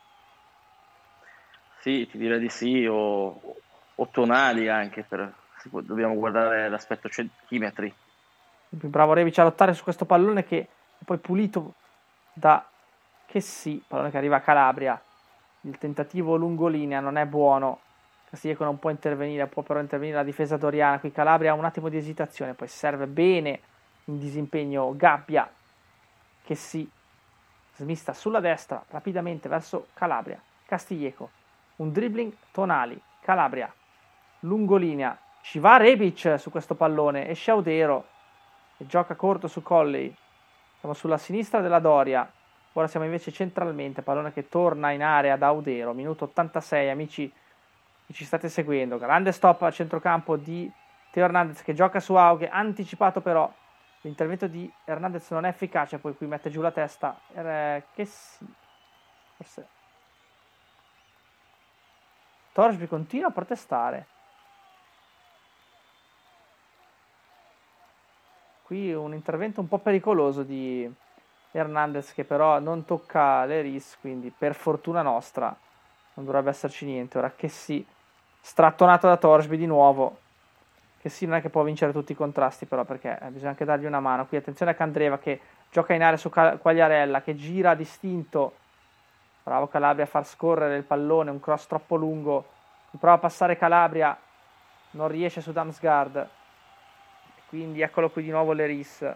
Sì, ti direi di sì, o, o Tonali anche, per, dobbiamo guardare l'aspetto centimetri.
Bravo Rebic a lottare su questo pallone che è poi pulito da che sì, pallone che arriva a Calabria. Il tentativo lungolinea non è buono. Castillejo non può intervenire, può però intervenire la difesa doriana. Qui Calabria ha un attimo di esitazione, poi serve bene in disimpegno Gabbia che si smista sulla destra rapidamente verso Calabria. Castillejo, un dribbling Tonali, Calabria, lungolinea, ci va Rebic su questo pallone, esce Audero e gioca corto su Colley. Siamo sulla sinistra della Doria. Ora siamo invece centralmente, pallone che torna in area da Audero, minuto ottantasei, amici che ci state seguendo. Grande stop a centrocampo di Teo Hernandez che gioca su Auge, anticipato però. L'intervento di Hernandez non è efficace, poi qui mette giù la testa. Eh, che sì, forse. Torsby continua a protestare. Qui un intervento un po' pericoloso di Hernandez che però non tocca Leris, quindi per fortuna nostra non dovrebbe esserci niente. Ora che sì, strattonato da Torsby di nuovo, che sì, non è che può vincere tutti i contrasti però, perché bisogna anche dargli una mano. Qui attenzione a Candreva che gioca in area su Quagliarella, che gira distinto, bravo Calabria a far scorrere il pallone, un cross troppo lungo, prova a passare Calabria, non riesce su Damsgaard, quindi eccolo qui di nuovo Leris.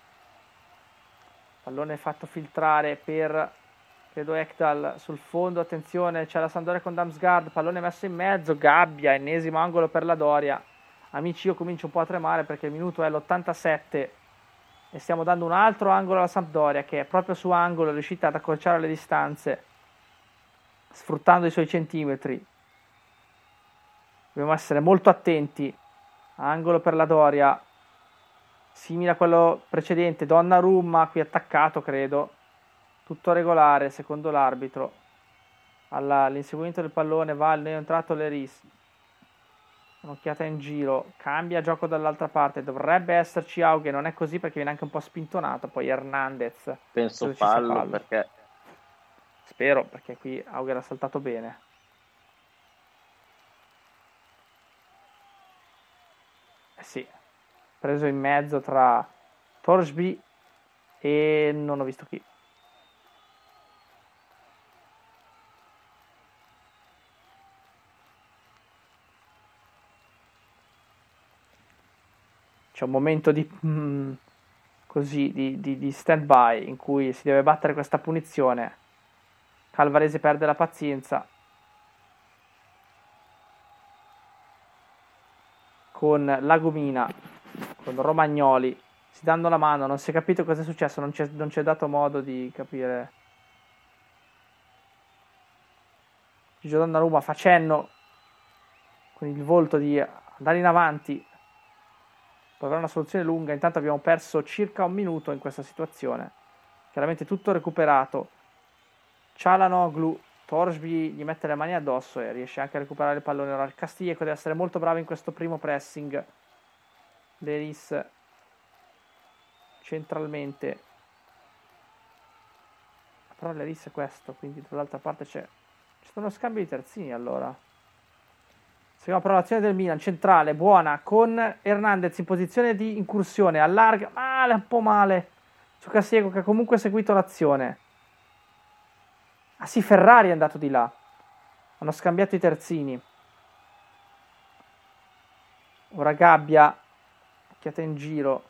Pallone fatto filtrare per, credo, Ekdal sul fondo, attenzione, c'è la Sampdoria con Damsgaard, pallone messo in mezzo, Gabbia, ennesimo angolo per la Doria. Amici, io comincio un po' a tremare perché il minuto è l'ottantasette e stiamo dando un altro angolo alla Sampdoria che è proprio su angolo, è riuscita ad accorciare le distanze sfruttando i suoi centimetri. Dobbiamo essere molto attenti. Angolo per la Doria, simile a quello precedente. Donnarumma qui attaccato, credo, tutto regolare secondo l'arbitro. alla, all'inseguimento del pallone, va al neoentrato Leris, un'occhiata in giro, cambia gioco dall'altra parte, dovrebbe esserci Auge, non è così perché viene anche un po' spintonato, poi Hernandez,
penso fallo, fallo perché
spero, perché qui Auge era saltato bene. Eh sì, preso in mezzo tra Torsby e non ho visto chi. C'è un momento di mm, così di, di, di stand by in cui si deve battere questa punizione. Calvarese perde la pazienza con Lagomina, con Romagnoli, si danno la mano, non si è capito cosa è successo, non c'è, non c'è dato modo di capire. Gigio Donnarumma fa cenno con il volto di andare in avanti, poi avrà una soluzione lunga. Intanto abbiamo perso circa un minuto in questa situazione, chiaramente tutto recuperato. Çalhanoğlu, Torsby gli mette le mani addosso e riesce anche a recuperare il pallone. Ora il Castillejo deve essere molto bravo in questo primo pressing. Leris centralmente, però Leris è questo, quindi dall'altra parte c'è c'è uno scambio di terzini. Allora seconda provazione del Milan, centrale, buona, con Hernandez in posizione di incursione, allarga, male, un po' male su Castillejo che ha comunque seguito l'azione. Ah sì, Ferrari è andato di là, hanno scambiato i terzini. Ora Gabbia, occhiata in giro,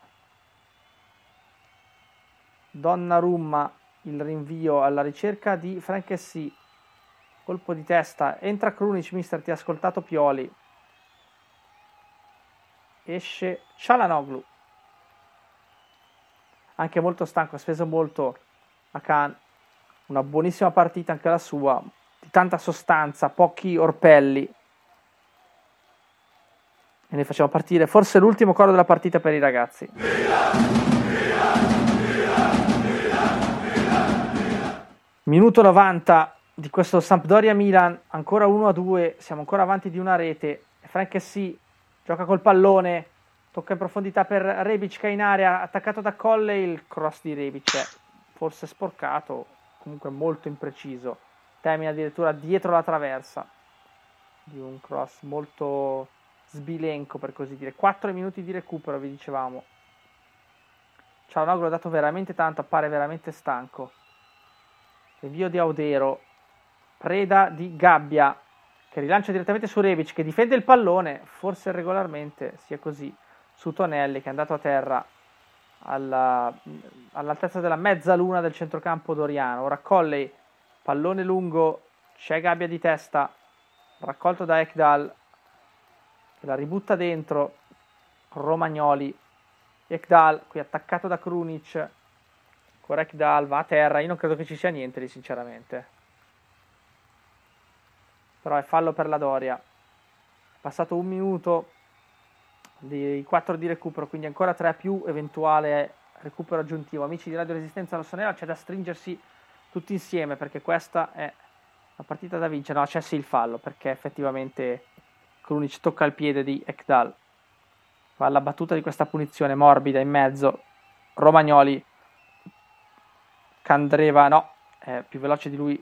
Donnarumma, il rinvio alla ricerca di Franchessy, colpo di testa, entra Krunic. Mister, ti ha ascoltato Pioli, esce Çalhanoğlu, anche molto stanco, ha speso molto a Khan, una buonissima partita anche la sua, di tanta sostanza, pochi orpelli, e ne facciamo partire forse l'ultimo coro della partita per i ragazzi. Minuto novanta di questo Sampdoria-Milan, ancora uno a due, siamo ancora avanti di una rete. Franchessy gioca col pallone, tocca in profondità per Rebic che è in area, attaccato da Colley. Il cross di Rebic è forse sporcato, comunque molto impreciso, termina addirittura dietro la traversa di un cross molto sbilenco, per così dire. quattro minuti di recupero, vi dicevamo. Çalhanoğlu ha dato veramente tanto, appare veramente stanco. Rinvio di Audero, preda di Gabbia che rilancia direttamente su Rebic che difende il pallone, forse regolarmente sia così, su Tonelli che è andato a terra alla, all'altezza della mezzaluna del centrocampo doriano. Ora Colley, pallone lungo, c'è Gabbia di testa, raccolto da Ekdal che la ributta dentro, Romagnoli, Ekdal qui attaccato da Krunic, con Ekdal va a terra. Io non credo che ci sia niente lì sinceramente, però è fallo per la Doria. È passato un minuto di quattro di recupero, quindi ancora tre più eventuale recupero aggiuntivo. Amici di Radio Resistenza Rossonera, c'è da stringersi tutti insieme perché questa è una partita da vincere. No, c'è sì il fallo perché effettivamente Krunic tocca il piede di Ekdal, va alla battuta di questa punizione morbida in mezzo. Romagnoli, Candreva no, è più veloce di lui,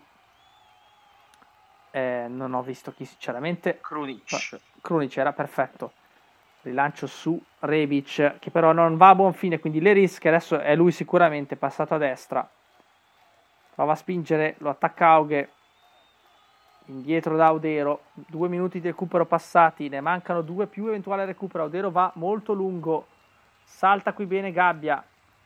eh, non ho visto chi sinceramente.
Krunic.
Krunic era perfetto. Rilancio su Rebic che però non va a buon fine, quindi Leris, che adesso è lui sicuramente passato a destra, prova a spingere, lo attacca Auge, indietro da Audero. Due minuti di recupero passati, ne mancano due più eventuale recupero. Audero va molto lungo, salta qui bene Gabbia,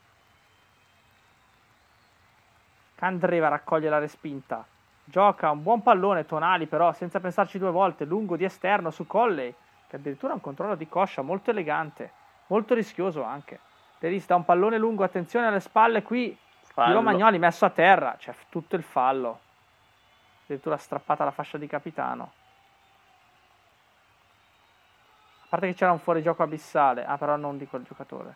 Candreva raccoglie la respinta, gioca un buon pallone Tonali però senza pensarci due volte, lungo di esterno su Colley che addirittura ha un controllo di coscia molto elegante, molto rischioso anche. Leris dà un pallone lungo, attenzione alle spalle qui di Romagnoli, messo a terra, c'è tutto il fallo, addirittura strappata la fascia di capitano. A parte che c'era un fuorigioco abissale, ah però non di quel giocatore.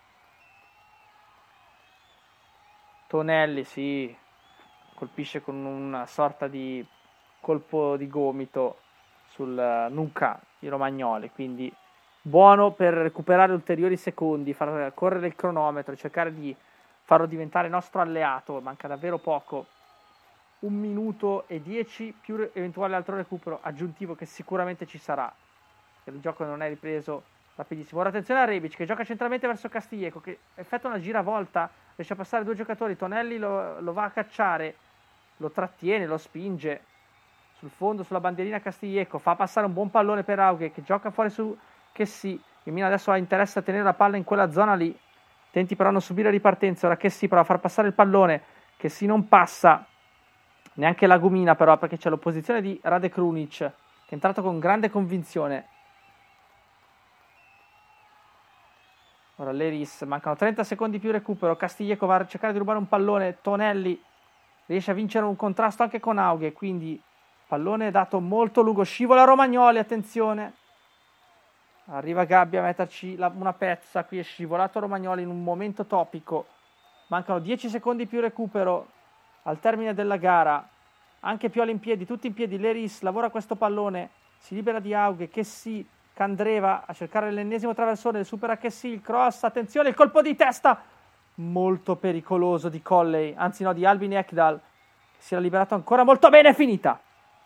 Tonelli sì, colpisce con una sorta di colpo di gomito sul nuca di Romagnoli, quindi buono per recuperare ulteriori secondi, far correre il cronometro, cercare di farlo diventare nostro alleato. Manca davvero poco, un minuto e dieci più eventuale altro recupero aggiuntivo che sicuramente ci sarà, il gioco non è ripreso rapidissimo. Ora attenzione a Rebic che gioca centralmente verso Castillejo, che effettua una giravolta, riesce a passare due giocatori, Tonelli lo, lo va a cacciare, lo trattiene, lo spinge sul fondo sulla bandierina Castillejo, fa passare un buon pallone per Aughe che gioca fuori su Chessy. Il Milan adesso ha interesse a tenere la palla in quella zona lì, tenti però a non subire ripartenze. Ora Chessy prova a far passare il pallone, Chessy non passa neanche la Gumina però, perché c'è l'opposizione di Rade Krunic che è entrato con grande convinzione. Ora Leris, mancano trenta secondi più recupero, Castillejo va a cercare di rubare un pallone, Tonelli riesce a vincere un contrasto anche con Aughe, quindi pallone dato molto lungo, scivola Romagnoli, attenzione, arriva Gabbia a metterci la, una pezza, qui è scivolato Romagnoli in un momento topico, mancano dieci secondi più recupero al termine della gara, anche Pioli in piedi, tutti in piedi, Leris lavora questo pallone, si libera di Aughe, che si Candreva a cercare l'ennesimo traversone, supera Chessy, il cross, attenzione, il colpo di testa molto pericoloso di Colley, anzi no, di Albin Ekdal, che si era liberato ancora molto bene. È finita,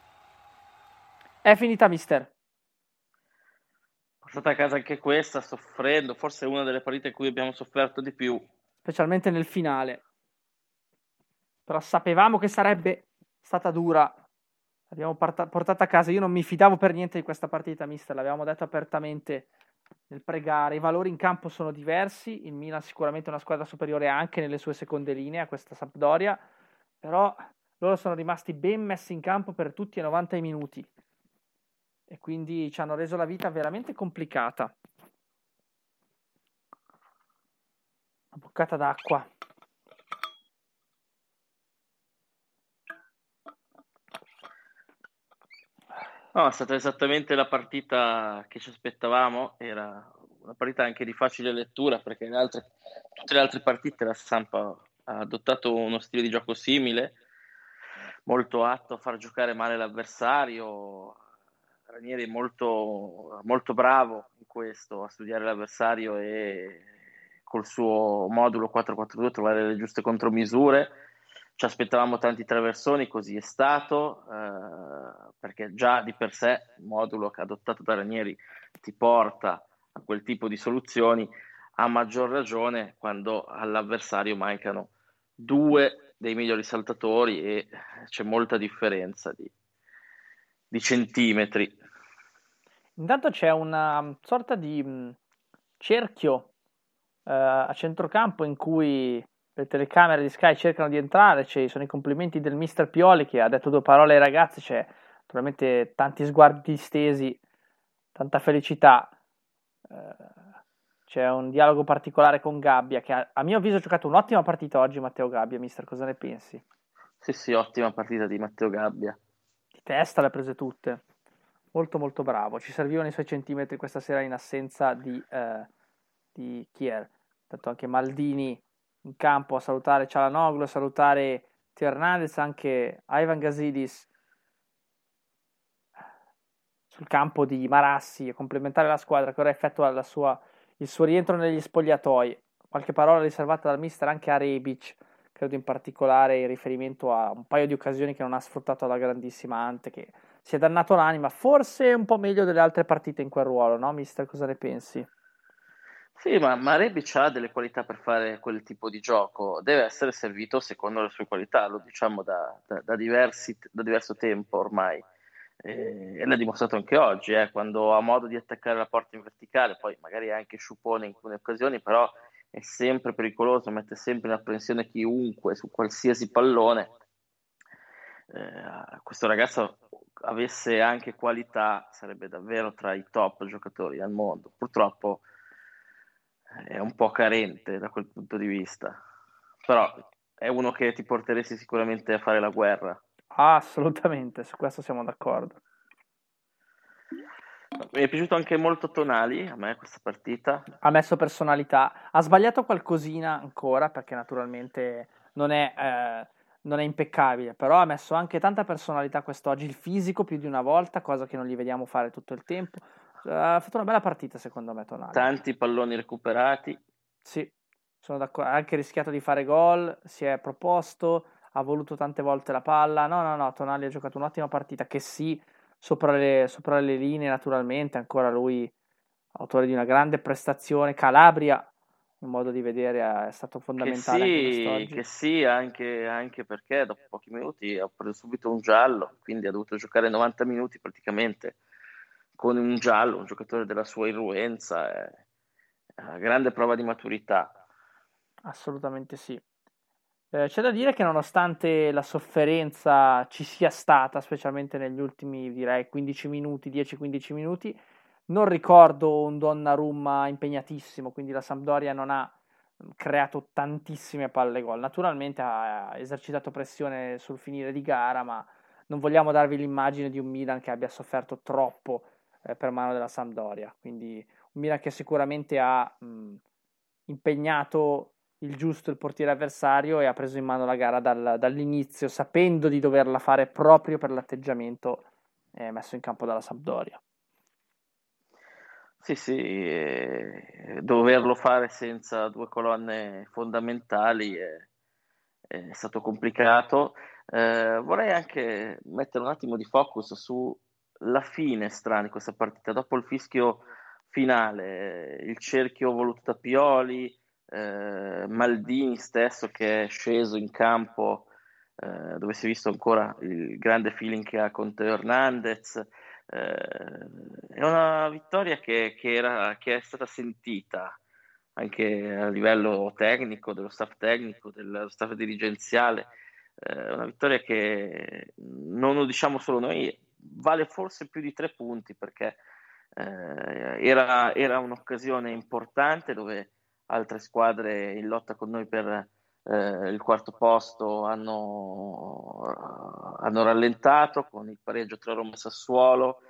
è finita mister.
Portata a casa anche questa, soffrendo, forse è una delle partite in cui abbiamo sofferto di più,
specialmente nel finale, però sapevamo che sarebbe stata dura. L'abbiamo portata a casa, io non mi fidavo per niente di questa partita mister, l'avevamo detto apertamente nel pregare, i valori in campo sono diversi, il Milan sicuramente è una squadra superiore anche nelle sue seconde linee a questa Sampdoria, però loro sono rimasti ben messi in campo per tutti i novanta minuti e quindi ci hanno reso la vita veramente complicata. Una boccata d'acqua.
No, è stata esattamente la partita che ci aspettavamo, era una partita anche di facile lettura perché in altre, tutte le altre partite la Samp ha adottato uno stile di gioco simile, molto atto a far giocare male l'avversario. Ranieri è molto, molto bravo in questo, a studiare l'avversario e col suo modulo quattro quattro due trovare le giuste contromisure. Ci aspettavamo tanti traversoni, così è stato, eh, perché già di per sé il modulo che ha adottato da Ranieri ti porta a quel tipo di soluzioni, a maggior ragione quando all'avversario mancano due dei migliori saltatori e c'è molta differenza di, di centimetri.
Intanto c'è una sorta di mh, cerchio eh, a centrocampo in cui le telecamere di Sky cercano di entrare, ci sono i complimenti del mister Pioli che ha detto due parole ai ragazzi, c'è naturalmente tanti sguardi stesi, tanta felicità, eh, c'è un dialogo particolare con Gabbia che ha, a mio avviso ha giocato un'ottima partita oggi. Matteo Gabbia, mister, cosa ne pensi?
Sì sì, ottima partita di Matteo Gabbia,
di testa le ha prese tutte, molto molto bravo, ci servivano i suoi centimetri questa sera in assenza di, eh, di Kier, tanto anche Maldini in campo a salutare Çalhanoğlu, a salutare Teo Hernandez, anche Ivan Gazidis sul campo di Marassi a complementare la squadra che ora effettua la sua, il suo rientro negli spogliatoi. Qualche parola riservata dal mister anche a Rebic, credo in particolare in riferimento a un paio di occasioni che non ha sfruttato alla grandissima Ante, che si è dannato l'anima, forse un po' meglio delle altre partite in quel ruolo, no mister? Cosa ne pensi?
Sì, ma, ma Rebic ha delle qualità per fare quel tipo di gioco, deve essere servito secondo le sue qualità, lo diciamo da, da, da, diversi, da diverso tempo ormai, e, e l'ha dimostrato anche oggi, eh, quando ha modo di attaccare la porta in verticale, poi magari è anche sciupone in alcune occasioni, però è sempre pericoloso, mette sempre in apprensione chiunque su qualsiasi pallone. Eh, questo ragazzo avesse anche qualità, sarebbe davvero tra i top giocatori al mondo, purtroppo è un po' carente da quel punto di vista, però è uno che ti porteresti sicuramente a fare la guerra.
Ah, assolutamente, su questo siamo d'accordo.
Mi è piaciuto anche molto Tonali, a me questa partita.
Ha messo personalità, ha sbagliato qualcosina ancora perché naturalmente non è, eh, non è impeccabile, però ha messo anche tanta personalità quest'oggi, il fisico più di una volta, cosa che non gli vediamo fare tutto il tempo. Ha fatto una bella partita secondo me Tonali.
Tanti palloni recuperati.
Sì, sono d'accordo, ha anche rischiato di fare gol, si è proposto, ha voluto tante volte la palla. No, no, no, Tonali ha giocato un'ottima partita, che sì, sopra le, sopra le linee naturalmente, ancora lui, autore di una grande prestazione. Calabria, un modo di vedere, è stato
Che
fondamentale anche
sì,
quest'oggi.
che sì, anche, anche perché dopo pochi minuti ha preso subito un giallo, quindi ha dovuto giocare novanta minuti praticamente con un giallo, un giocatore della sua irruenza, è, è una grande prova di maturità.
Assolutamente sì. Eh, c'è da dire che nonostante la sofferenza ci sia stata, specialmente negli ultimi, direi, quindici minuti, dieci quindici minuti, non ricordo un Donnarumma impegnatissimo, quindi la Sampdoria non ha mm, creato tantissime palle gol. Naturalmente ha esercitato pressione sul finire di gara, ma non vogliamo darvi l'immagine di un Milan che abbia sofferto troppo eh, per mano della Sampdoria. Quindi un Milan che sicuramente ha mh, impegnato il giusto il portiere avversario e ha preso in mano la gara dal, dall'inizio, sapendo di doverla fare proprio per l'atteggiamento eh, messo in campo dalla Sampdoria.
Sì, sì, eh, doverlo fare senza due colonne fondamentali è, è stato complicato. Eh, vorrei anche mettere un attimo di focus sulla finestra di questa partita, dopo il fischio finale, il cerchio voluto da Pioli, eh, Maldini stesso che è sceso in campo, eh, dove si è visto ancora il grande feeling che ha con Teo Hernandez. Eh, è una vittoria che, che era, che è stata sentita anche a livello tecnico, dello staff tecnico, dello staff dirigenziale. Eh, una vittoria che non lo diciamo solo noi, vale forse più di tre punti perché eh, era, era un'occasione importante dove altre squadre in lotta con noi per eh, il quarto posto hanno, hanno rallentato con il pareggio tra Roma e Sassuolo.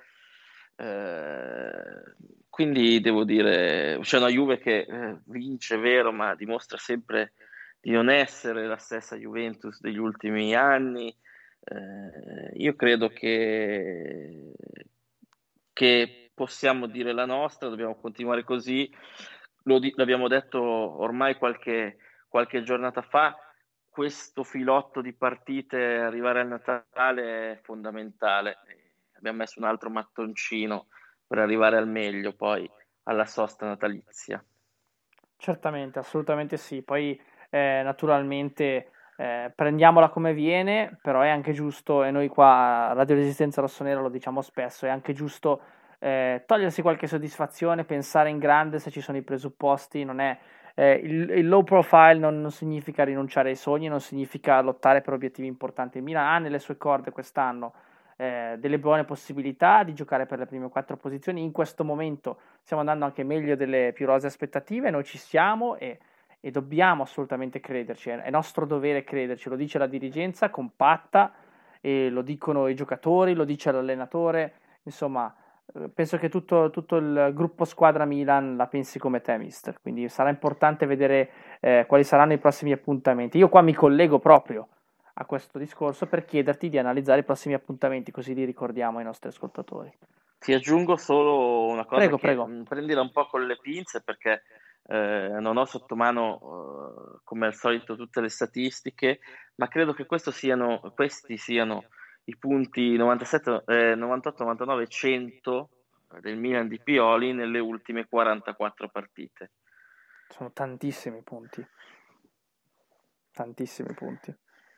Eh, quindi devo dire, c'è una Juve che eh, vince, vero, ma dimostra sempre di non essere la stessa Juventus degli ultimi anni. Eh, io credo che, che possiamo dire la nostra, dobbiamo continuare così. Lo di- l'abbiamo detto ormai qualche, qualche giornata fa, questo filotto di partite, arrivare al Natale è fondamentale. Abbiamo messo un altro mattoncino per arrivare al meglio poi alla sosta natalizia.
Certamente, assolutamente sì. Poi eh, naturalmente eh, prendiamola come viene, però è anche giusto, e noi qua a Radio Resistenza Rossonera lo diciamo spesso, è anche giusto eh, togliersi qualche soddisfazione, pensare in grande se ci sono i presupposti, non è, eh, il, il low profile non, non significa rinunciare ai sogni, non significa lottare per obiettivi importanti. Il Milan ha nelle sue corde quest'anno eh, delle buone possibilità di giocare per le prime quattro posizioni. In questo momento stiamo andando anche meglio delle più rose aspettative, noi ci siamo e, e dobbiamo assolutamente crederci, è, è nostro dovere crederci, lo dice la dirigenza compatta e lo dicono i giocatori, lo dice l'allenatore, insomma eh, penso che tutto, tutto il gruppo squadra Milan la pensi come te, mister, quindi sarà importante vedere eh, quali saranno i prossimi appuntamenti. Io qua mi collego proprio a questo discorso per chiederti di analizzare i prossimi appuntamenti, così li ricordiamo ai nostri ascoltatori.
Ti aggiungo solo una cosa
Prego,
che
prego.
mh, prendila un po' con le pinze perché eh, non ho sotto mano, eh, come al solito, tutte le statistiche, ma credo che questo siano, questi siano i punti novantasette, eh, novantotto, novantanove, cento del Milan di Pioli nelle ultime quarantaquattro partite.
Sono tantissimi punti, tantissimi punti.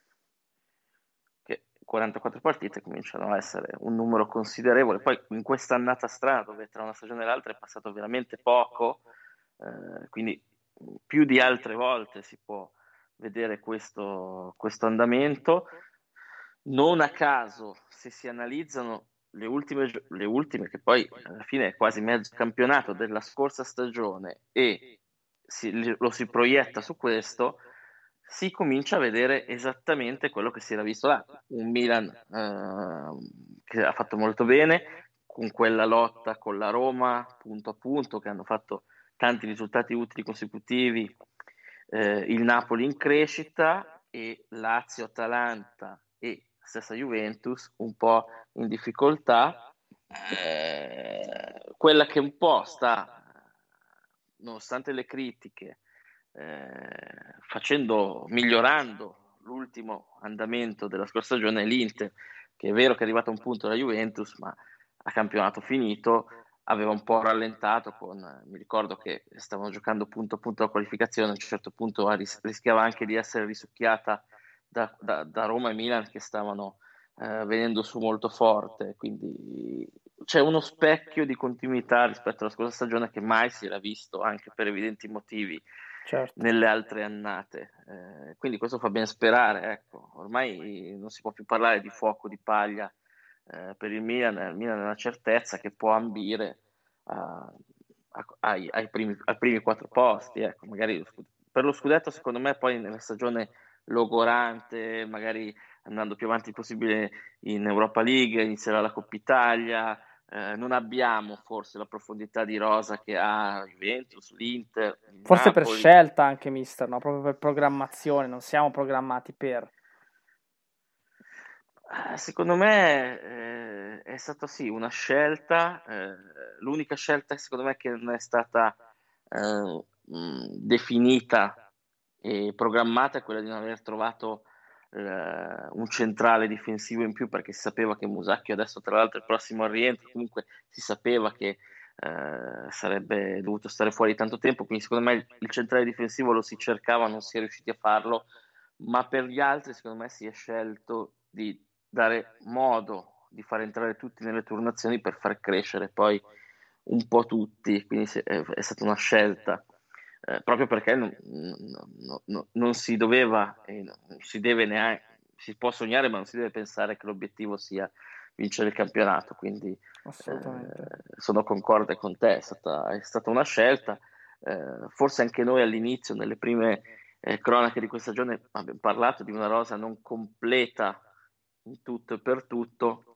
Che quarantaquattro partite cominciano a essere un numero considerevole. Poi in questa annata strana, dove tra una stagione e l'altra è passato veramente poco, eh, quindi più di altre volte si può vedere questo, questo andamento. Non a caso, se si analizzano le ultime, le ultime, che poi alla fine è quasi mezzo campionato della scorsa stagione, e si, lo si proietta su questo, si comincia a vedere esattamente quello che si era visto là. Un Milan eh, che ha fatto molto bene, con quella lotta con la Roma, punto a punto, che hanno fatto tanti risultati utili consecutivi, eh, il Napoli in crescita, e Lazio, Atalanta e stessa Juventus un po' in difficoltà. Eh, quella che un po' sta, nonostante le critiche, eh, facendo, migliorando l'ultimo andamento della scorsa stagione è l'Inter, che è vero che è arrivato a un punto la Juventus, ma a campionato finito aveva un po' rallentato con, mi ricordo che stavano giocando punto a punto la qualificazione, a un certo punto ris- rischiava anche di essere risucchiata da, da, da Roma e Milan che stavano eh, venendo su molto forte, quindi c'è uno specchio di continuità rispetto alla scorsa stagione che mai si era visto, anche per evidenti motivi,
certo,
nelle altre annate. Eh, quindi questo fa ben sperare, ecco. Ormai non si può più parlare di fuoco di paglia eh, per il Milan. Il Milan è una certezza che può ambire a, a, ai, ai, primi, ai primi quattro posti, ecco. Magari per lo scudetto, secondo me, poi nella stagione logorante, magari andando più avanti possibile in Europa League, inizierà la Coppa Italia. Eh, non abbiamo forse la profondità di rosa che ha Juventus, l'Inter, il
forse per
Napoli.
scelta anche, mister, no? Proprio per programmazione, non siamo programmati per.
Secondo me eh, è stata sì una scelta, eh, l'unica scelta secondo me che non è stata eh, mh, definita e programmata è quella di non aver trovato eh, un centrale difensivo in più, perché si sapeva che Musacchio adesso tra l'altro è il prossimo al rientro, comunque si sapeva che eh, sarebbe dovuto stare fuori tanto tempo, quindi secondo me il, il centrale difensivo lo si cercava, non si è riusciti a farlo, ma per gli altri secondo me si è scelto di dare modo di far entrare tutti nelle turnazioni per far crescere poi un po' tutti, quindi è, è stata una scelta eh, proprio perché non, non, non, non si doveva e non si deve neanche, si può sognare ma non si deve pensare che l'obiettivo sia vincere il campionato, quindi
Assolutamente.
eh, sono concorde con te, è stata, è stata una scelta, eh, forse anche noi all'inizio nelle prime eh, cronache di questa stagione abbiamo parlato di una rosa non completa in tutto e per tutto.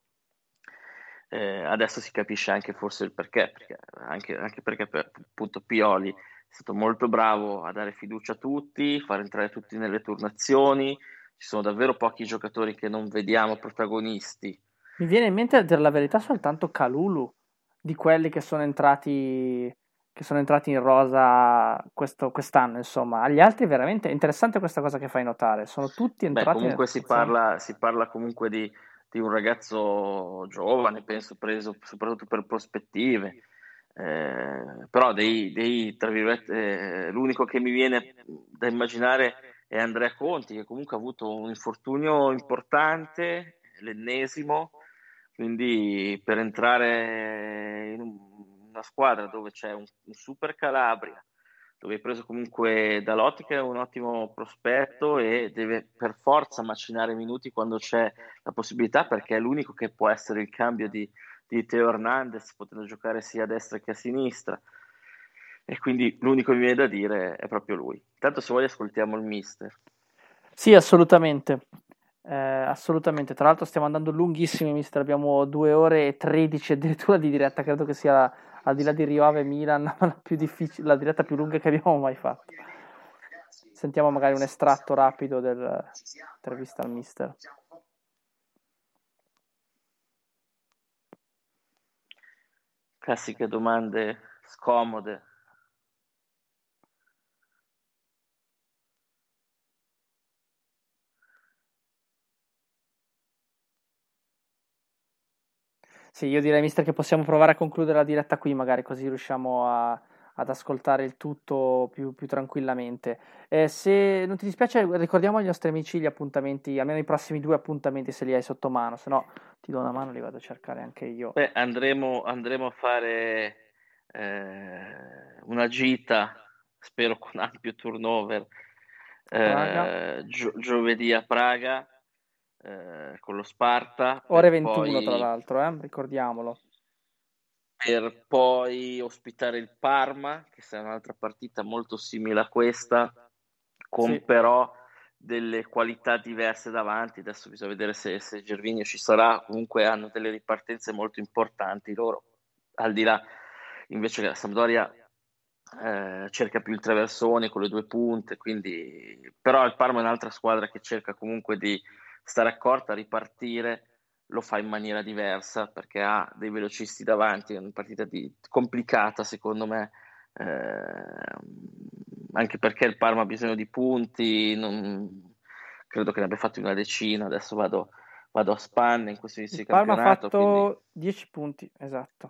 Eh, adesso si capisce anche forse il perché, perché anche, anche perché per, appunto Pioli è stato molto bravo a dare fiducia a tutti, far entrare tutti nelle turnazioni, ci sono davvero pochi giocatori che non vediamo protagonisti.
Mi viene in mente, a dire la verità, soltanto Kalulu, di quelli che sono entrati, che sono entrati in rosa questo, quest'anno, insomma. Agli altri veramente è interessante questa cosa che fai notare, sono tutti
Beh,
entrati nelle
comunque si
turnazioni.
parla, si parla comunque di, di un ragazzo giovane, penso preso soprattutto per prospettive. Eh, però dei, dei, tra virgolette, eh, l'unico che mi viene da immaginare è Andrea Conti, che comunque ha avuto un infortunio importante, l'ennesimo, quindi per entrare in un- una squadra dove c'è un, un super Calabria, dove hai preso comunque Dalotti che è un ottimo prospetto e deve per forza macinare minuti quando c'è la possibilità, perché è l'unico che può essere il cambio di di Teo Hernandez, potendo giocare sia a destra che a sinistra, e quindi l'unico che mi viene da dire è proprio lui. Intanto se vuoi ascoltiamo il mister.
Sì, assolutamente. Eh, assolutamente. Tra l'altro stiamo andando lunghissimi, mister. Abbiamo due ore e tredici addirittura di diretta. Credo che sia, al di là di Rio Ave Milan, la più difficile, la diretta più lunga che abbiamo mai fatto. Sentiamo magari un estratto rapido dell'intervista al mister.
Classiche domande scomode.
Sì, io direi, mister, che possiamo provare a concludere la diretta qui, magari così riusciamo a, ad ascoltare il tutto più, più tranquillamente. Eh, se non ti dispiace, ricordiamo agli nostri amici gli appuntamenti, almeno i prossimi due appuntamenti se li hai sotto mano, se no ti do una mano, li vado a cercare anche io.
Beh, andremo, andremo a fare eh, una gita, spero con ampio turnover,
A Praga,
eh, gio- giovedì a Praga eh, con lo Sparta,
ore
per
ventuno tra
poi
l'altro, eh? Ricordiamolo.
per poi ospitare il Parma, che sarà un'altra partita molto simile a questa, con
Sì.
però delle qualità diverse davanti. Adesso bisogna vedere se, se Gervinho ci sarà. Comunque hanno delle ripartenze molto importanti loro, al di là invece che la Sampdoria eh, cerca più il traversone con le due punte, quindi però il Parma è un'altra squadra che cerca comunque di stare accorta, ripartire, lo fa in maniera diversa perché ha dei velocisti davanti, è una partita di, complicata secondo me, eh, anche perché il Parma ha bisogno di punti, non, credo che ne abbia fatti una decina, adesso vado, vado a spanne in questo inizio
Il
di
Parma ha
campionato.
fatto
quindi...
dieci punti, esatto.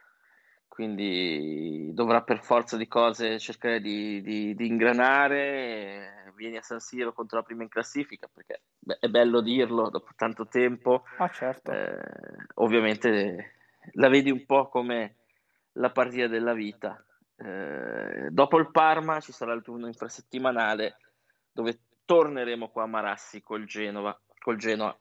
Quindi dovrà per forza di cose cercare di, di, di ingranare. Vieni a San Siro contro la prima in classifica, perché beh, è bello dirlo dopo tanto tempo.
Ah, certo.
Eh, ovviamente la vedi un po' come la partita della vita. Eh, dopo il Parma ci sarà il turno infrasettimanale dove torneremo qua a Marassi col Genova, col Genoa.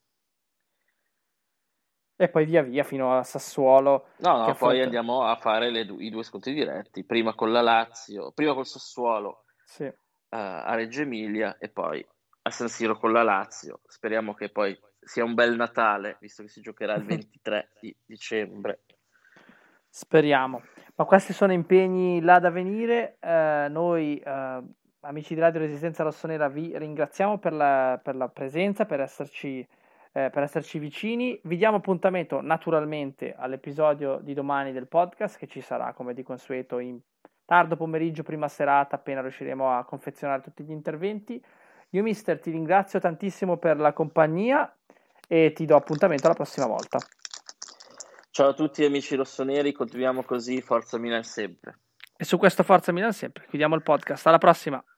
E poi via via fino a Sassuolo.
No, no,
che
poi
affronta...
andiamo a fare le du- i due scontri diretti, prima con la Lazio, prima col Sassuolo
Sì.
eh, a Reggio Emilia e poi a San Siro con la Lazio. Speriamo che poi sia un bel Natale, visto che si giocherà il ventitré di dicembre.
Speriamo. Ma questi sono impegni là da venire. Eh, noi, eh, amici di Radio Resistenza Rossonera, vi ringraziamo per la, per la presenza, per esserci, eh, per esserci vicini. Vi diamo appuntamento naturalmente all'episodio di domani del podcast, che ci sarà come di consueto in tardo pomeriggio, prima serata, appena riusciremo a confezionare tutti gli interventi. Io, mister, ti ringrazio tantissimo per la compagnia e ti do appuntamento alla prossima volta.
Ciao a tutti amici rossoneri, continuiamo così, Forza Milan sempre.
E su questo Forza Milan sempre. Chiudiamo il podcast. Alla prossima.